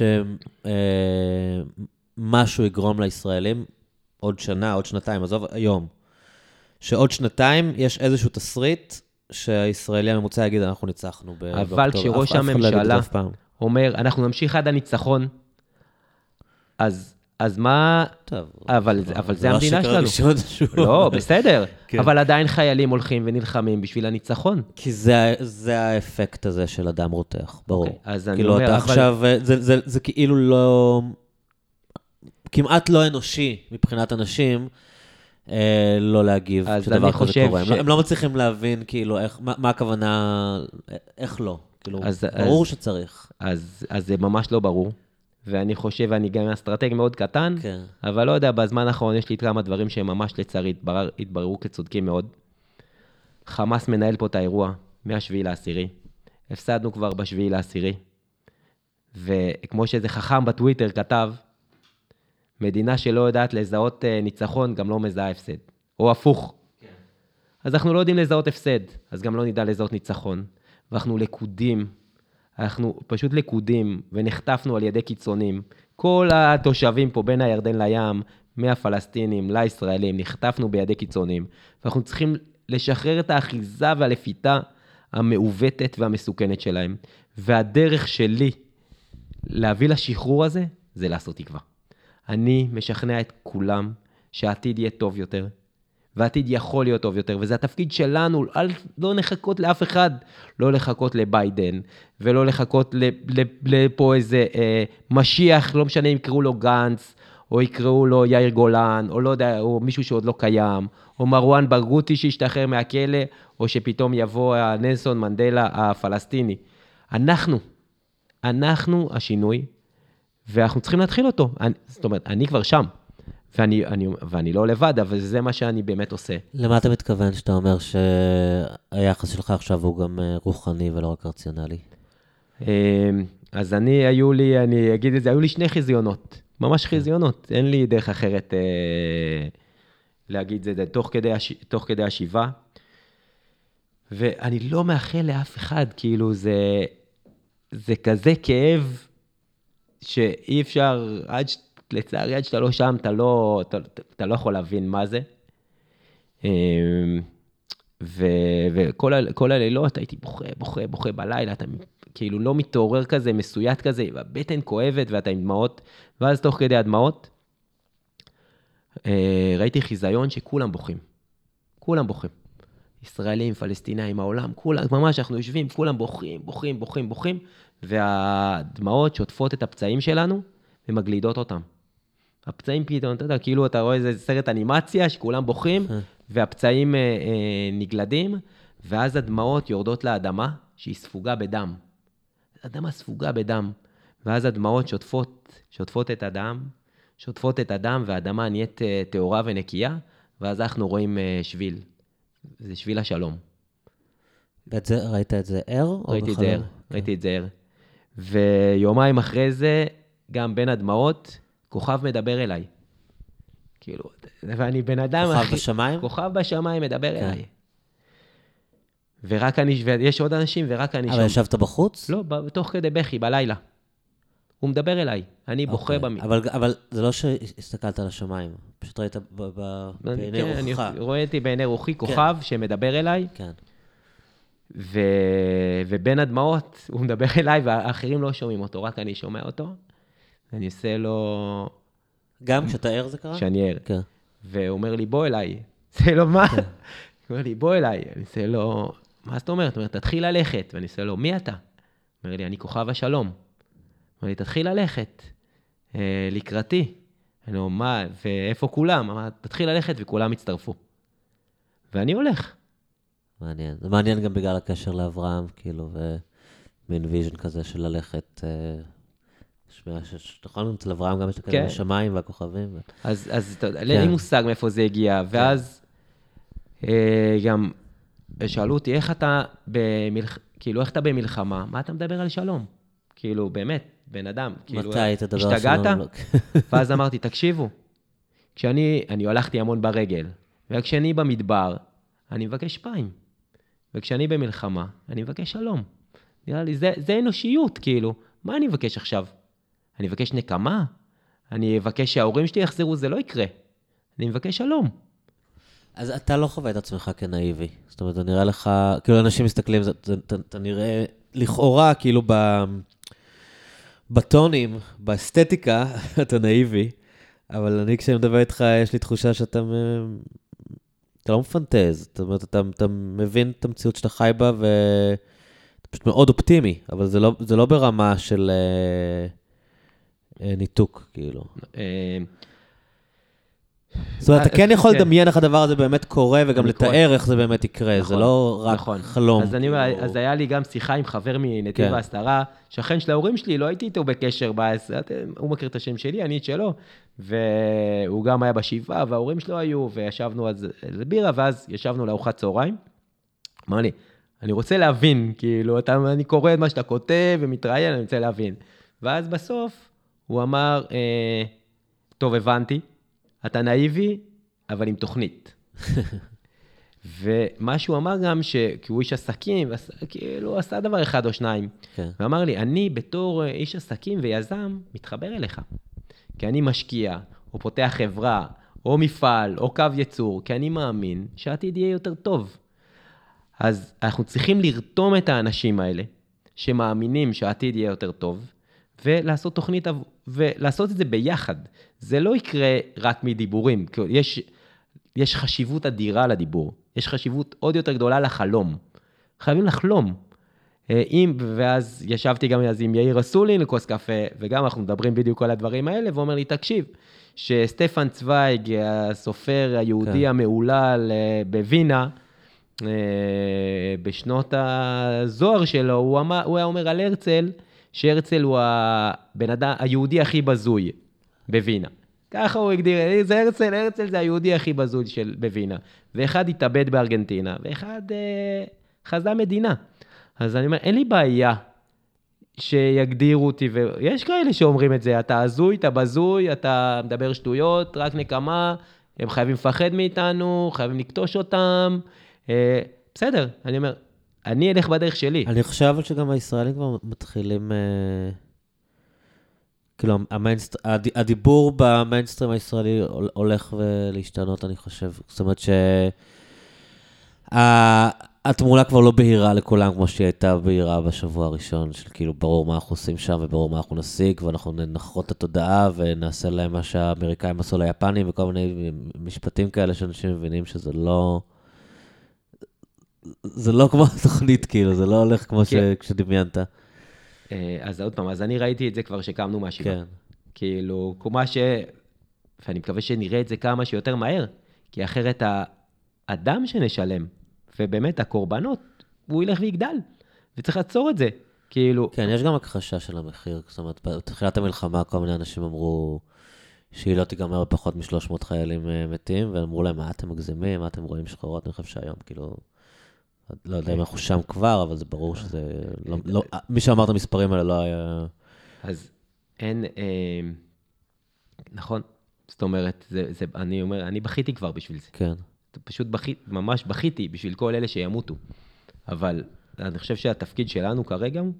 A: שמשהו יגרום לישראלים, עוד שנה, עוד שנתיים, עזוב היום, שעוד שנתיים יש איזשהו תסריט, שהישראלי הממוצע יגיד, אנחנו ניצחנו.
B: אבל כשראש הממשלה אומר, אנחנו נמשיך עד הניצחון, אז... אז מה... טוב, אבל, זה, אבל זה, זה המדינה שלנו. לא, בסדר. כן. אבל עדיין חיילים הולכים ונלחמים בשביל הניצחון.
A: כי זה, זה האפקט הזה של אדם רותח, ברור. Okay,
B: אז אני
A: כאילו
B: אומר,
A: אתה
B: אבל...
A: עכשיו, זה, זה, זה כאילו לא... כמעט לא אנושי מבחינת אנשים, אה, לא להגיב שדבר כזה קורה. ש... הם, לא, הם לא מצליחים להבין כאילו איך, מה, מה הכוונה, איך לא. כאילו,
B: אז,
A: ברור
B: אז,
A: שצריך.
B: אז, אז זה ממש לא ברור. ואני חושב, ואני גם אסטרטג מאוד קטן,
A: כן.
B: אבל לא יודע, בזמן האחרון יש לי כמה דברים שהם ממש לצערי התברר, התבררו כצודקים מאוד. חמאס מנהל פה את האירוע, מהשביעי לעשירי. הפסדנו כבר בשביעי לעשירי. וכמו שזה חכם בטוויטר כתב, מדינה שלא יודעת לזהות ניצחון, גם לא מזהה הפסד. או הפוך. כן. אז אנחנו לא יודעים לזהות הפסד, אז גם לא נדע לזהות ניצחון. ואנחנו לקודים, אנחנו פשוט לקודים ונחטפנו על ידי קיצונים. כל התושבים פה בין הירדן לים, מהפלסטינים לישראלים, נחטפנו בידי קיצונים. ואנחנו צריכים לשחרר את האחיזה והלפיתה המעוותת והמסוכנת שלהם. והדרך שלי להביא לשחרור הזה, זה לעשות תקווה. אני משכנע את כולם שהעתיד יהיה טוב יותר, והעתיד יכול להיות טוב יותר, וזה התפקיד שלנו, לא לחכות לאף אחד, לא לחכות לביידן, ולא לחכות לפה איזה אה, משיח, לא משנה אם יקראו לו גנץ, או יקראו לו יאיר גולן, או לא יודע, או מישהו שעוד לא קיים, או מרואן ברגותי שישתחרר מהכלא, או שפתאום יבוא נלסון מנדלה הפלסטיני. אנחנו, אנחנו השינוי, ואנחנו צריכים להתחיל אותו. אני, זאת אומרת, אני כבר שם. ואני, אני, ואני לא לבד, אבל זה מה שאני באמת עושה.
A: למה אתה מתכוון שאתה אומר שהיחס שלך עכשיו הוא גם רוחני ולא רק רציונלי?
B: אז אני, היו לי, אני אגיד את זה, היו לי שני חזיונות, ממש חזיונות, אין לי דרך אחרת אה, להגיד את זה, תוך כדי, הש, תוך כדי השיבה, ואני לא מאחל לאף אחד, כאילו זה, זה כזה כאב, שאי אפשר, עד ש... לצערי, עד שאתה לא שם, אתה לא, אתה, אתה לא יכול להבין מה זה. ו, וכל כל הלילות הייתי בוכה, בוכה, בוכה בלילה, אתה כאילו לא מתעורר כזה, מסוית כזה, והבטן כואבת ואתה עם דמעות, ואז תוך כדי הדמעות, ראיתי חיזיון שכולם בוכים. כולם בוכים. ישראלים, פלסטינאים, העולם, כולם, ממש אנחנו יושבים, כולם בוכים, בוכים, בוכים, בוכים, והדמעות שוטפות את הפצעים שלנו, ומגלידות אותם. הפצעים פתאום, אתה יודע, כאילו אתה רואה איזה סרט אנימציה, שכולם בוכים, והפצעים אה, אה, נגלדים, ואז הדמעות יורדות לאדמה, שהיא ספוגה בדם. אדמה ספוגה בדם, ואז הדמעות שוטפות, שוטפות את הדם, שוטפות את הדם, והאדמה נהיית טהורה ונקייה, ואז אנחנו רואים שביל. זה שביל השלום.
A: ואת זה, ראית את זה ער?
B: ראיתי את זה ער, ראיתי את זה ער. ויומיים אחרי זה, גם בין הדמעות, כוכב מדבר אליי. כאילו, ואני בן אדם...
A: כוכב
B: אחי,
A: בשמיים?
B: כוכב בשמיים מדבר כן. אליי. ורק אני, ויש עוד אנשים, ורק אני...
A: אבל
B: שם.
A: ישבת בחוץ?
B: לא, בתוך כדי בכי, בלילה. הוא מדבר אליי, אני בוכה
A: אוקיי.
B: במי.
A: אבל, אבל זה לא שהסתכלת על השמיים, פשוט ראית ב, ב, בעיני
B: כן,
A: רוחך.
B: אני רואה אותי בעיני רוחי, כוכב כן. שמדבר אליי,
A: כן.
B: ו... ובין הדמעות הוא מדבר אליי, והאחרים לא שומעים אותו, רק אני שומע אותו, ואני עושה לו...
A: גם כשאתה ער זה קרה?
B: כשאני ער.
A: כן.
B: והוא אומר לי, בוא אליי. זה לא מה? הוא אומר לי, בוא אליי. אני עושה לו, מה זאת אומרת? הוא אומר, תתחיל ללכת. ואני עושה לו, מי אתה? הוא אומר לי, אני כוכב השלום. הוא אומר לי, תתחיל ללכת. אה, לקראתי. אני אומר, מה? ואיפה כולם? אמר, תתחיל ללכת וכולם הצטרפו. ואני הולך.
A: מעניין. זה מעניין גם בגלל הקשר לאברהם, כאילו, ומין ויז'ן כזה של ללכת... אה... נכון, אצל אברהם גם יש את הכלל השמיים והכוכבים.
B: אז, אז אתה יודע, אין לי מושג מאיפה זה הגיע, ואז גם שאלו אותי, איך אתה כאילו, איך אתה במלחמה? מה אתה מדבר על שלום? כאילו, באמת, בן אדם, כאילו, השתגעת? ואז אמרתי, תקשיבו, כשאני, אני הלכתי המון ברגל, וכשאני במדבר, אני מבקש פיים, וכשאני במלחמה, אני מבקש שלום. נראה לי, זה, זה אנושיות, כאילו, מה אני מבקש עכשיו? אני מבקש נקמה, אני מבקש שההורים שלי יחזרו, זה לא יקרה. אני מבקש שלום.
A: אז אתה לא חווה את עצמך כנאיבי. זאת אומרת, זה נראה לך, כאילו אנשים מסתכלים, זה, זה, אתה, אתה נראה לכאורה, כאילו ב, בטונים, באסתטיקה, אתה נאיבי, אבל אני כשאני מדבר איתך, יש לי תחושה שאתה אתה לא מפנטז. זאת אומרת, אתה, אתה מבין את המציאות שאתה חי בה, ואתה פשוט מאוד אופטימי, אבל זה לא, זה לא ברמה של... ניתוק, כאילו. זאת אומרת, אתה כן יכול לדמיין איך הדבר הזה באמת קורה, וגם לתאר איך זה באמת יקרה, זה לא רק חלום.
B: אז היה לי גם שיחה עם חבר מנתיב ההסתרה, שכן של ההורים שלי, לא הייתי איתו בקשר, הוא מכיר את השם שלי, אני את שלו, והוא גם היה בשבעה, וההורים שלו היו, וישבנו על בירה, ואז ישבנו לארוחת צהריים. אמר לי, אני רוצה להבין, כאילו, אני קורא את מה שאתה כותב ומתראיין, אני רוצה להבין. ואז בסוף, הוא אמר, אה, טוב, הבנתי, אתה נאיבי, אבל עם תוכנית. ומה שהוא אמר גם, כי הוא איש עסקים, כאילו הוא עשה דבר אחד או שניים. כן. ואמר לי, אני בתור איש עסקים ויזם, מתחבר אליך. כי אני משקיע, או פותח חברה, או מפעל, או קו יצור, כי אני מאמין שהעתיד יהיה יותר טוב. אז אנחנו צריכים לרתום את האנשים האלה, שמאמינים שהעתיד יהיה יותר טוב, ולעשות תוכנית, ולעשות את זה ביחד. זה לא יקרה רק מדיבורים. יש, יש חשיבות אדירה לדיבור. יש חשיבות עוד יותר גדולה לחלום. חייבים לחלום. אם, ואז ישבתי גם אז עם יאיר אסולין לכוס קפה, וגם אנחנו מדברים בדיוק על הדברים האלה, ואומר לי, תקשיב, שסטפן צוויג, הסופר היהודי המעולל בווינה, בשנות הזוהר שלו, הוא, אמר, הוא היה אומר על הרצל, שהרצל הוא הבן אדם, היהודי הכי בזוי בווינה. ככה הוא הגדיר, זה הרצל, הרצל זה היהודי הכי בזוי של בווינה. ואחד התאבד בארגנטינה, ואחד אה, חזה מדינה. אז אני אומר, אין לי בעיה שיגדירו אותי, ויש כאלה שאומרים את זה, אתה הזוי, אתה בזוי, אתה מדבר שטויות, רק נקמה, הם חייבים לפחד מאיתנו, חייבים לקטוש אותם. אה, בסדר, אני אומר, אני אלך בדרך שלי.
A: אני חושב שגם הישראלים כבר מתחילים, כאילו, הדיבור במיינסטרים הישראלי הולך ולהשתנות, אני חושב. זאת אומרת שהתמונה כבר לא בהירה לכולם, כמו שהיא הייתה בהירה בשבוע הראשון, של כאילו, ברור מה אנחנו עושים שם, וברור מה אנחנו נשיג, ואנחנו נחרות את התודעה, ונעשה להם מה שהאמריקאים עשו ליפנים, וכל מיני משפטים כאלה שאנשים מבינים שזה לא... זה לא כמו תוכנית, כאילו, זה לא הולך כמו שדמיינת.
B: אז עוד פעם, אז אני ראיתי את זה כבר שקמנו מהשבעה.
A: כן.
B: כאילו, כמו ש... ואני מקווה שנראה את זה כמה שיותר מהר, כי אחרת האדם שנשלם, ובאמת הקורבנות, הוא ילך ויגדל, וצריך לעצור את זה. כאילו...
A: כן, יש גם הכחשה של המחיר, זאת אומרת, בתחילת המלחמה כל מיני אנשים אמרו שהיא לא תיגמר בפחות מ-שלוש מאות חיילים מתים, ואמרו להם, מה אתם מגזימים, מה אתם רואים שחורות, אני חושב שהיום, כאילו, לא יודע אם אנחנו שם כבר, אבל זה ברור שזה, לא, מי שאמר את המספרים האלה לא היה...
B: אז אין, נכון, זאת אומרת, זה, אני אומר, אני בכיתי כבר בשביל זה.
A: כן.
B: פשוט בכיתי, ממש בכיתי בשביל כל אלה שימותו. אבל אני חושב שהתפקיד שלנו כרגע הוא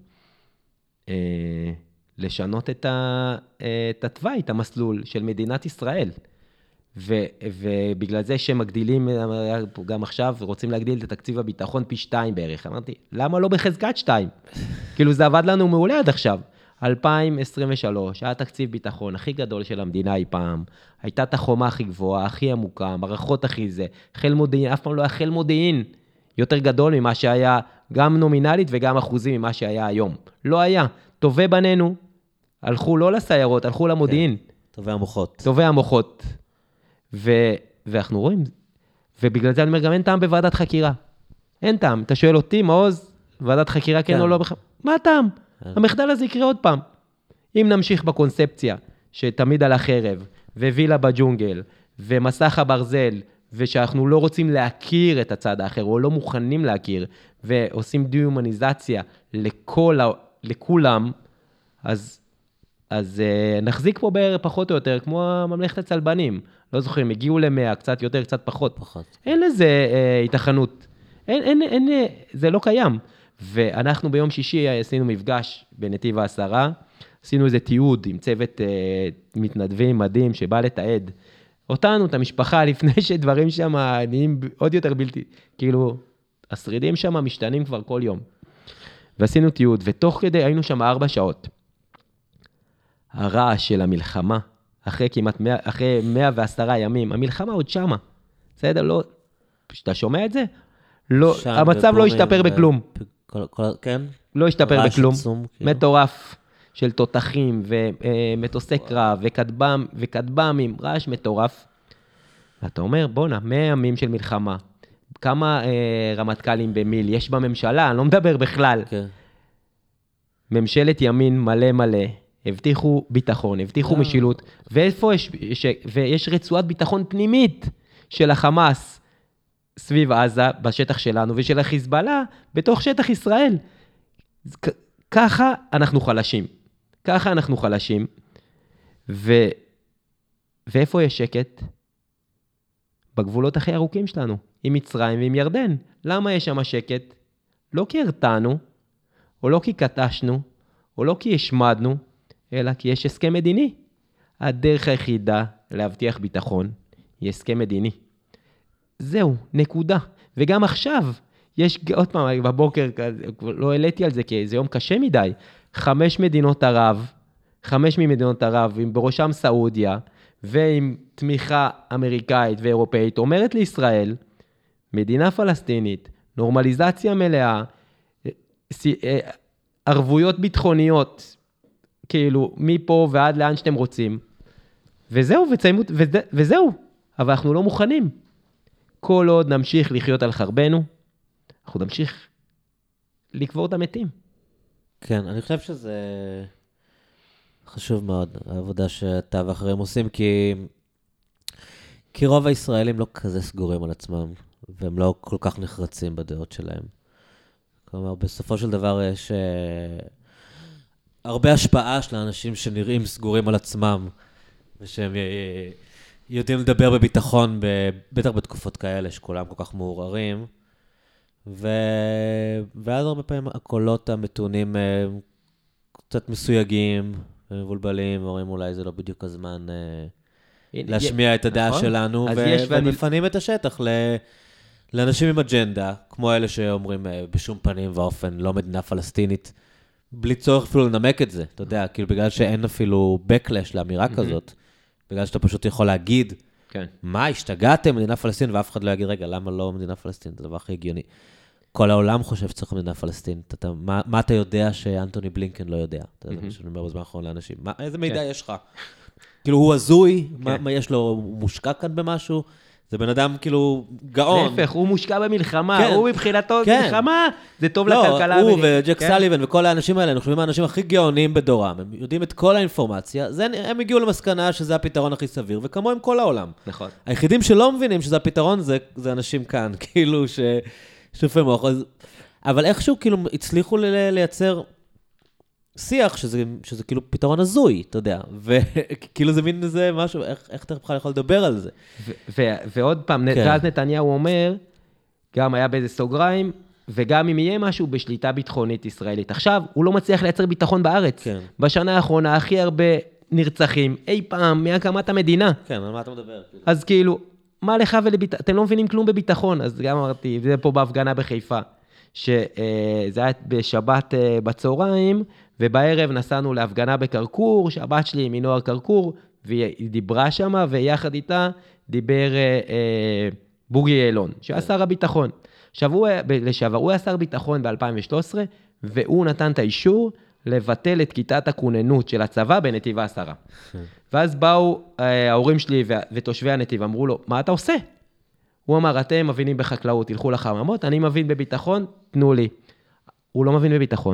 B: אה, לשנות את, ה, את התוואי, את המסלול של מדינת ישראל. ו, ובגלל זה שמגדילים, גם עכשיו, רוצים להגדיל את תקציב הביטחון פי שתיים בערך. אמרתי, למה לא בחזקת שתיים? כאילו זה עבד לנו מעולה עד עכשיו. אלפיים עשרים ושלוש, היה תקציב ביטחון הכי גדול של המדינה אי פעם, הייתה את החומה הכי גבוהה, הכי עמוקה, מערכות הכי זה, חיל מודיעין, אף פעם לא היה חיל מודיעין יותר גדול ממה שהיה, גם נומינלית וגם אחוזים ממה שהיה היום. לא היה. טובי בנינו, הלכו לא לסיירות, הלכו למודיעין.
A: כן. טובי המוחות.
B: טובי המוחות. ו... ואנחנו רואים, ובגלל זה אני אומר, גם אין טעם בוועדת חקירה. אין טעם. אתה שואל אותי, מעוז, ועדת חקירה כן, כן. או לא? בח... מה הטעם? המחדל הזה יקרה עוד פעם. אם נמשיך בקונספציה, שתמיד על החרב, ווילה בג'ונגל, ומסך הברזל, ושאנחנו לא רוצים להכיר את הצד האחר, או לא מוכנים להכיר, ועושים דיומניזציה לכל, לכולם, אז, אז uh, נחזיק פה בערך פחות או יותר, כמו ממלכת הצלבנים. לא זוכרים, הגיעו למאה, קצת יותר, קצת פחות.
A: פחות.
B: אין לזה uh, התחנות. אין, אין, אין, זה לא קיים. ואנחנו ביום שישי עשינו מפגש בנתיב העשרה, עשינו איזה תיעוד עם צוות אה, מתנדבים מדהים שבא לתעד אותנו, את המשפחה, לפני שדברים שם נהיים עוד יותר בלתי, כאילו, השרידים שם משתנים כבר כל יום. ועשינו תיעוד, ותוך כדי היינו שם ארבע שעות. הרעש של המלחמה, אחרי כמעט מאה, אחרי מאה ועשרה ימים, המלחמה עוד שמה. בסדר? לא, שאתה שומע את זה? לא, המצב לא השתפר בכלום.
A: כל, כל, כן?
B: לא השתפר בכלום.
A: עצום, כאילו.
B: מטורף של תותחים ומטוסי קרב וכדב"ם, וכדב"מים, רעש מטורף. ואתה אומר, בונה, מאה ימים של מלחמה. כמה אה, רמטכ"לים במיל יש בממשלה? אני לא מדבר בכלל.
A: כן.
B: ממשלת ימין מלא מלא. הבטיחו ביטחון, הבטיחו משילות. ואיפה יש, יש, ויש רצועת ביטחון פנימית של החמאס. סביב עזה, בשטח שלנו, ושל החיזבאללה, בתוך שטח ישראל. כ- ככה אנחנו חלשים. ככה אנחנו חלשים. ו... ואיפה יש שקט? בגבולות הכי ארוכים שלנו, עם מצרים ועם ירדן. למה יש שם שקט? לא כי הרתענו, או לא כי קטשנו, או לא כי השמדנו, אלא כי יש הסכם מדיני. הדרך היחידה להבטיח ביטחון היא הסכם מדיני. זהו, נקודה. וגם עכשיו, יש, עוד פעם, בבוקר, לא העליתי על זה, כי זה יום קשה מדי, חמש מדינות ערב, חמש ממדינות ערב, בראשם סעודיה, ועם תמיכה אמריקאית ואירופאית, אומרת לישראל, מדינה פלסטינית, נורמליזציה מלאה, ערבויות ביטחוניות, כאילו, מפה ועד לאן שאתם רוצים, וזהו, וציימות, וזה, וזהו, אבל אנחנו לא מוכנים. כל עוד נמשיך לחיות על חרבנו, אנחנו נמשיך לקבור את המתים.
A: כן, אני חושב שזה חשוב מאוד, העבודה שאתה ואחרים עושים, כי, כי רוב הישראלים לא כזה סגורים על עצמם, והם לא כל כך נחרצים בדעות שלהם. כלומר, בסופו של דבר יש uh, הרבה השפעה של האנשים שנראים סגורים על עצמם, ושהם... Uh, יודעים לדבר בביטחון, בטח בתקופות כאלה שכולם כל כך מעוררים, ו... ואז הרבה פעמים הקולות המתונים קצת מסויגים ומבולבלים, ואומרים אולי זה לא בדיוק הזמן להשמיע את הדעה שלנו, ומפנים את השטח לאנשים עם אג'נדה, כמו אלה שאומרים בשום פנים ואופן לא מדינה פלסטינית, בלי צורך אפילו לנמק את זה, אתה יודע, כאילו בגלל שאין אפילו backlash לאמירה כזאת, בגלל שאתה פשוט יכול להגיד,
B: כן.
A: מה, השתגעתם מדינה פלסטינית, ואף אחד לא יגיד, רגע, למה לא מדינה פלסטינית? זה דבר הכי הגיוני. כל העולם חושב שצריך מדינה פלסטינית. אתה, מה, מה אתה יודע שאנטוני בלינקן לא יודע? אתה יודע, שאני אומר בזמן האחרון לאנשים. מה, איזה מידע יש לך? כאילו, הוא הזוי, מה, מה יש לו, הוא מושקע כאן במשהו? זה בן אדם כאילו גאון.
B: להפך, הוא מושקע במלחמה, הוא מבחינתו מלחמה, זה טוב לכלכלה.
A: הוא וג'ק סליבן וכל האנשים האלה, אנחנו חושבים האנשים הכי גאונים בדורם, הם יודעים את כל האינפורמציה, הם הגיעו למסקנה שזה הפתרון הכי סביר, וכמוהם כל העולם.
B: נכון.
A: היחידים שלא מבינים שזה הפתרון, זה אנשים כאן, כאילו ששופי מוח. אבל איכשהו כאילו הצליחו לייצר שיח, שזה, שזה כאילו פתרון הזוי, אתה יודע, וכאילו זה מין איזה משהו, איך, איך אתה בכלל יכול לדבר על זה?
B: ו- ו- ועוד פעם, כן. ואז נתניהו אומר, גם היה באיזה סוגריים, וגם אם יהיה משהו בשליטה ביטחונית ישראלית. עכשיו, הוא לא מצליח לייצר ביטחון בארץ. כן. בשנה האחרונה, הכי הרבה נרצחים, אי פעם, מהקמת המדינה.
A: כן, על מה אתה מדבר?
B: אז כאילו, מה לך ולביטחון? אתם לא מבינים כלום בביטחון, אז גם אמרתי, זה פה בהפגנה בחיפה, שזה היה בשבת בצהריים, ובערב נסענו להפגנה בקרקור, שהבת שלי מנוער קרקור, והיא דיברה שמה, ויחד איתה דיבר אה, אה, בוגי יעלון, שהיה שר הביטחון. עכשיו הוא, לשעבר, הוא היה שר ביטחון ב-אלפיים ושלוש עשרה, והוא נתן את האישור לבטל את כיתת הכוננות של הצבא בנתיב העשרה. ואז באו אה, ההורים שלי ותושבי הנתיב, אמרו לו, מה אתה עושה? הוא אמר, אתם מבינים בחקלאות, תלכו לחממות, אני מבין בביטחון, תנו לי. הוא לא מבין בביטחון.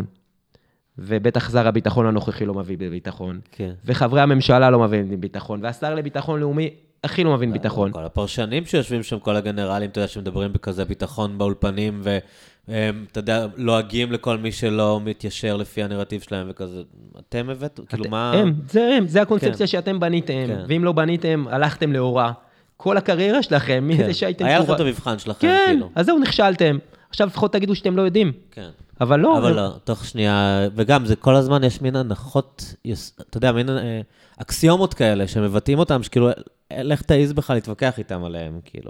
B: ובטח שר הביטחון הנוכחי לא מבין בביטחון. כן. וחברי הממשלה לא מבין בביטחון. והשר לביטחון לאומי הכי לא מבין ביטחון.
A: כל הפרשנים שיושבים שם, כל הגנרלים, אתה יודע, שמדברים בכזה ביטחון באולפנים, ואתה יודע, לועגים לכל מי שלא מתיישר לפי הנרטיב שלהם וכזה. אתם הבאתם? כאילו מה...
B: הם, זה הם, זה הקונספציה שאתם בניתם, ואם לא בניתם, הלכתם לאורה. כל הקריירה שלכם, מי זה שהייתם...
A: היה לכם את המבחן שלכם, כאילו.
B: כן, אז זהו, נכשלתם. עכשיו לפחות תגידו שאתם לא יודעים.
A: כן.
B: אבל לא.
A: אבל לא, תוך שנייה, וגם זה כל הזמן יש מין הנחות, אתה יודע, מין אקסיומות כאלה שמבטאים אותם, שכאילו, לך תעיז בכלל להתווכח איתם עליהם, כאילו.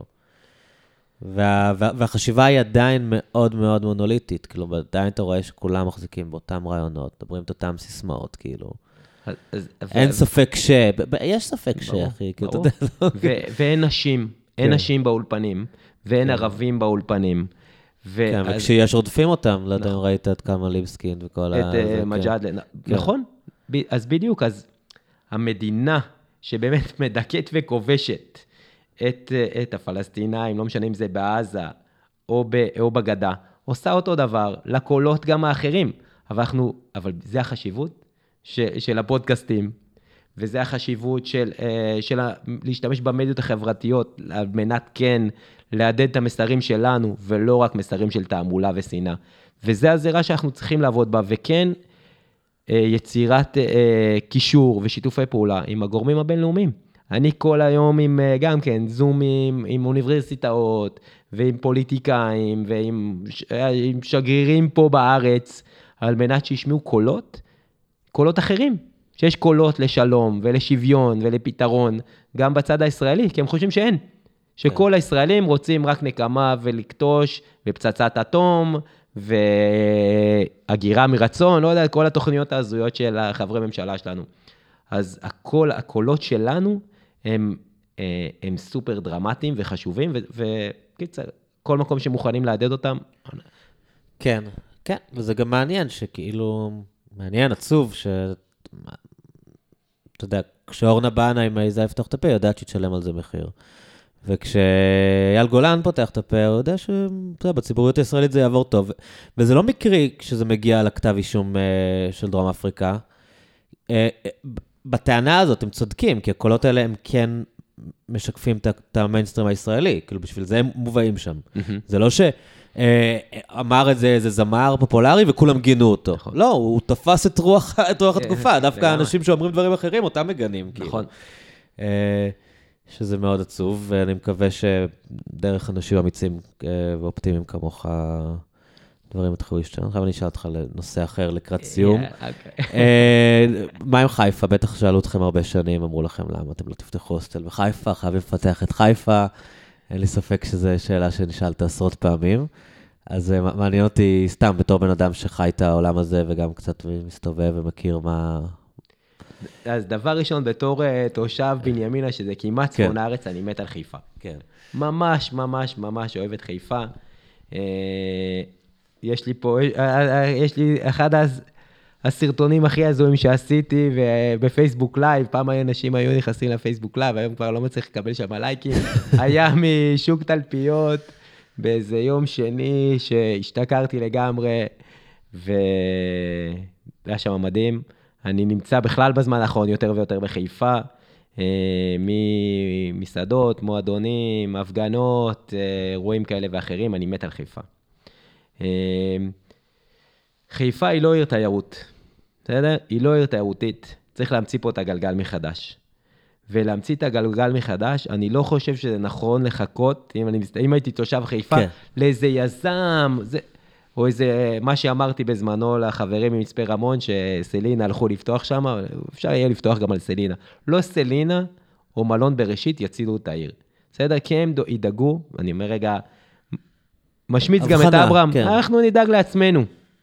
A: וה, וה, והחשיבה היא עדיין מאוד מאוד מונוליטית, כאילו, עדיין אתה רואה שכולם מחזיקים באותם רעיונות, מדברים את אותם סיסמאות, כאילו. אז, אין ו... ספק ש... יש ספק ש, אחי, כאילו, אתה יודע.
B: ו- ואין נשים, אין נשים באולפנים, ואין ערבים באולפנים.
A: כן, וכשיש רודפים אותם, לא יודע אם ראית את כמה ליבסקין וכל ה...
B: את מג'אדלה, נכון. אז בדיוק, אז המדינה שבאמת מדכאת וכובשת את הפלסטינאים, לא משנה אם זה בעזה או בגדה, עושה אותו דבר לקולות גם האחרים. אבל אנחנו, אבל זה החשיבות של הפודקאסטים, וזה החשיבות של, של להשתמש במדיות החברתיות, על מנת כן לעדד את המסרים שלנו, ולא רק מסרים של תעמולה ושנאה. וזה הזירה שאנחנו צריכים לעבוד בה, וכן יצירת קישור ושיתופי פעולה עם הגורמים הבינלאומיים. אני כל היום עם, גם כן, זומים, עם אוניברסיטאות, ועם פוליטיקאים, ועם עם שגרירים פה בארץ, על מנת שישמעו קולות, קולות אחרים. שיש קולות לשלום ולשוויון ולפתרון, גם בצד הישראלי, כי הם חושבים שאין. שכל הישראלים רוצים רק נקמה ולקטוש, ופצצת אטום, והגירה מרצון, לא יודע, כל התוכניות ההזויות של החברי ממשלה שלנו. אז הכל, הקולות שלנו הם, הם סופר דרמטיים וחשובים, וקיצר, כל מקום שמוכנים לעדד אותם.
A: כן, כן, וזה גם מעניין שכאילו, מעניין, עצוב, ש... אתה יודע, כשאורנה בנה עם העיזה יפתוח את הפה, יודעת שתשלם על זה מחיר. וכשאייל גולן פותח את הפה, הוא יודע שבציבוריות הישראלית זה יעבור טוב. וזה לא מקרי כשזה מגיע לכתב אישום של דרום אפריקה. בטענה הזאת הם צודקים, כי הקולות האלה הם כן משקפים את המיינסטרים הישראלי. כאילו בשביל זה הם מובאים שם. זה לא ש... אמר את זה איזה זמר פופולרי וכולם גינו אותו. לא, הוא תפס את רוח התקופה. דווקא האנשים שאומרים דברים אחרים, אותם מגנים.
B: נכון.
A: שזה מאוד עצוב, ואני מקווה שדרך אנשים אמיצים ואופטימיים כמוך, דברים התחילו להשתנות. עכשיו אני אשאל אותך לנושא אחר, לקראת סיום. מה עם חיפה? בטח שאלו אתכם הרבה שנים, אמרו לכם למה אתם לא תפתחו הוסטל בחיפה, חייבים לפתח את חיפה. אין לי ספק שזו שאלה שנשאלת עשרות פעמים. אז מעניין אותי סתם בתור בן אדם שחי את העולם הזה, וגם קצת מסתובב ומכיר מה...
B: אז דבר ראשון, בתור תושב בנימינה, שזה כמעט צפון הארץ, אני מת על חיפה.
A: כן.
B: ממש, ממש, ממש אוהב את חיפה. יש לי פה, יש לי אחד הסרטונים הכי הזויים שעשיתי, ובפייסבוק לייב, פעם אנשים היו נכנסים לפייסבוק לייב, היום כבר לא מצליח לקבל שם לייקים, היה משוק תלפיות, באיזה יום שני שהשתכרתי לגמרי, והיה שם מדהים. אני נמצא בכלל בזמן האחרון יותר ויותר בחיפה, ממסעדות, מועדונים, הפגנות, אירועים כאלה ואחרים, אני מת על חיפה. חיפה היא לא עיר תיירות, בסדר? היא לא עיר תיירותית, צריך להמציא פה את הגלגל מחדש. ולהמציא את הגלגל מחדש, אני לא חושב שזה נכון לחכות, אם, אני, אם הייתי תושב חיפה, כן. לאיזה יזם, זה, או איזה, מה שאמרתי בזמנו לחברים ממצפה רמון, שסלינה הלכו לפתוח שם, אפשר יהיה לפתוח גם על סלינה. לא סלינה או מלון בראשית יצילו את העיר. בסדר? כי הם ידאגו, אני אומר רגע, משמיץ גם את אברהם, כן. אנחנו נדאג לעצמנו.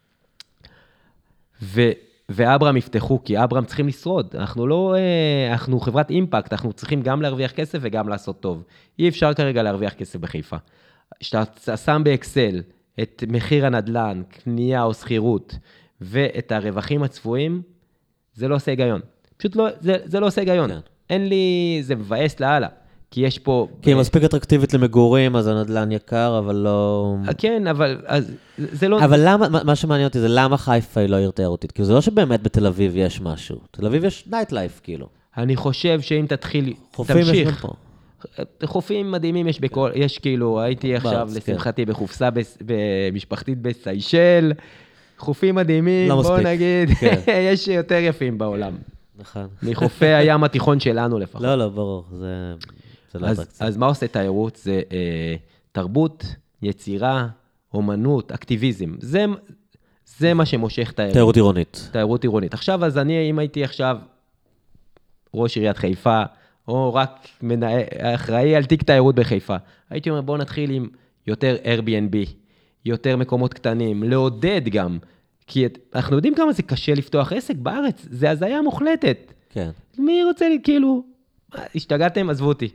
B: ו... ואברהם יפתחו, כי אברהם צריכים לשרוד. אנחנו לא, אנחנו חברת אימפקט, אנחנו צריכים גם להרוויח כסף וגם לעשות טוב. אי אפשר כרגע להרוויח כסף בחיפה. כשאתה שם באקסל את מחיר הנדלן, קנייה או שכירות, ואת הרווחים הצפויים, זה לא עושה היגיון. פשוט לא, זה, זה לא עושה היגיון. כן. אין לי, זה מבאס להלאה. כי יש פה...
A: כי היא מספיק אטרקטיבית למגורים, אז הנדלן יקר, אבל לא...
B: כן, אבל אז, זה לא...
A: אבל למה, מה שמעניין אותי זה למה חיפה היא לא עיר תיירותית? כי זה לא שבאמת בתל אביב יש משהו. תל אביב יש נייט לייף, כאילו.
B: אני חושב שאם תתחיל,
A: חופים
B: תמשיך.
A: יש גם פה.
B: חופים מדהימים יש בכל... יש כאילו, הייתי עכשיו לשמחתי בחופסה במשפחתית בסיישל, חופים מדהימים, בוא נגיד, יש יותר יפים בעולם.
A: נכון.
B: מחופי הים התיכון שלנו לפחות.
A: לא, לא, ברור, זה...
B: אז, אז מה עושה תיירות? זה אה, תרבות, יצירה, אומנות, אקטיביזם. זה, זה מה שמושך תיירות.
A: תיירות עירונית.
B: תיירות עירונית. עכשיו, אז אני, אם הייתי עכשיו ראש עיריית חיפה, או רק מנהל, אחראי על תיק תיירות בחיפה, הייתי אומר, בואו נתחיל עם יותר Airbnb, יותר מקומות קטנים, לעודד גם, כי אנחנו יודעים כמה זה קשה לפתוח עסק בארץ, זה הזיה מוחלטת.
A: כן.
B: מי רוצה לי, כאילו, השתגעתם, עזבו אותי.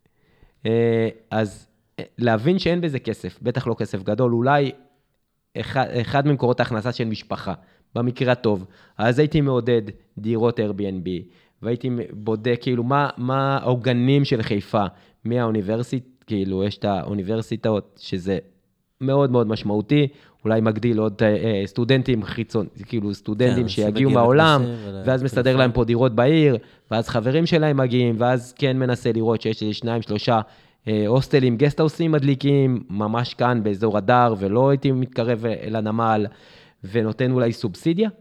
B: אז להבין שאין בזה כסף, בטח לא כסף גדול, אולי אחד, אחד ממקורות ההכנסה של משפחה, במקרה הטוב, אז הייתי מעודד דירות Airbnb, והייתי בודק כאילו מה, מה העוגנים של חיפה, מהאוניברסיטה, כאילו יש את האוניברסיטאות, שזה מאוד מאוד משמעותי, אולי מגדיל עוד אה, סטודנטים חיצון, כאילו סטודנטים כן, שיגיעו מהעולם, ואז מסדר להם פה דירות בעיר, ואז חברים שלהם מגיעים, ואז כן מנסה לראות שיש איזה שניים, שלושה אה, הוסטלים, גסט-האוסים מדליקים, ממש כאן באזור הדר, ולא הייתי מתקרב אל הנמל, ונותן אולי סובסידיה.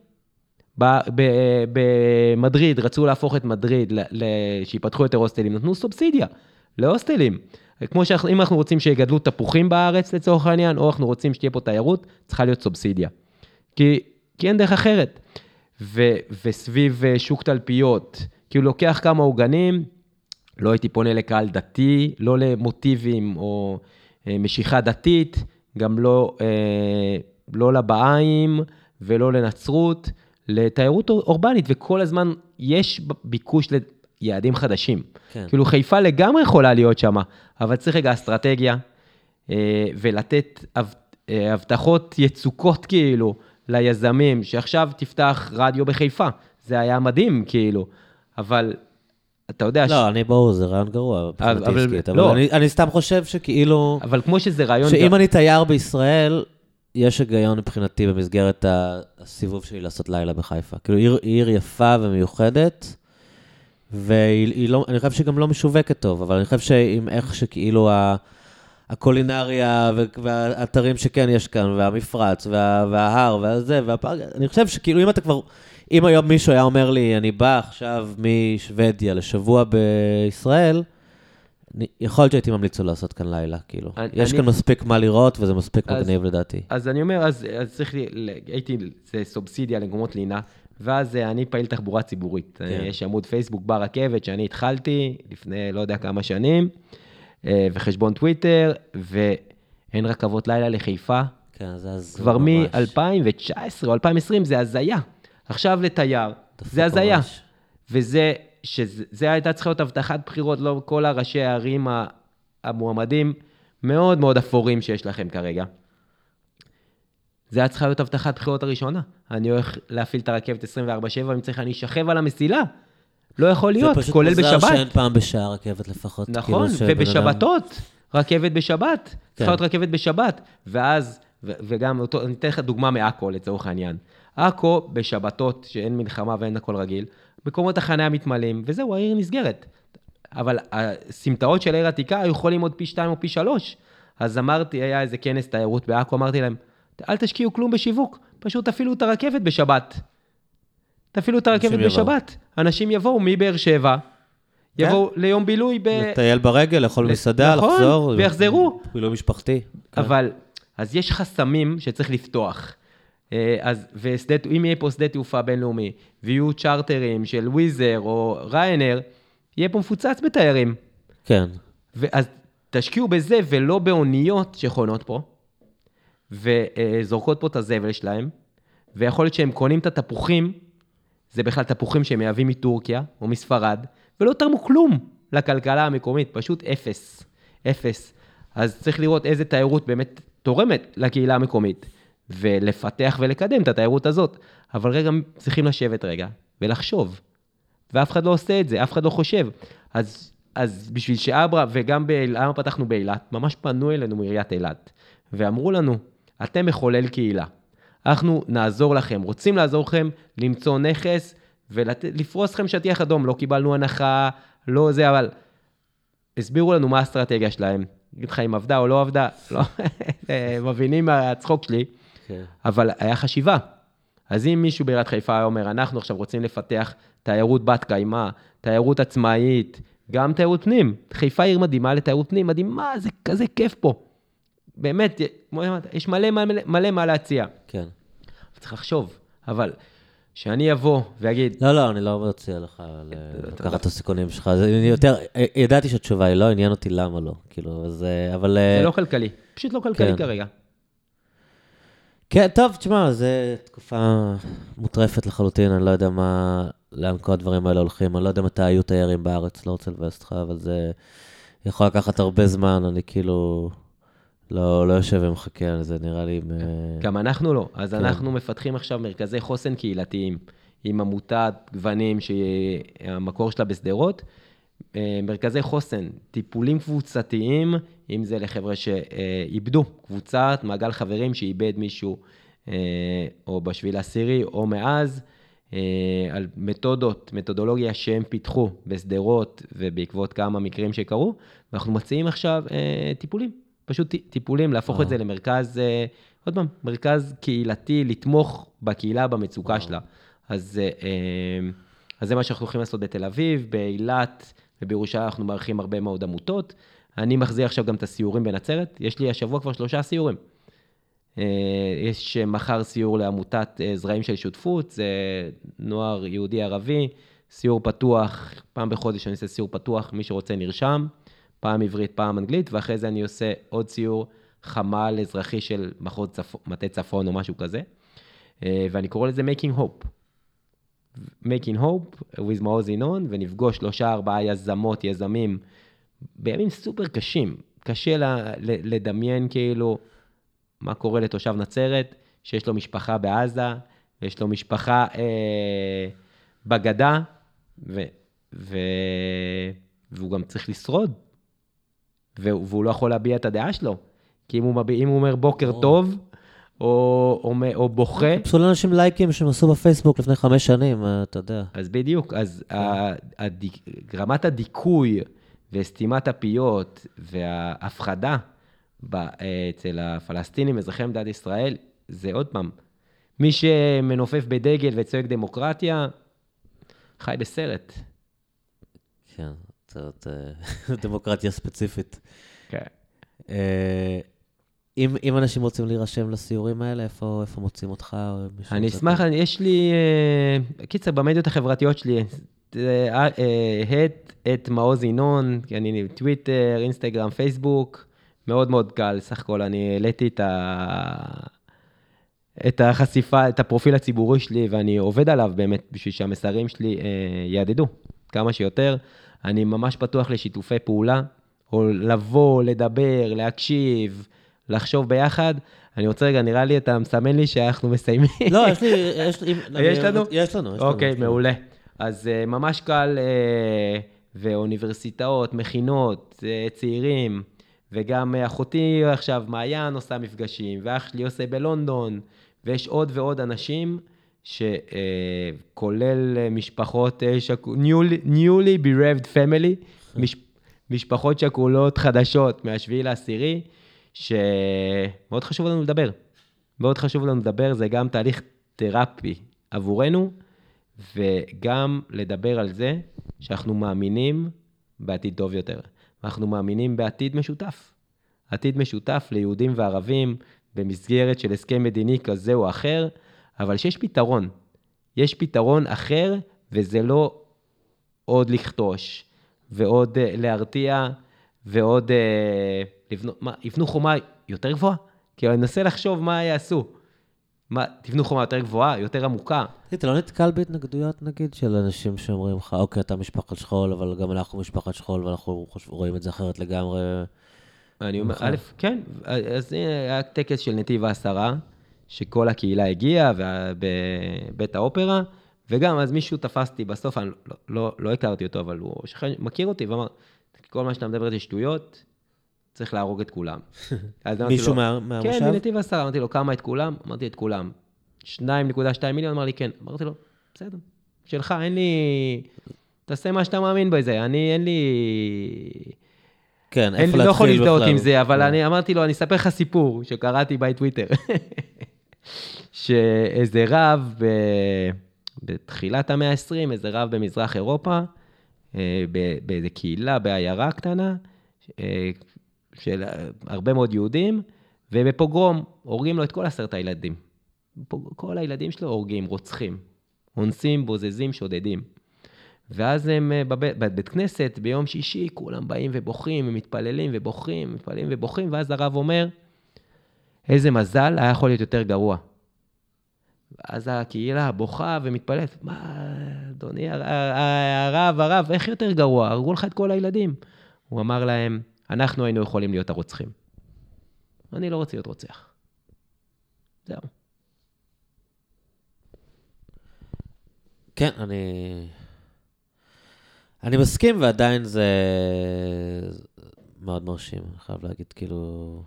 B: במדריד, רצו להפוך את מדריד, שיפתחו יותר הוסטלים, נתנו סובסידיה להוסטלים. כמו שאם אנחנו רוצים שיגדלו תפוחים בארץ לצורך העניין, או אנחנו רוצים שתהיה פה תיירות, צריכה להיות סובסידיה. כי, כי אין דרך אחרת. ו, וסביב שוק תלפיות, כאילו לוקח כמה עוגנים, לא הייתי פונה לקהל דתי, לא למוטיבים או אה, משיכה דתית, גם לא, אה, לא לבעיים ולא לנצרות, לתיירות אורבנית, וכל הזמן יש ביקוש ליעדים חדשים. כן. כאילו חיפה לגמרי יכולה להיות שם, אבל צריך רגע אסטרטגיה, ולתת הבטחות יצוקות כאילו, ליזמים, שעכשיו תפתח רדיו בחיפה. זה היה מדהים כאילו, אבל אתה יודע...
A: לא, ש... אני ברור, זה רעיון גרוע. אבל, אבל, אבל לא. אני, אני סתם חושב שכאילו...
B: אבל כמו שזה רעיון...
A: שאם ג... אני תייר בישראל... יש היגיון מבחינתי במסגרת הסיבוב שלי לעשות לילה בחיפה. כאילו, עיר, עיר יפה ומיוחדת, והיא לא, אני חושב שגם לא משווקת טוב, אבל אני חושב שעם איך שכאילו הקולינריה והאתרים שכן יש כאן, והמפרץ, וה, וההר, והזה, והפארק, אני חושב שכאילו אם אתה כבר, אם היום מישהו היה אומר לי, אני בא עכשיו משוודיה לשבוע בישראל, יכול להיות שהייתי ממליץ לו לעשות כאן לילה, כאילו. אני, יש אני... כאן מספיק מה לראות, וזה מספיק אז, מגניב לדעתי.
B: אז אני אומר, אז, אז צריך לי, הייתי, זה סובסידיה לגומות לינה, ואז אני פעיל תחבורה ציבורית. כן. יש עמוד פייסבוק ברכבת, שאני התחלתי לפני לא יודע כמה שנים, וחשבון טוויטר, ואין רכבות לילה לחיפה.
A: כן, זה אז
B: כבר מ-אלפיים תשע עשרה או אלפיים עשרים זה הזיה. עכשיו לתייר, זה הזיה. וזה... שזה הייתה צריכה להיות הבטחת בחירות, לא כל הראשי הערים המועמדים, מאוד מאוד אפורים שיש לכם כרגע. זה היה צריכה להיות הבטחת בחירות הראשונה. אני הולך להפעיל את הרכבת עשרים וארבע שבע, אם צריך, אני אשכב על המסילה. לא יכול להיות, כולל בשבת.
A: זה פשוט מוזר שאין פעם בשעה רכבת לפחות.
B: נכון, ובשבתות, רכבת בשבת. צריכה להיות רכבת בשבת. ואז, וגם, אני אתן לך דוגמה מעכו, לצורך העניין. עכו, בשבתות, שאין מלחמה ואין הכל רגיל, מקומות החניה מתמלאים, וזהו, העיר נסגרת. אבל הסמטאות של העיר עתיקה היו יכולים עוד פי שתיים או פי שלוש. אז אמרתי, היה איזה כנס תיירות בעכו, אמרתי להם, אל תשקיעו כלום בשיווק, פשוט תפעילו את הרכבת בשבת. תפעילו את הרכבת בשבת. אנשים יבואו מבאר שבע, יבואו ליום בילוי ב...
A: לטייל ברגל, לאכול מסעדה, לחזור.
B: נכון, ויחזרו.
A: בילוי משפחתי.
B: אבל, אז יש חסמים שצריך לפתוח. אז, ואם יהיה פה שדה תעופה בינלאומי, ויהיו צ'ארטרים של וויזר או ריינר, יהיה פה מפוצץ בתיירים.
A: כן.
B: אז תשקיעו בזה ולא באוניות שחונות פה, וזורקות פה את הזבל שלהם, ויכול להיות שהם קונים את התפוחים, זה בכלל תפוחים שהם מייבאים מטורקיה או מספרד, ולא תרמו כלום לכלכלה המקומית, פשוט אפס, אפס. אז צריך לראות איזה תיירות באמת תורמת לקהילה המקומית, ולפתח ולקדם את התיירות הזאת. אבל רגע, צריכים לשבת רגע ולחשוב, ואף אחד לא עושה את זה, אף אחד לא חושב. אז, אז בשביל שאברה, וגם למה פתחנו באילת, ממש פנו אלינו מעיריית אילת, ואמרו לנו, אתם מחולל קהילה, אנחנו נעזור לכם, רוצים לעזור לכם למצוא נכס, ולפרוס לכם שטיח אדום, לא קיבלנו הנחה, לא זה, אבל הסבירו לנו מה האסטרטגיה שלהם, נגיד לך אם עבדה או לא עבדה, לא, מבינים מהצחוק שלי, אבל היה חשיבה. אז אם מישהו בעיריית חיפה אומר, אנחנו עכשיו רוצים לפתח תיירות בת קיימה, תיירות עצמאית, גם תיירות פנים, חיפה עיר מדהימה לתיירות פנים, מדהימה, זה כזה כיף פה. באמת, יש מלא מלא, מלא מה להציע.
A: כן.
B: צריך לחשוב, אבל שאני אבוא ואגיד...
A: לא, לא, אני לא מציע לך לקחת את הסיכונים שלך. אני יותר, ידעתי שהתשובה היא לא, עניין אותי למה לא. כאילו, אז, אבל...
B: זה לא כלכלי, פשוט לא כלכלי כרגע.
A: כן, טוב, תשמע, זו תקופה מוטרפת לחלוטין, אני לא יודע מה, לאן כל הדברים האלה הולכים, אני לא יודע מתי היו תיירים בארץ, לא רוצה לבאס אותך, אבל זה יכול לקחת הרבה זמן, אני כאילו... לא, לא יושב ומחכה על זה, נראה לי...
B: גם אנחנו לא. אז אנחנו מפתחים עכשיו מרכזי חוסן קהילתיים, עם עמותת גוונים שהמקור שלה בסדרות, מרכזי חוסן, טיפולים קבוצתיים, אם זה לחבר'ה שאיבדו, קבוצת, מעגל חברים שאיבד מישהו, או בשביל העשירי, או מאז, על מתודות, מתודולוגיה שהם פיתחו בסדרות, ובעקבות כמה מקרים שקרו, ואנחנו מציעים עכשיו טיפולים. פשוט טיפולים, להפוך את זה למרכז, עוד פעם, מרכז קהילתי, לתמוך בקהילה, במצוקה שלה. אז, אז זה מה שאנחנו הולכים לעשות בתל אביב, באילת ובירושלים אנחנו מערכים הרבה מאוד עמותות. אני מחזיר עכשיו גם את הסיורים בנצרת, יש לי השבוע כבר שלושה סיורים. יש מחר סיור לעמותת זרעים של שותפות, זה נוער יהודי ערבי, סיור פתוח, פעם בחודש אני עושה סיור פתוח, מי שרוצה נרשם. פעם עברית, פעם אנגלית, ואחרי זה אני עושה עוד ציור חמ"ל אזרחי של מחוז צפון, מטה צפון או משהו כזה, ואני קורא לזה Making Hope. Making Hope with מעוז ינון, ונפגוש שלושה, ארבעה יזמות, יזמים, בימים סופר קשים, קשה לדמיין כאילו מה קורה לתושב נצרת, שיש לו משפחה בעזה, ויש לו משפחה אה, בגדה, ו, ו, והוא גם צריך לשרוד. והוא לא יכול להביע את הדעה שלו, כי אם הוא, מביע, אם הוא אומר בוקר טוב, או, או, או בוכה...
A: פסול אנשים לייקים שהם עשו בפייסבוק לפני חמש שנים, אתה יודע.
B: אז בדיוק, אז רמת הדיכוי, וסתימת הפיות, וההפחדה, אצל הפלסטינים, אזרחי מדינת ישראל, זה עוד פעם, מי שמנופף בדגל וצועק דמוקרטיה, חי בסרט.
A: כן. זאת דמוקרטיה ספציפית.
B: כן.
A: אם, אם אנשים רוצים להירשם לסיורים האלה, איפה, איפה מוצאים אותך?
B: אני אשמח, יש לי, קיצר, במדיות החברתיות שלי, את, את מעוז ינון, אני טוויטר, אינסטגרם, פייסבוק, מאוד מאוד קל, סך הכל אני העליתי את ה... את החשיפה, את הפרופיל הציבורי שלי, ואני עובד עליו באמת, בשביל שהמסרים שלי יעדדו כמה שיותר. אני ממש פתוח לשיתופי פעולה, או לבוא, לדבר, להקשיב, לחשוב ביחד. אני רוצה רגע, נראה לי, אתה מסמן לי שאנחנו מסיימים.
A: לא, יש לי, יש לי,
B: יש לנו?
A: יש לנו, יש לנו.
B: אוקיי, מעולה. אז ממש קל, ואוניברסיטאות, מכינות, צעירים, וגם אחותי עכשיו, מעיין עושה מפגשים, ואח שלי עושה בלונדון, ויש עוד ועוד אנשים, שכולל משפחות, newly bereaved family, משפחות שכולות חדשות מהשביעי לעשירי, שמאוד חשוב לנו לדבר. מאוד חשוב לנו לדבר, זה גם תהליך תרפי עבורנו, וגם לדבר על זה שאנחנו מאמינים בעתיד טוב יותר. אנחנו מאמינים בעתיד משותף. עתיד משותף ליהודים וערבים, במסגרת של הסכם מדיני כזה או אחר, אבל שיש פתרון. יש פתרון אחר, וזה לא עוד לכתוש, ועוד להרתיע, ועוד לבנו, מה, יבנו חומה יותר גבוהה? כי אני אנסה לחשוב מה יעשו. מה, תבנו חומה יותר גבוהה, יותר עמוקה.
A: אתה לא נתקל בהתנגדויות, נגיד, של אנשים שאומרים לך, אוקיי, אתה משפחת שכול, אבל גם אנחנו משפחת שכול, ואנחנו רואים את זה אחרת לגמרי.
B: אני אומר, א', כן, אז היה טקס של נתיב העשרה, שכל הקהילה הגיעה, בבית האופרה, וגם אז מישהו תפסתי בסוף, אני לא, לא, לא הכרתי אותו, אבל הוא שכן, מכיר אותי, ואמר, כל מה שאתה מדבר זה שטויות, צריך להרוג את כולם.
A: מישהו מהמושב?
B: כן, מנתיב העשרה, אמרתי לו, כמה את כולם? אמרתי את כולם. שניים נקודה שתיים מיליון, אמר לי, כן. אמרתי לו, בסדר, שלך, אין לי, תעשה מה שאתה מאמין בזה, אני, אין לי...
A: כן,
B: איפה להתחיל בכלל. אני לא יכול להזדהות עם זה, אבל אני אמרתי לו, אני אספר לך סיפור שקראתי בטוויטר, שאיזה רב, בתחילת המאה ה-עשרים, איזה רב במזרח אירופה, באיזה קהילה, בעיירה קטנה, של הרבה מאוד יהודים, ובפוגרום הורגים לו את כל עשרת הילדים. כל הילדים שלו הורגים, רוצחים, אונסים, בוזזים, שודדים. ואז הם בבית, בבית כנסת, ביום שישי, כולם באים ובוכים, מתפללים ובוכים, מתפללים ובוכים, ואז הרב אומר, איזה מזל היה יכול להיות יותר גרוע. ואז הקהילה בוכה ומתפללת, מה, אדוני, הרב, הרב, איך יותר גרוע? הרגו לך את כל הילדים. הוא אמר להם, אנחנו היינו יכולים להיות הרוצחים. אני לא רוצה להיות רוצח. זהו.
A: כן, אני... אני מסכים, ועדיין זה מאוד מרשים, אני חייב להגיד, כאילו,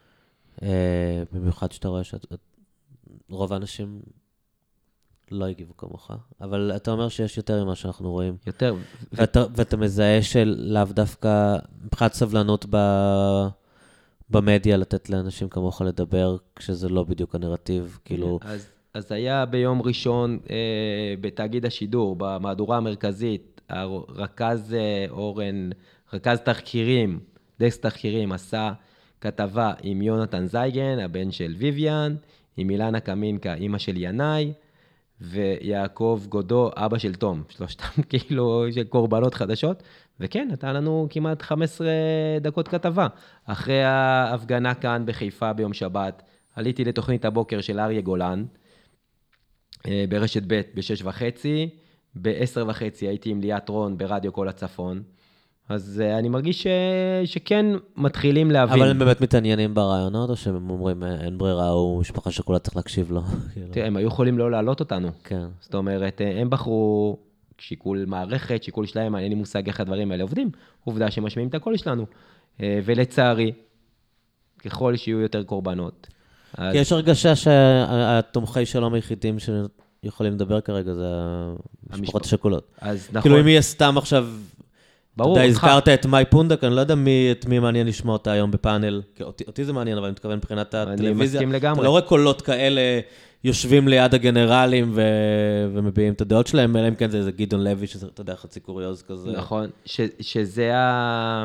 A: אה, במיוחד שאתה רואה שרוב האנשים לא הגיבו כמוך, אבל אתה אומר שיש יותר ממה שאנחנו רואים.
B: יותר.
A: ואתה, ואתה מזהה של לאו דווקא, מבחינת סבלנות ב, במדיה, לתת לאנשים כמוך לדבר, כשזה לא בדיוק הנרטיב, כאילו...
B: אז, אז היה ביום ראשון אה, בתאגיד השידור, במהדורה המרכזית, הרכז אורן, רכז תחקירים, דסק תחקירים, עשה כתבה עם יונתן זייגן, הבן של ויויאן, עם אילנה קמינקה, אמא של ינאי, ויעקב גודו, אבא של תום, שלושתם כאילו של קורבנות חדשות, וכן, נתן לנו כמעט חמש עשרה דקות כתבה. אחרי ההפגנה כאן בחיפה ביום שבת, עליתי לתוכנית הבוקר של אריה גולן, ברשת ב' בשש וחצי, בעשר וחצי הייתי עם ליאת רון ברדיו כל הצפון, אז אני מרגיש ש... שכן מתחילים להבין.
A: אבל הם באמת מתעניינים ברעיונות, או שהם אומרים, אין ברירה, או משפחה שכולה צריך להקשיב לו?
B: תראה, הם היו יכולים לא להעלות אותנו.
A: כן.
B: זאת אומרת, הם בחרו שיקול מערכת, שיקול שלהם, אין לי מושג איך הדברים האלה עובדים, עובדה שמשמיעים את הקול שלנו. ולצערי, ככל שיהיו יותר קורבנות. אז...
A: כי יש הרגשה שהתומכי שלום היחידים שיכולים לדבר כרגע, זה המשפחות השכולות.
B: אז נכון.
A: כאילו אם יהיה סתם עכשיו...
B: ברור,
A: אתה הזכרת את מאי פונדק, אני לא יודע מי, את מי מעניין לשמוע אותה היום בפאנל, כי אותי, אותי זה מעניין, אבל אני מתכוון מבחינת הטלוויזיה.
B: אני מסכים לגמרי.
A: אתה לא רואה קולות כאלה יושבים ליד הגנרלים ו... ומביעים את הדעות שלהם, אלא אם כן זה איזה גדעון לוי, שזה, אתה יודע, חצי קוריוז כזה.
B: נכון, ש, שזה ה...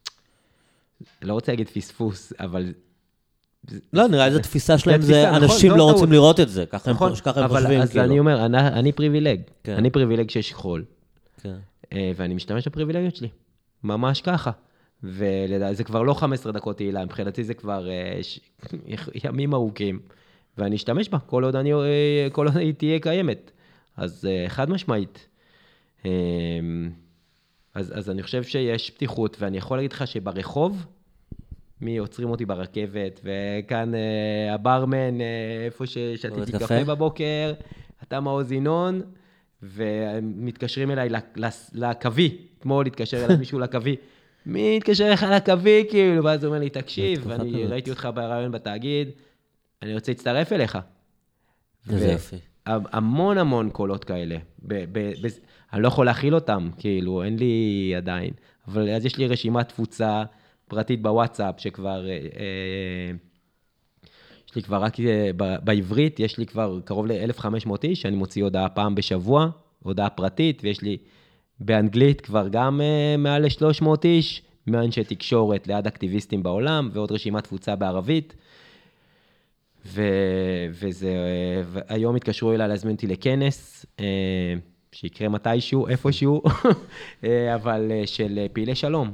B: לא רוצה להגיד פספוס, אבל...
A: לא, נראה לי זו תפיסה שלהם, זה אנשים לא רוצים לראות את זה, ככה הם חושבים.
B: אז אני אומר, אני פריבילג, אני פריבילג שיש חול.
A: כן.
B: ואני משתמש בפריבילגיות שלי, ממש ככה. וזה כבר לא חמש עשרה דקות תהילה, מבחינתי זה כבר ימים ארוכים, ואני אשתמש בה, כל עוד אני, כל עוד היא תהיה קיימת. אז חד משמעית. אז, אז אני חושב שיש פתיחות, ואני יכול להגיד לך שברחוב, מי עוצרים אותי ברכבת, וכאן אה, הברמן, אה, איפה ששתיתי
A: קפה.
B: קפה בבוקר, אתה מעוז ינון, ומתקשרים אליי לקווי, אתמול התקשר אליי מישהו לקווי, מי התקשר לך לקווי, כאילו, ואז הוא אומר לי, תקשיב, אני ראיתי אותך ברעיון בתאגיד, אני רוצה להצטרף אליך.
A: איזה יופי.
B: המון המון קולות כאלה, אני לא יכול להכיל אותם, כאילו, אין לי עדיין, אבל אז יש לי רשימת תפוצה פרטית בוואטסאפ, שכבר, יש לי כבר רק בעברית, יש לי כבר קרוב ל-אלף וחמש מאות איש, שאני מוציא הודעה פעם בשבוע, הודעה פרטית, ויש לי באנגלית כבר גם מעל ל-שלוש מאות איש, מאנשי תקשורת ליד אקטיביסטים בעולם, ועוד רשימת תפוצה בערבית, ו... וזה, והיום התקשרו אליי להזמין אותי לכנס, שיקרה מתישהו, איפשהו, אבל של פעילי שלום,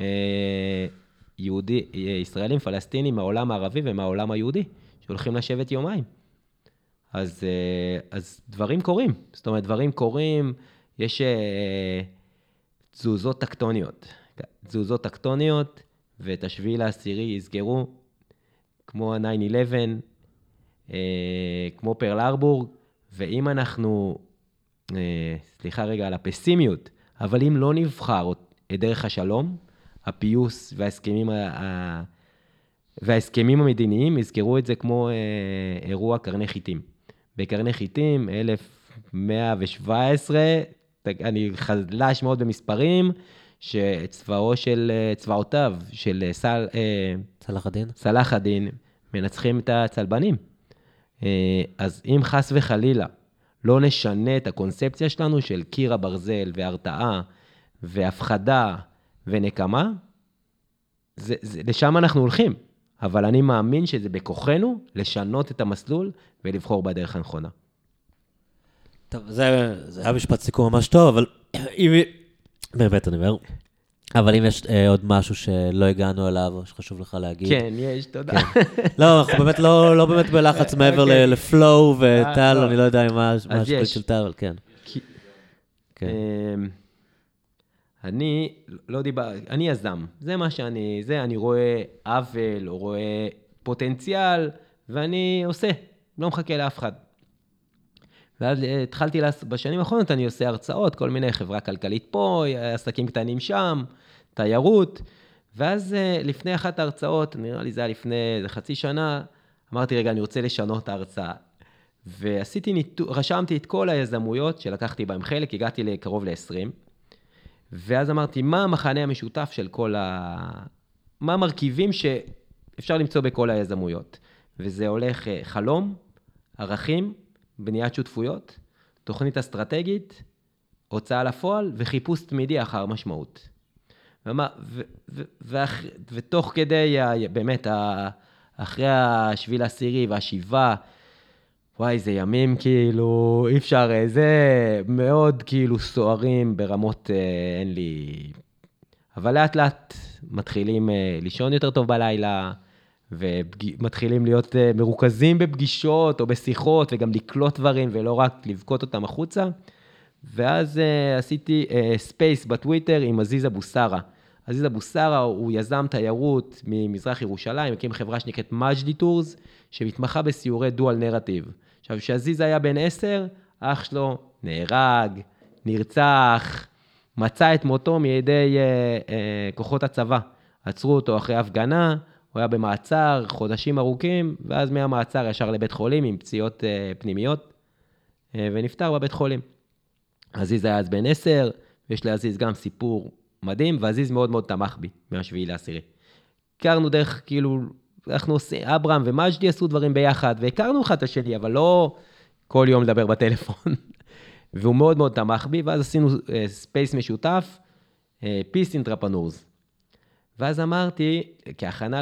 B: יהודי, ישראלים, פלסטינים, מהעולם הערבי ומהעולם היהודי, שהולכים לשבת יומיים. אז, אז דברים קורים, זאת אומרת, דברים קורים, יש תזוזות טקטוניות, תזוזות טקטוניות, ואת השביעי לעשירי יסגרו, כמו ה-תשע אחת עשרה, כמו פרל הרבור, ואם אנחנו, סליחה רגע על הפסימיות, אבל אם לא נבחר את דרך השלום, הפיוס וההסכמים, ה... וההסכמים המדיניים, יזכרו את זה כמו אירוע קרני חיטים. בקרני חיטים, אלף מאה שבע עשרה, אני חלש מאוד במספרים, שצבאו של, צבאותיו של סל,
A: צלח הדין.
B: צלח הדין, מנצחים את הצלבנים. אז אם חס וחלילה לא נשנה את הקונספציה שלנו של קיר הברזל והרתעה והפחדה ונקמה, זה, זה, לשם אנחנו הולכים. אבל אני מאמין שזה בכוחנו לשנות את המסלול ולבחור בדרך הנכונה.
A: טוב, זה, זה היה משפט סיכום ממש טוב, אבל אם, באמת אני אומר, אבל אם יש אה, עוד משהו שלא הגענו אליו, או שחשוב לך להגיד.
B: כן, יש, תודה.
A: כן. לא, אנחנו באמת לא, לא באמת בלחץ מעבר okay. לפלואו וטל, אני לא יודע מה השקול של טל, אבל כן.
B: כי... כן. אני לא דיבר, אני יזם, זה מה שאני, זה אני רואה עוול, או רואה פוטנציאל, ואני עושה, לא מחכה לאף אחד. ואז התחלתי, בשנים האחרונות אני עושה הרצאות, כל מיני חברה כלכלית פה, עסקים קטנים שם, תיירות, ואז לפני אחת ההרצאות, נראה לי זה היה לפני זה חצי שנה, אמרתי רגע, אני רוצה לשנות ההרצאה. ועשיתי ניתוח, רשמתי את כל היזמויות שלקחתי בהם חלק, הגעתי לקרוב ל-עשרים, ואז אמרתי, מה המחנה המשותף של כל ה... מה המרכיבים שאפשר למצוא בכל היזמויות? וזה הולך חלום, ערכים, בניית שותפויות, תוכנית אסטרטגית, הוצאה לפועל וחיפוש תמידי אחר משמעות. ומה, ו, ו, ו, ותוך כדי, באמת, אחרי השביל העשירי והשבעה, וואי, זה ימים כאילו, אי אפשר, זה מאוד כאילו סוערים ברמות, אין לי... אבל לאט לאט מתחילים לישון יותר טוב בלילה, ומתחילים להיות מרוכזים בפגישות או בשיחות, וגם לקלוט דברים ולא רק לבכות אותם החוצה. ואז עשיתי ספייס בטוויטר עם עזיז אבו סארה. עזיז אבו סארה הוא יזם תיירות ממזרח ירושלים, הקים חברה שנקראת מג'די טורס, שמתמחה בסיורי דואל נרטיב. עכשיו, שעזיז היה בן עשר, אח שלו נהרג, נרצח, מצא את מותו מידי אה, אה, כוחות הצבא. עצרו אותו אחרי הפגנה, הוא היה במעצר חודשים ארוכים, ואז מהמעצר ישר לבית חולים עם פציעות אה, פנימיות, אה, ונפטר בבית חולים. עזיז היה אז בן עשר, ויש לעזיז גם סיפור מדהים, ועזיז מאוד מאוד תמך בי מהשביעי לעשירי. הכרנו דרך, כאילו, אנחנו עושים, אברהם ומג'די עשו דברים ביחד, והכרנו אחד את השני, אבל לא כל יום לדבר בטלפון. והוא מאוד מאוד תמך בי, ואז עשינו ספייס משותף, פיס אינטרפנורס. ואז אמרתי, כהכנה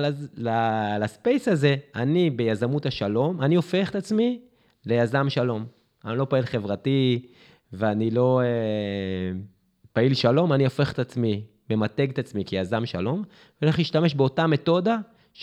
B: לספייס הזה, אני ביזמות השלום, אני הופך את עצמי ליזם שלום. אני לא פעיל חברתי, ואני לא אה, פעיל שלום, אני הופך את עצמי, ממתג את עצמי כיזם שלום, ולך להשתמש באותה מתודה,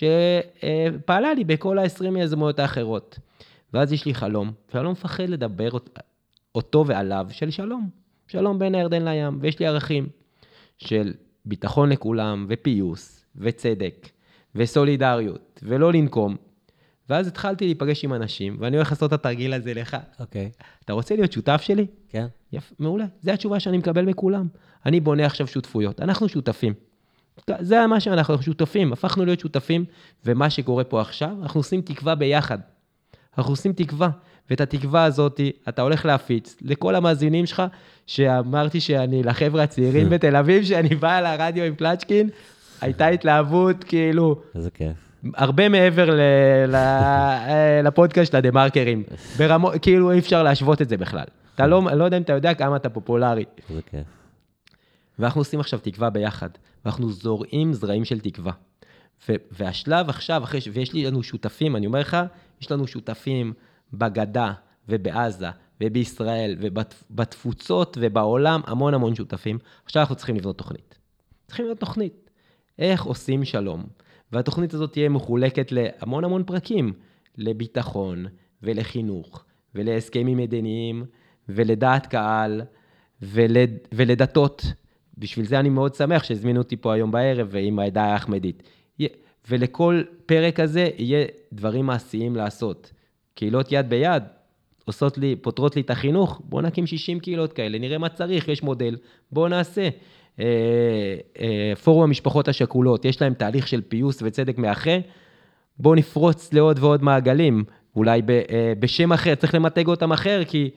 B: שפעלה לי בכל ה-עשרים יזמויות האחרות. ואז יש לי חלום, ואני לא מפחד לדבר אותו ועליו של שלום. שלום בין הירדן לים, ויש לי ערכים של ביטחון לכולם, ופיוס, וצדק, וסולידריות, ולא לנקום. ואז התחלתי להיפגש עם אנשים, ואני הולך לעשות את התרגיל הזה לך.
A: אוקיי.
B: אתה רוצה להיות שותף שלי?
A: כן.
B: יפה, מעולה. זו התשובה שאני מקבל מכולם. אני בונה עכשיו שותפויות. אנחנו שותפים. זה מה שאנחנו שותפים. הפכנו להיות שותפים, ומה שקורה פה עכשיו, אנחנו עושים תקווה ביחד. אנחנו עושים תקווה, ואת התקווה הזאת אתה הולך להפיץ לכל המאזינים שלך, שאמרתי שאני לחבר'ה הצעירים בתל אביב, שאני בא לרדיו עם קלצ'קין, הייתה התלהבות כאילו...
A: איזה כיף.
B: הרבה מעבר לפודקאסט של הדמרקרים. ברמות, כאילו אי אפשר להשוות את זה בכלל. אתה לא, לא יודע אם אתה יודע כמה אתה פופולרי.
A: איזה כיף.
B: ואנחנו עושים עכשיו תקווה ביחד, ואנחנו זורעים זרעים של תקווה. והשלב עכשיו, אחרי, ויש לנו שותפים, אני אומר לך, יש לנו שותפים בגדה ובעזה ובישראל ובתפוצות ובעולם, המון המון שותפים. עכשיו אנחנו צריכים לבנות תוכנית. צריכים לבנות תוכנית. איך עושים שלום? והתוכנית הזאת תהיה מחולקת להמון המון פרקים, לביטחון ולחינוך ולהסכמים מדיניים ולדעת קהל ולד... ולדתות. בשביל זה אני מאוד שמח שהזמינו אותי פה היום בערב עם העדה האחמדית. ולכל פרק הזה יהיה דברים מעשיים לעשות. קהילות יד ביד, עושות לי, פותרות לי את החינוך, בואו נקים שישים קהילות כאלה, נראה מה צריך, יש מודל, בואו נעשה. אה, אה, פורום המשפחות השכולות, יש להם תהליך של פיוס וצדק מאחה, בואו נפרוץ לעוד ועוד מעגלים, אולי ב, אה, בשם אחר, צריך למתג אותם אחר, כי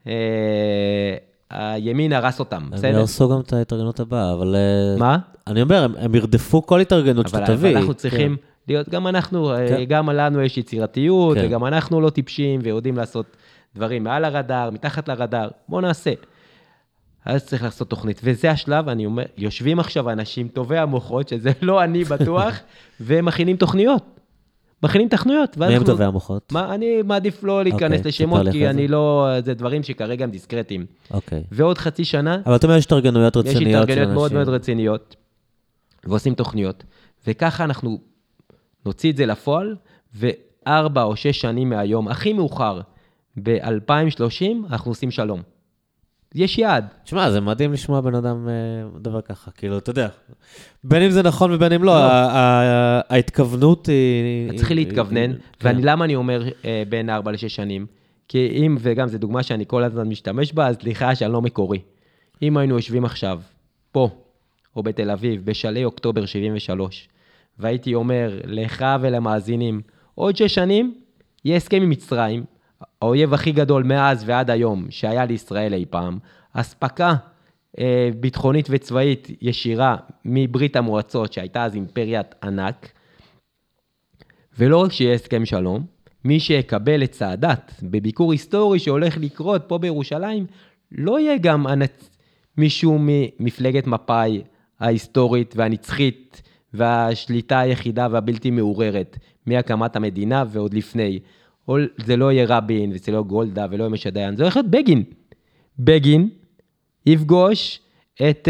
B: אה, הימין הרס אותם.
A: הם ירסו גם את ההתארגנות הבאה, אבל...
B: מה?
A: אני אומר, הם, הם ירדפו כל התארגנות שאתה תביא.
B: אבל אנחנו צריכים... כן. להיות, גם אנחנו, כן. גם לנו יש יצירתיות, כן. וגם אנחנו לא טיפשים, ויודעים לעשות דברים מעל הרדאר, מתחת לרדאר, בואו נעשה. אז צריך לעשות תוכנית, וזה השלב, אני אומר, יושבים עכשיו אנשים טובי המוחות, שזה לא אני בטוח, ומכינים תוכניות. מכינים תוכניות.
A: מי הם טובי המוחות?
B: מה, אני מעדיף לא להיכנס okay, לשמות, כי אני לא, זה דברים שכרגע הם דיסקרטיים.
A: אוקיי. Okay.
B: ועוד חצי שנה...
A: אבל אתה אומר, יש התארגנויות רציניות.
B: יש התארגנויות מאוד מאוד רציניות, ועושים תוכניות, וככה אנחנו נוציא את זה לפועל, וארבע או שש שנים מהיום, הכי מאוחר, ב-אלפיים ושלושים, אנחנו עושים שלום. יש יעד.
A: תשמע, זה מדהים לשמוע בן אדם דבר ככה, כאילו, אתה יודע, בין אם זה נכון ובין אם לא, ההתכוונות היא...
B: צריך להתכוונן, ולמה אני אומר בין ארבע לשש שנים? כי אם, וגם זו דוגמה שאני כל הזמן משתמש בה, אז סליחה שאני לא מקורי. אם היינו יושבים עכשיו, פה, או בתל אביב, בשלהי אוקטובר שבעים ושלוש, והייתי אומר לך ולמאזינים, עוד שש שנים, יהיה הסכם עם מצרים, האויב הכי גדול מאז ועד היום, שהיה לישראל אי פעם, הספקה אה, ביטחונית וצבאית ישירה מברית המועצות, שהייתה אז אימפריית ענק, ולא רק שיהיה הסכם שלום, מי שיקבל את סעדת בביקור היסטורי שהולך לקרות פה בירושלים, לא יהיה גם מישהו ממפלגת מפאי ההיסטורית והנצחית, והשליטה היחידה והבלתי מעוררת, מהקמת המדינה ועוד לפני. זה לא יהיה רבין, וזה לא גולדה, ולא יהיה משדיין, זה הולך להיות בגין. בגין יפגוש את,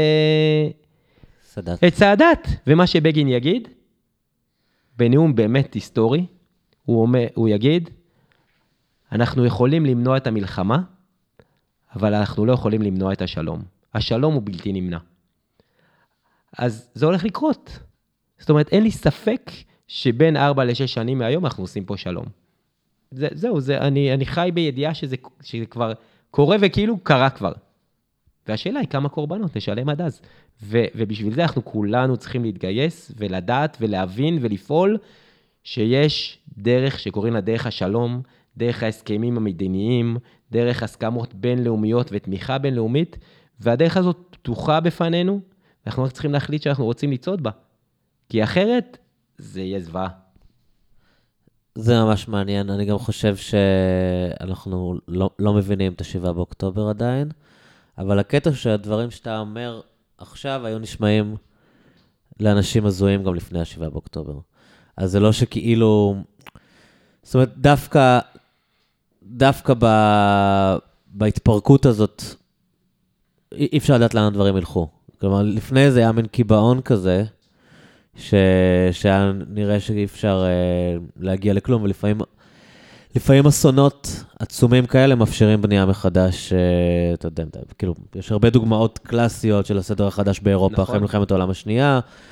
A: סדת.
B: את סעדת, ומה שבגין יגיד, בנאום באמת היסטורי, הוא, אומר, הוא יגיד, אנחנו יכולים למנוע את המלחמה, אבל אנחנו לא יכולים למנוע את השלום. השלום הוא בלתי נמנע. אז זה הולך לקרות. זאת אומרת, אין לי ספק שבין ארבע לשש שנים מהיום אנחנו עושים פה שלום. זה, זהו, זה, אני, אני חי בידיעה שזה, שזה כבר קורה וכאילו קרה כבר. והשאלה היא כמה קורבנות נשלם עד אז. ו, ובשביל זה אנחנו כולנו צריכים להתגייס ולדעת ולהבין ולפעול שיש דרך שקוראים לה דרך השלום, דרך ההסכמים המדיניים, דרך הסכמות בינלאומיות ותמיכה בינלאומית, והדרך הזאת פתוחה בפנינו, ואנחנו רק צריכים להחליט שאנחנו רוצים לצעוד בה. כי אחרת זה יהיה זוועה.
A: זה ממש מעניין, אני גם חושב שאנחנו לא, לא מבינים את השבעה באוקטובר עדיין, אבל הקטע שהדברים שאתה אומר עכשיו היו נשמעים לאנשים הזויים גם לפני השבעה באוקטובר. אז זה לא שכאילו, זאת אומרת, דווקא, דווקא ב, בהתפרקות הזאת, אי אפשר לדעת לאן הדברים ילכו. כלומר, לפני זה היה מין קיבעון כזה, ש... שהיה נראה שאי אפשר uh, להגיע לכלום, ולפעמים לפעמים אסונות עצומים כאלה מאפשרים בנייה מחדש, uh, אתה יודע, כאילו, יש הרבה דוגמאות קלאסיות של הסדר החדש באירופה, נכון. אחרי מלחמת העולם השנייה,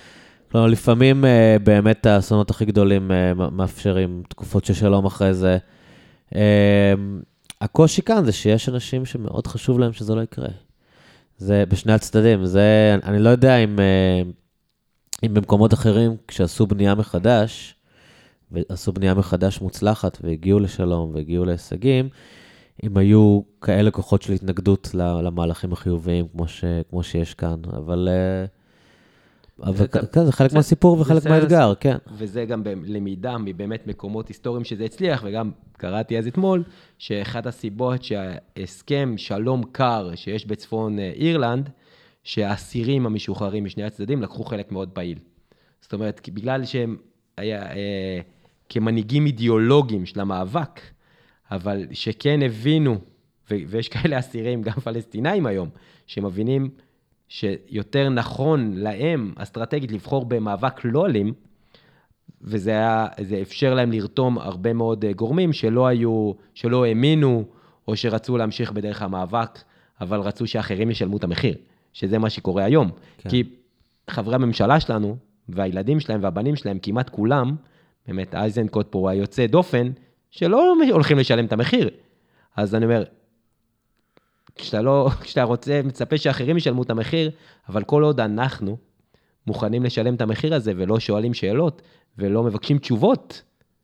A: כלומר, לפעמים uh, באמת האסונות הכי גדולים uh, מאפשרים תקופות של שלום אחרי זה. Uh, הקושי כאן זה שיש אנשים שמאוד חשוב להם שזה לא יקרה. זה בשני הצדדים. זה, אני לא יודע אם, uh, אם במקומות אחרים, כשעשו בנייה מחדש, ועשו בנייה מחדש מוצלחת, והגיעו לשלום, והגיעו להישגים, אם היו כאלה כוחות של התנגדות למהלכים החיוביים, כמו, ש, כמו שיש כאן. אבל... Uh, אבל כן, זה חלק מהסיפור וחלק מהאתגר, כן.
B: וזה גם למידה מבאמת מקומות היסטוריים שזה הצליח, וגם קראתי אז אתמול, שאחת הסיבות שההסכם שלום קר שיש בצפון אירלנד, שהאסירים המשוחררים משני הצדדים לקחו חלק מאוד פעיל. זאת אומרת, בגלל שהם היה, אה, כמנהיגים אידיאולוגיים של המאבק, אבל שכן הבינו, ו- ויש כאלה אסירים, גם פלסטינאים היום, שמבינים שיותר נכון להם, אסטרטגית, לבחור במאבק לא אלים, וזה היה, זה אפשר להם לרתום הרבה מאוד גורמים שלא היו, שלא האמינו, או שרצו להמשיך בדרך המאבק, אבל רצו שאחרים ישלמו את המחיר, שזה מה שקורה היום. כן. כי חברי הממשלה שלנו, והילדים שלהם והבנים שלהם, כמעט כולם, באמת אייזנקוט פה היוצא דופן, שלא הולכים לשלם את המחיר. אז אני אומר, כשאתה לא, כשאתה רוצה, מצפה שאחרים ישלמו את המחיר, אבל כל עוד אנחנו מוכנים לשלם את המחיר הזה, ולא שואלים שאלות, ולא מבקשים תשובות,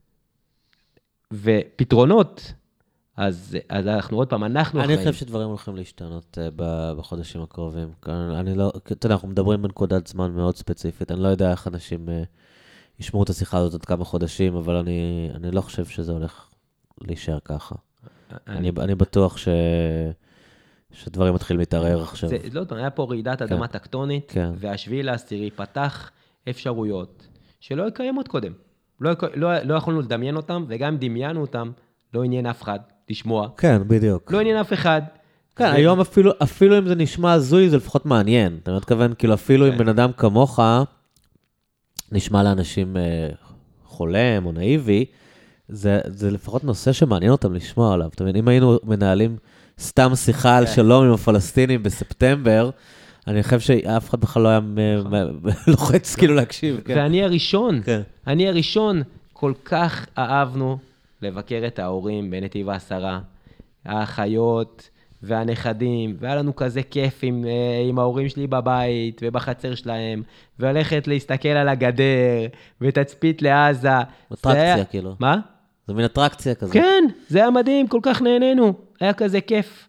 B: ופתרונות, אז, אז אנחנו עוד פעם, אנחנו
A: אני
B: אחראים.
A: חושב שדברים הולכים להשתנות בחודשים הקרובים. אני לא, אתה יודע, אנחנו מדברים בנקודת זמן מאוד ספציפית, אני לא יודע איך אנשים ישמעו את השיחה הזאת עוד כמה חודשים, אבל אני, אני לא חושב שזה הולך להישאר ככה. אני, אני, אני בטוח ש... שדברים מתחילים להתערער עכשיו.
B: זה, לא, היה פה רעידת אדמה כן. טקטונית, כן. והשביעי לעשירי פתח אפשרויות שלא קיימות קודם. לא, לא, לא יכולנו לדמיין אותם, וגם דמיינו אותם, לא עניין אף אחד לשמוע.
A: כן, בדיוק.
B: לא עניין אף אחד.
A: כן, ו... היום אפילו, אפילו אם זה נשמע זוי, זה לפחות מעניין. אתה מתכוון, כאילו אפילו כן. אם בן אדם כמוך, נשמע לאנשים אה, חולם או נאיבי, זה, זה לפחות נושא שמעניין אותם לשמוע עליו. אתה מבין, אם היינו מנהלים סתם שיחה על שלום עם הפלסטינים בספטמבר, אני חושב שאף אחד בכלל לא היה לוחץ כאילו להקשיב.
B: ואני הראשון, אני הראשון, כל כך אהבנו לבקר את ההורים בנתיב העשרה, האחיות והנכדים, והיה לנו כזה כיף עם, עם ההורים שלי בבית ובחצר שלהם, והלכת להסתכל על הגדר, ותצפית לעזה.
A: אטרקציה כאילו.
B: מה?
A: זה מין אטרקציה כזה.
B: כן, זה היה מדהים, כל כך נהנינו, היה כזה כיף.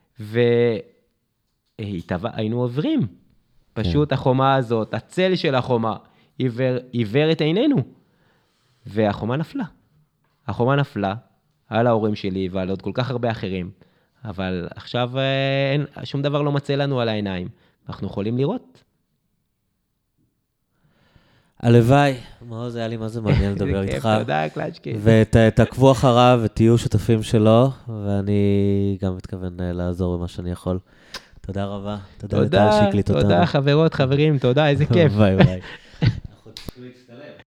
B: והיינו עוברים, פשוט החומה הזאת, הצל של החומה, עיוור, עיוור את עינינו, והחומה נפלה. החומה נפלה על ההורים שלי ועל עוד כל כך הרבה אחרים, אבל עכשיו אין, שום דבר לא מצא לנו על העיניים, אנחנו יכולים לראות.
A: הלוואי, מעוז, היה לי מה זה מעניין לדבר איתך.
B: תודה, קלצ'קי.
A: ותעקבו אחריו ותהיו שותפים שלו, ואני גם מתכוון לעזור במה שאני יכול. תודה רבה.
B: תודה לטל שהקליט אותנו. תודה, חברות, חברים, תודה, איזה כיף.
A: ביי ביי.